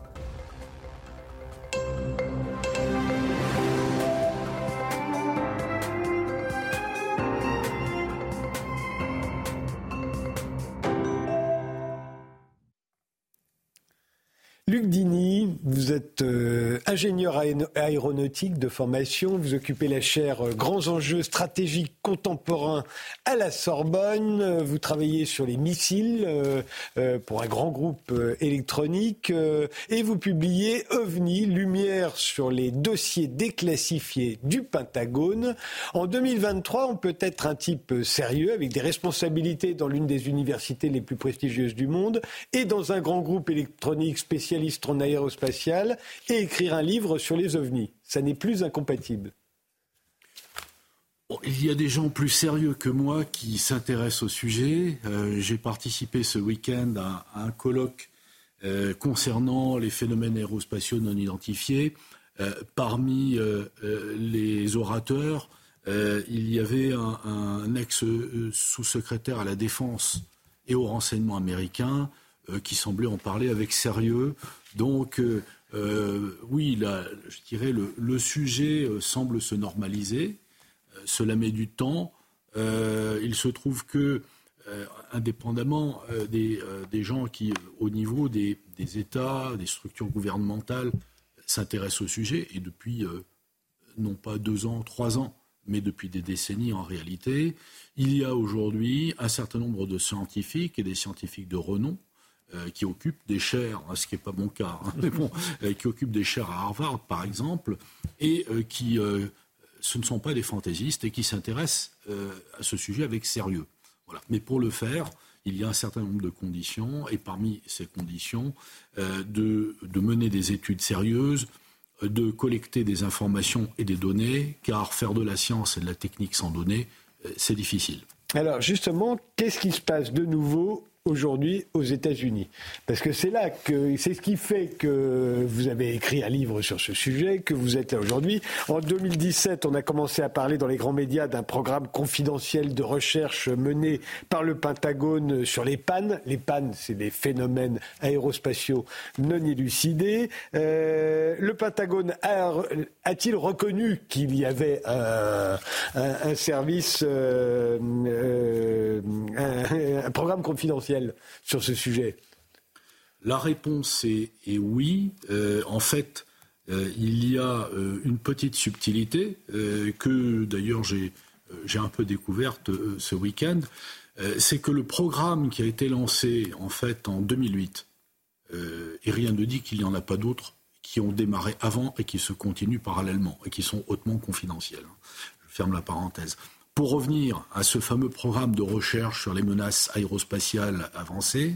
Speaker 1: Luc Dini, vous êtes euh, ingénieur aéronautique de formation, vous occupez la chaire euh, Grands enjeux stratégiques contemporains à la Sorbonne, vous travaillez sur les missiles euh, euh, pour un grand groupe euh, électronique euh, et vous publiez OVNI, Lumière sur les dossiers déclassifiés du Pentagone. En deux mille vingt-trois, on peut être un type sérieux avec des responsabilités dans l'une des universités les plus prestigieuses du monde et dans un grand groupe électronique spécialisé en aérospatial et écrire un livre sur les ovnis. Ça n'est plus incompatible.
Speaker 12: Bon, il y a des gens plus sérieux que moi qui s'intéressent au sujet. Euh, j'ai participé ce week-end à, à un colloque euh, concernant les phénomènes aérospatiaux non identifiés. Euh, parmi euh, euh, les orateurs, euh, il y avait un, un ex-sous-secrétaire à la Défense et au renseignement américain qui semblait en parler avec sérieux. Donc, euh, euh, oui, là, je dirais, le, le sujet euh, semble se normaliser. Euh, cela met du temps. Euh, il se trouve que, euh, indépendamment euh, des, euh, des gens qui, au niveau des, des États, des structures gouvernementales, s'intéressent au sujet, et depuis, euh, non pas deux ans, trois ans, mais depuis des décennies en réalité, il y a aujourd'hui un certain nombre de scientifiques et des scientifiques de renom Euh, qui occupent des chaires, hein, ce qui n'est pas mon cas, hein, mais bon, euh, qui occupent des chaires à Harvard, par exemple, et euh, qui, euh, ce ne sont pas des fantaisistes et qui s'intéressent euh, à ce sujet avec sérieux. Voilà. Mais pour le faire, il y a un certain nombre de conditions, et parmi ces conditions, euh, de, de mener des études sérieuses de collecter des informations et des données, car faire de la science et de la technique sans données, c'est difficile.
Speaker 1: Alors justement, qu'est-ce qui se passe de nouveau aujourd'hui aux États-Unis? Parce que c'est là que c'est ce qui fait que vous avez écrit un livre sur ce sujet, que vous êtes là aujourd'hui. En deux mille dix-sept, on a commencé à parler dans les grands médias d'un programme confidentiel de recherche mené par le Pentagone sur les pannes. Les pannes, c'est des phénomènes aérospatiaux non élucidés. Euh, le Pentagone a, a-t-il reconnu qu'il y avait un, un, un service, euh, euh, un, un programme confidentiel sur ce sujet?
Speaker 12: La réponse est, est oui. Euh, en fait, euh, il y a euh, une petite subtilité euh, que d'ailleurs j'ai, euh, j'ai un peu découverte euh, ce week-end. Euh, c'est que le programme qui a été lancé en fait en deux mille huit, euh, et rien ne dit qu'il n'y en a pas d'autres qui ont démarré avant et qui se continuent parallèlement et qui sont hautement confidentiels. Je ferme la parenthèse. Pour revenir à ce fameux programme de recherche sur les menaces aérospatiales avancées,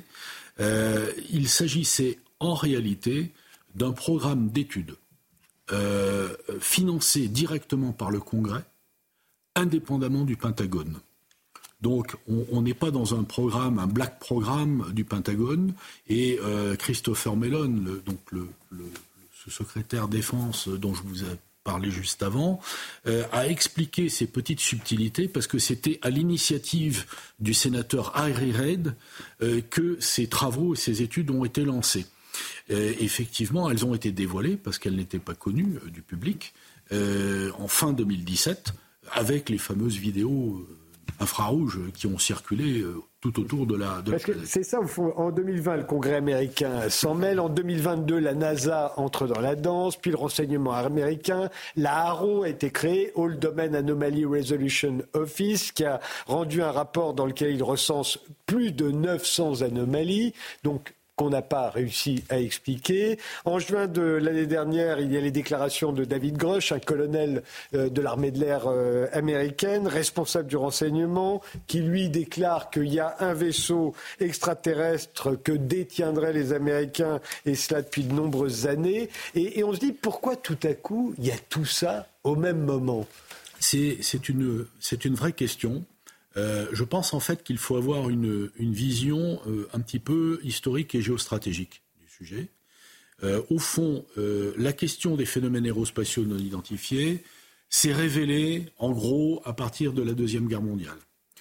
Speaker 12: euh, il s'agissait en réalité d'un programme d'études euh, financé directement par le Congrès, indépendamment du Pentagone. Donc on n'est pas dans un programme, un black programme du Pentagone, et euh, Christopher Mellon, le, donc le, le, ce secrétaire défense dont je vous ai parlé juste avant, euh, a expliqué ces petites subtilités parce que c'était à l'initiative du sénateur Harry Reid euh, que ces travaux et ces études ont été lancés. Euh, effectivement, elles ont été dévoilées parce qu'elles n'étaient pas connues euh, du public euh, en fin deux mille dix-sept avec les fameuses vidéos euh, infrarouges qui ont circulé euh, tout autour de la... De
Speaker 1: Parce que c'est ça, au fond, en deux mille vingt, le Congrès américain s'en mêle. En deux mille vingt-deux, la NASA entre dans la danse, puis le renseignement américain. La A R O a été créée, All Domain Anomaly Resolution Office, qui a rendu un rapport dans lequel il recense plus de neuf cents anomalies. Donc, qu'on n'a pas réussi à expliquer. En juin de l'année dernière, il y a les déclarations de David Grush, un colonel euh, de l'armée de l'air euh, américaine, responsable du renseignement, qui lui déclare qu'il y a un vaisseau extraterrestre que détiendraient les Américains, et cela depuis de nombreuses années. Et, et on se dit, pourquoi tout à coup, il y a tout ça au même moment ?
Speaker 12: C'est, c'est, une, c'est une vraie question. Euh, je pense en fait qu'il faut avoir une, une vision euh, un petit peu historique et géostratégique du sujet. Euh, au fond, euh, la question des phénomènes aérospatiaux non identifiés s'est révélée en gros à partir de la Deuxième Guerre mondiale.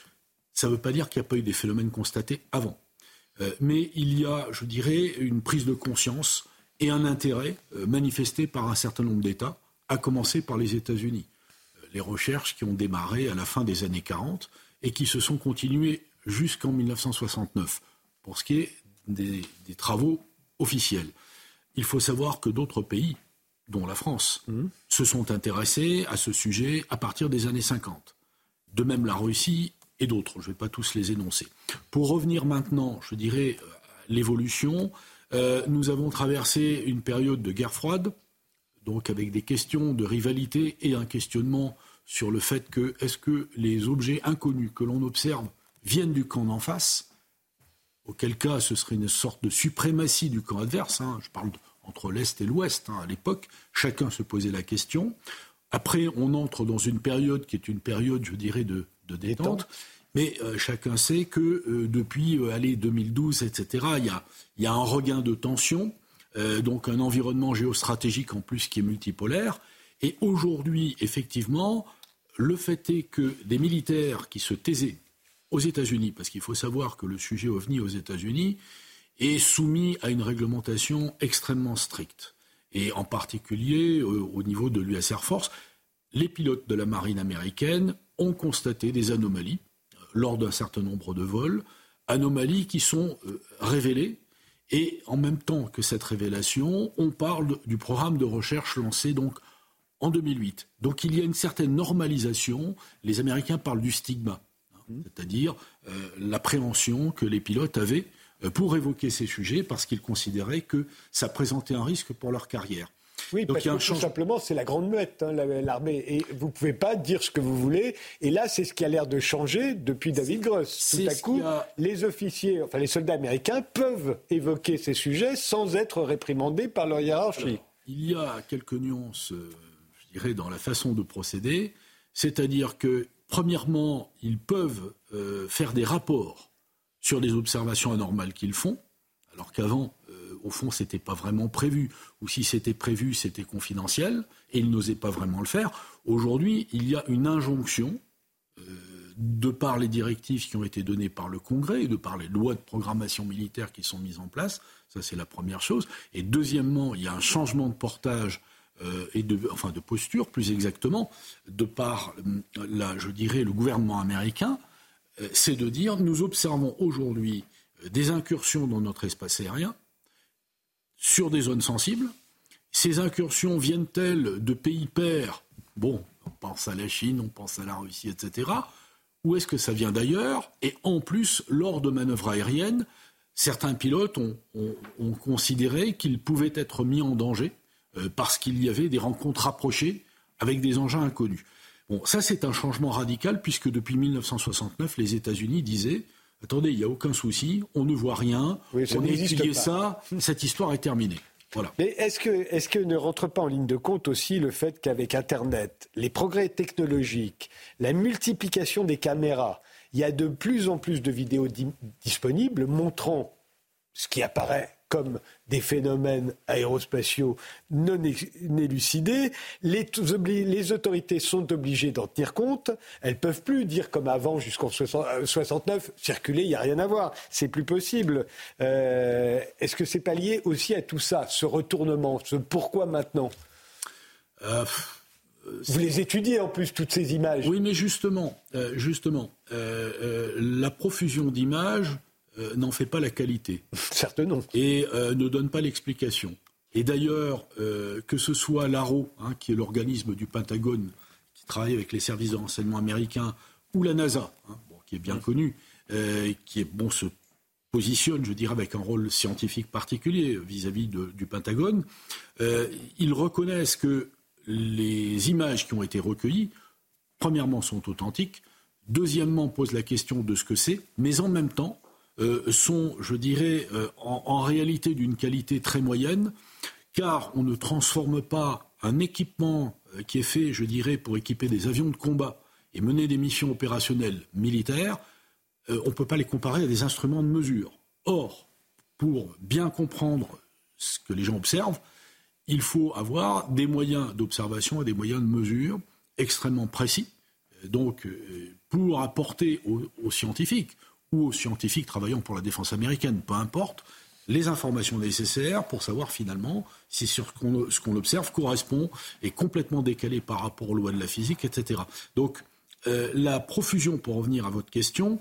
Speaker 12: Ça ne veut pas dire qu'il n'y a pas eu des phénomènes constatés avant. Euh, mais il y a, je dirais, une prise de conscience et un intérêt euh, manifesté par un certain nombre d'États, à commencer par les États-Unis. Euh, les recherches qui ont démarré à la fin des années quarante et qui se sont continuées jusqu'en dix-neuf cent soixante-neuf, pour ce qui est des, des travaux officiels. Il faut savoir que d'autres pays, dont la France, mmh. se sont intéressés à ce sujet à partir des années cinquante. De même la Russie et d'autres, je ne vais pas tous les énoncer. Pour revenir maintenant, je dirais, à l'évolution, euh, nous avons traversé une période de guerre froide, donc avec des questions de rivalité et un questionnement sur le fait que est-ce que les objets inconnus que l'on observe viennent du camp d'en face, auquel cas ce serait une sorte de suprématie du camp adverse, hein, je parle de, entre l'Est et l'Ouest, hein, à l'époque, chacun se posait la question. Après, on entre dans une période qui est une période, je dirais, de, de détente, mais euh, chacun sait que euh, depuis euh, allez, deux mille douze, et cetera, il y a, y a un regain de tension, euh, donc un environnement géostratégique en plus qui est multipolaire, et aujourd'hui, effectivement, le fait est que des militaires qui se taisaient aux États-Unis, parce qu'il faut savoir que le sujet OVNI aux États-Unis est soumis à une réglementation extrêmement stricte. Et en particulier, euh, au niveau de l'U S Air Force, les pilotes de la marine américaine ont constaté des anomalies euh, lors d'un certain nombre de vols, anomalies qui sont euh, révélées. Et en même temps que cette révélation, on parle du programme de recherche lancé donc en deux mille huit. Donc il y a une certaine normalisation. Les Américains parlent du stigma, hein, c'est-à-dire euh, l'appréhension que les pilotes avaient euh, pour évoquer ces sujets parce qu'ils considéraient que ça présentait un risque pour leur carrière.
Speaker 1: Oui, donc, parce que change... tout simplement, c'est la grande muette, hein, l'armée. Et vous ne pouvez pas dire ce que vous voulez. Et là, c'est ce qui a l'air de changer depuis David Grush. Tout à coup, a... les officiers, enfin les soldats américains peuvent évoquer ces sujets sans être réprimandés par leur hiérarchie. Alors,
Speaker 12: il y a quelques nuances, euh, je dirais, dans la façon de procéder. C'est-à-dire que, premièrement, ils peuvent euh, faire des rapports sur des observations anormales qu'ils font, alors qu'avant, euh, au fond, ce n'était pas vraiment prévu. Ou si c'était prévu, c'était confidentiel, et ils n'osaient pas vraiment le faire. Aujourd'hui, il y a une injonction, euh, de par les directives qui ont été données par le Congrès, et de par les lois de programmation militaire qui sont mises en place. Ça, c'est la première chose. Et deuxièmement, il y a un changement de portage Euh, et de, enfin de posture, plus exactement, de par, la, je dirais, le gouvernement américain, euh, c'est de dire nous observons aujourd'hui euh, des incursions dans notre espace aérien sur des zones sensibles. Ces incursions viennent-elles de pays pairs ? Bon, on pense à la Chine, on pense à la Russie, et cetera. Ou est-ce que ça vient d'ailleurs ? Et en plus, lors de manœuvres aériennes, certains pilotes ont, ont, ont considéré qu'ils pouvaient être mis en danger Euh, parce qu'il y avait des rencontres rapprochées avec des engins inconnus. Bon, ça c'est un changement radical puisque depuis mille neuf cent soixante-neuf, les États-Unis disaient « Attendez, il n'y a aucun souci, on ne voit rien, oui, on a étudié ça, cette histoire est terminée. » Voilà.
Speaker 1: Mais est-ce que, est-ce que ne rentre pas en ligne de compte aussi le fait qu'avec Internet, les progrès technologiques, la multiplication des caméras, il y a de plus en plus de vidéos di- disponibles montrant ce qui apparaît comme des phénomènes aérospatiaux non élucidés, les, les autorités sont obligées d'en tenir compte. Elles ne peuvent plus dire comme avant, jusqu'en soixante-neuf, circuler, il n'y a rien à voir. C'est plus possible. Euh, est-ce que ce n'est pas lié aussi à tout ça, ce retournement, ce pourquoi maintenant euh, Vous les étudiez en plus, toutes ces images.
Speaker 12: Oui, mais justement, euh, justement euh, euh, la profusion d'images Euh, n'en fait pas la qualité.
Speaker 1: Certes non.
Speaker 12: Et euh, ne donne pas l'explication. Et d'ailleurs, euh, que ce soit l'A R O, hein, qui est l'organisme du Pentagone qui travaille avec les services de renseignement américains, ou la NASA, hein, bon, qui est bien connue, euh, qui est, bon, se positionne, je dirais, avec un rôle scientifique particulier vis-à-vis de, du Pentagone, euh, ils reconnaissent que les images qui ont été recueillies, premièrement, sont authentiques, deuxièmement, posent la question de ce que c'est, mais en même temps, Euh, sont, je dirais, euh, en, en réalité d'une qualité très moyenne, car on ne transforme pas un équipement euh, qui est fait, je dirais, pour équiper des avions de combat et mener des missions opérationnelles militaires, euh, on ne peut pas les comparer à des instruments de mesure. Or, pour bien comprendre ce que les gens observent, il faut avoir des moyens d'observation et des moyens de mesure extrêmement précis. Donc, euh, pour apporter aux, aux scientifiques, ou aux scientifiques travaillant pour la défense américaine, peu importe, les informations nécessaires pour savoir finalement si ce qu'on, ce qu'on observe correspond, est complètement décalé par rapport aux lois de la physique, et cetera. Donc euh, la profusion, pour revenir à votre question,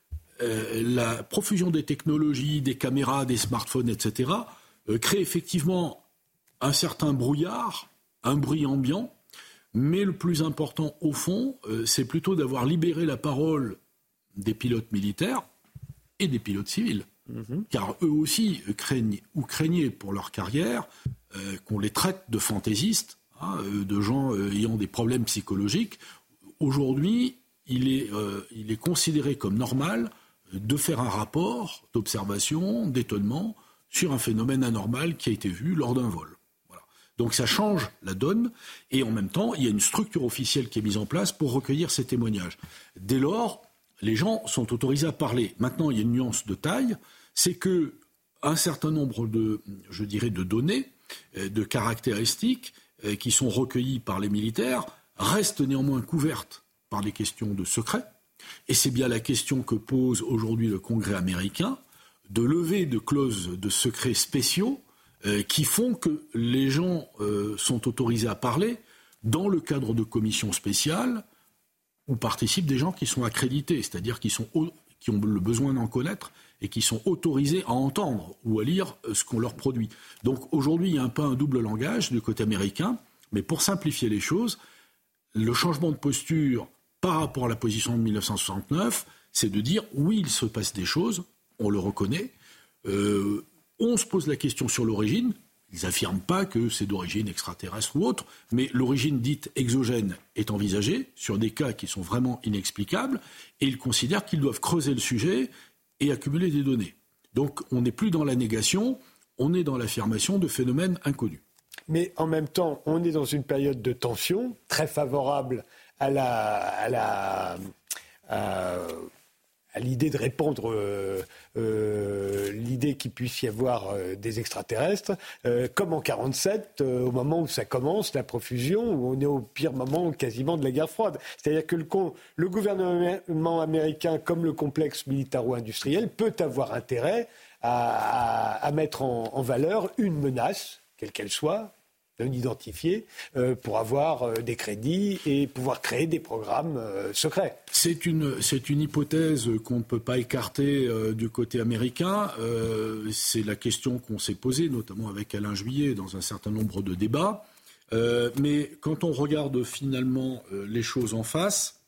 Speaker 12: euh, la profusion des technologies, des caméras, des smartphones, et cetera, euh, crée effectivement un certain brouillard, un bruit ambiant, mais le plus important au fond, euh, c'est plutôt d'avoir libéré la parole des pilotes militaires et des pilotes civils. Mmh. Car eux aussi craignent ou craignaient pour leur carrière euh, qu'on les traite de fantaisistes, hein, de gens euh, ayant des problèmes psychologiques. Aujourd'hui, il est, euh, il est considéré comme normal de faire un rapport d'observation, d'étonnement sur un phénomène anormal qui a été vu lors d'un vol. Voilà. Donc ça change la donne et en même temps, il y a une structure officielle qui est mise en place pour recueillir ces témoignages. Dès lors, les gens sont autorisés à parler. Maintenant, il y a une nuance de taille, c'est que un certain nombre de, je dirais, de données, de caractéristiques qui sont recueillies par les militaires restent néanmoins couvertes par des questions de secret. Et c'est bien la question que pose aujourd'hui le Congrès américain, de lever de clauses de secret spéciaux euh, qui font que les gens euh, sont autorisés à parler dans le cadre de commissions spéciales où participent des gens qui sont accrédités, c'est-à-dire qui, sont, qui ont le besoin d'en connaître et qui sont autorisés à entendre ou à lire ce qu'on leur produit. Donc aujourd'hui, il y a un peu un double langage du côté américain, mais pour simplifier les choses, le changement de posture par rapport à la position de mille neuf cent soixante-neuf, c'est de dire oui, il se passe des choses, on le reconnaît, euh, on se pose la question sur l'origine. Ils n'affirment pas que c'est d'origine extraterrestre ou autre, mais l'origine dite exogène est envisagée sur des cas qui sont vraiment inexplicables, et ils considèrent qu'ils doivent creuser le sujet et accumuler des données. Donc on n'est plus dans la négation, on est dans l'affirmation de phénomènes inconnus.
Speaker 1: Mais en même temps, on est dans une période de tension très favorable à la, à la, à, à l'idée de répandre euh, euh, l'idée qu'il puisse y avoir euh, des extraterrestres, euh, comme en quarante-sept, euh, au moment où ça commence, la profusion, où on est au pire moment quasiment de la guerre froide. C'est-à-dire que le, le gouvernement américain, comme le complexe militaro-industriel, peut avoir intérêt à, à, à mettre en, en valeur une menace, quelle qu'elle soit, non identifiés, euh, pour avoir euh, des crédits et pouvoir créer des programmes euh, secrets.
Speaker 12: C'est une, c'est une hypothèse qu'on ne peut pas écarter euh, du côté américain. Euh, c'est la question qu'on s'est posée, notamment avec Alain Juillet, dans un certain nombre de débats. Euh, mais quand on regarde finalement euh, les choses en face,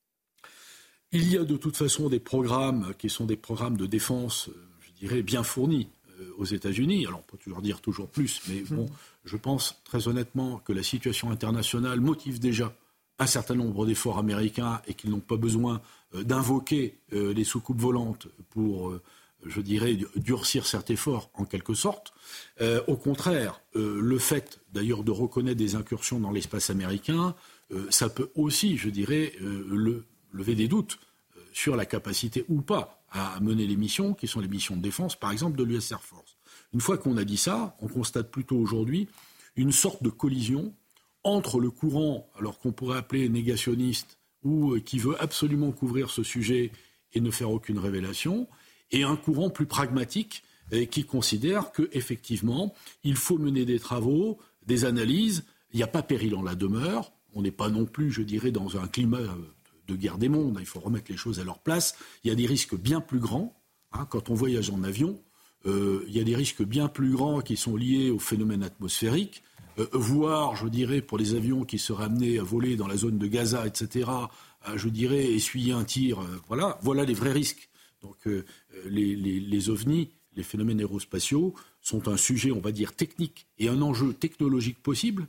Speaker 12: il y a de toute façon des programmes qui sont des programmes de défense, euh, je dirais, bien fournis euh, aux États-Unis. Alors on peut toujours dire toujours plus, mais bon... Je pense très honnêtement que la situation internationale motive déjà un certain nombre d'efforts américains et qu'ils n'ont pas besoin euh, d'invoquer euh, les soucoupes volantes pour, euh, je dirais, durcir cet effort en quelque sorte. Euh, au contraire, euh, le fait d'ailleurs de reconnaître des incursions dans l'espace américain, euh, ça peut aussi, je dirais, euh, le, lever des doutes euh, sur la capacité ou pas à mener les missions qui sont les missions de défense, par exemple, de l'U S Air Force. Une fois qu'on a dit ça, on constate plutôt aujourd'hui une sorte de collision entre le courant, alors qu'on pourrait appeler négationniste, ou euh, qui veut absolument couvrir ce sujet et ne faire aucune révélation, et un courant plus pragmatique euh, qui considère qu'effectivement, il faut mener des travaux, des analyses, il n'y a pas péril en la demeure, on n'est pas non plus, je dirais, dans un climat de guerre des mondes, il faut remettre les choses à leur place, il y a des risques bien plus grands, hein, quand on voyage en avion. Euh, il y a des risques bien plus grands qui sont liés au phénomène atmosphérique, euh, voire, je dirais, pour les avions qui seraient amenés à voler dans la zone de Gaza, et cetera, à, je dirais, essuyer un tir. Euh, voilà, voilà les vrais risques. Donc euh, les, les, les ovnis, les phénomènes aérospatiaux, sont un sujet, on va dire, technique et un enjeu technologique possible,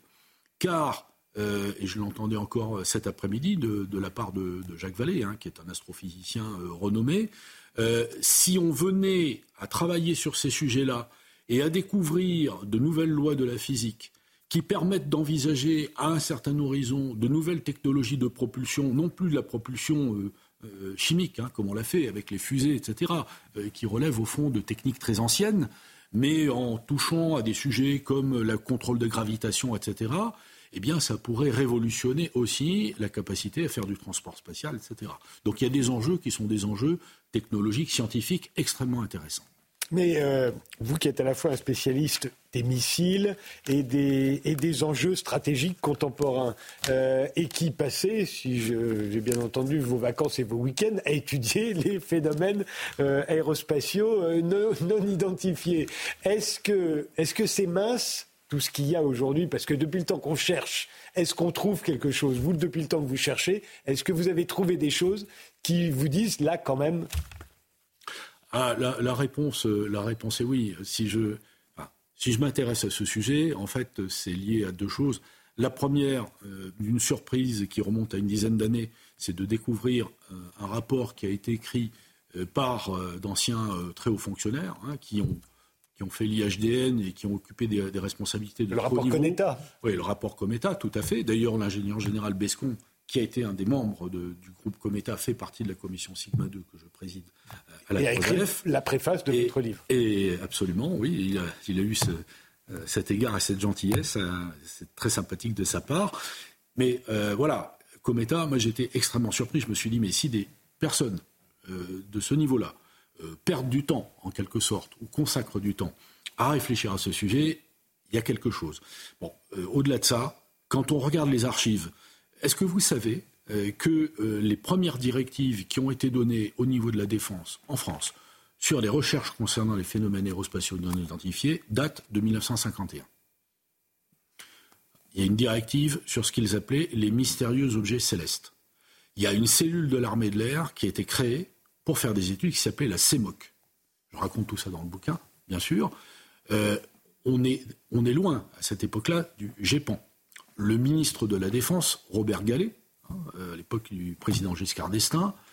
Speaker 12: car, euh, et je l'entendais encore cet après-midi de, de la part de, de Jacques Vallée, hein, qui est un astrophysicien euh, renommé, Euh, si on venait à travailler sur ces sujets-là et à découvrir de nouvelles lois de la physique qui permettent d'envisager à un certain horizon de nouvelles technologies de propulsion, non plus de la propulsion euh, euh, chimique, hein, comme on l'a fait avec les fusées, et cetera, euh, qui relèvent au fond de techniques très anciennes, mais en touchant à des sujets comme le contrôle de gravitation, et cetera, eh bien, ça pourrait révolutionner aussi la capacité à faire du transport spatial, et cetera. Donc il y a des enjeux qui sont des enjeux technologiques, scientifiques extrêmement intéressants.
Speaker 1: Mais euh, vous qui êtes à la fois un spécialiste des missiles et des, et des enjeux stratégiques contemporains, euh, et qui passez, si je, j'ai bien entendu, vos vacances et vos week-ends à étudier les phénomènes euh, aérospatiaux euh, non, non identifiés, est-ce que, est-ce que c'est mince tout ce qu'il y a aujourd'hui, parce que depuis le temps qu'on cherche, est-ce qu'on trouve quelque chose ? Vous, depuis le temps que vous cherchez, est-ce que vous avez trouvé des choses qui vous disent, là, quand même ?
Speaker 12: Ah, la, la, réponse, la réponse est oui. Si je, ah, si je m'intéresse à ce sujet, en fait, c'est lié à deux choses. La première, euh, une surprise qui remonte à une dizaine d'années, c'est de découvrir euh, un rapport qui a été écrit euh, par euh, d'anciens euh, très hauts fonctionnaires, hein, qui ont qui ont fait l'I H D N et qui ont occupé des, des responsabilités de
Speaker 1: le rapport Cometa.
Speaker 12: Oui, le rapport Cometa, tout à fait. D'ailleurs, l'ingénieur général Bescon, qui a été un des membres de, du groupe Cometa, fait partie de la commission Sigma deux que je préside à la
Speaker 1: Et a écrit la préface de
Speaker 12: et,
Speaker 1: votre livre.
Speaker 12: Et absolument, oui, il a, il a eu ce, euh, cet égard et cette gentillesse. Euh, c'est très sympathique de sa part. Mais euh, voilà, Cometa, moi j'étais extrêmement surpris. Je me suis dit, mais si des personnes euh, de ce niveau-là Euh, perdent du temps, en quelque sorte, ou consacrent du temps à réfléchir à ce sujet, il y a quelque chose. Bon, euh, au-delà de ça, quand on regarde les archives, est-ce que vous savez euh, que euh, les premières directives qui ont été données au niveau de la défense en France sur les recherches concernant les phénomènes aérospatiaux non identifiés datent de dix-neuf cent cinquante et un. Il y a une directive sur ce qu'ils appelaient les mystérieux objets célestes. Il y a une cellule de l'armée de l'air qui a été créée pour faire des études qui s'appelait la C M O C. Je raconte tout ça dans le bouquin, bien sûr. Euh, on, est, on est loin, à cette époque-là, du GEPAN. Le ministre de la Défense, Robert Gallet, hein, à l'époque du président Giscard d'Estaing,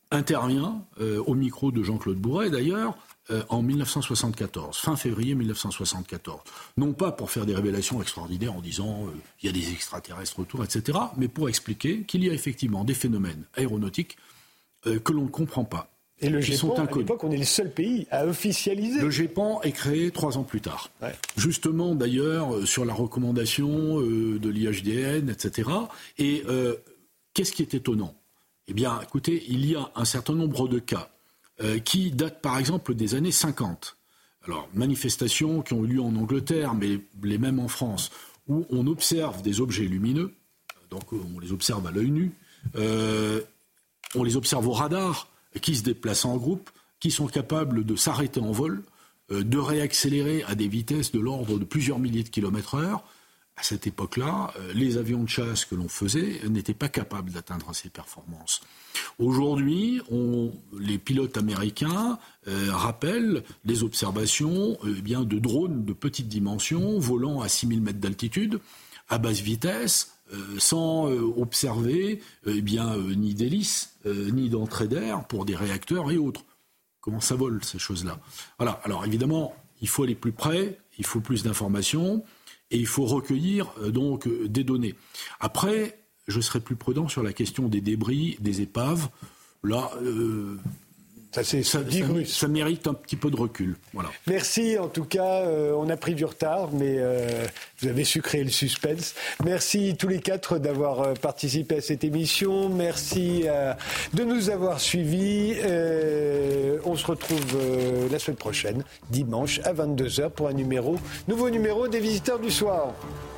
Speaker 12: intervient euh, au micro de Jean-Claude Bourret d'ailleurs euh, en mille neuf cent soixante-quatorze, fin février mille neuf cent soixante-quatorze. Non pas pour faire des révélations extraordinaires en disant euh, il y a des extraterrestres autour, et cetera, mais pour expliquer qu'il y a effectivement des phénomènes aéronautiques euh, que l'on ne comprend pas.
Speaker 1: Et le GEPAN, à l'époque, on est le seul pays à officialiser.
Speaker 12: Le GEPAN est créé trois ans plus tard. Ouais. Justement, d'ailleurs, sur la recommandation euh, de l'I H D N, et cetera. Et euh, qu'est-ce qui est étonnant ? Eh bien, écoutez, il y a un certain nombre de cas euh, qui datent, par exemple, des années cinquante. Alors, manifestations qui ont eu lieu en Angleterre, mais les mêmes en France, où on observe des objets lumineux, donc on les observe à l'œil nu, euh, on les observe au radar, qui se déplacent en groupe, qui sont capables de s'arrêter en vol, euh, de réaccélérer à des vitesses de l'ordre de plusieurs milliers de kilomètres heure. À cette époque-là, euh, les avions de chasse que l'on faisait n'étaient pas capables d'atteindre ces performances. Aujourd'hui, on, les pilotes américains euh, rappellent des observations euh, eh bien, de drones de petite dimension volant à six mille mètres d'altitude, à basse vitesse, Euh, sans euh, observer euh, eh bien, euh, ni d'hélices, euh, ni d'entrée d'air pour des réacteurs et autres. Comment ça vole, ces choses-là ? Voilà. Alors évidemment, il faut aller plus près, il faut plus d'informations, et il faut recueillir euh, donc euh, des données. Après, je serai plus prudent sur la question des débris, des épaves. Là, euh, ça, c'est, ça, ça, ça mérite un petit peu de recul. Voilà.
Speaker 1: Merci, en tout cas, euh, on a pris du retard, mais euh, vous avez su créer le suspense. Merci tous les quatre d'avoir euh, participé à cette émission. Merci euh, de nous avoir suivis. Euh, on se retrouve euh, la semaine prochaine, dimanche à vingt-deux heures, pour un numéro, nouveau numéro des Visiteurs du Soir.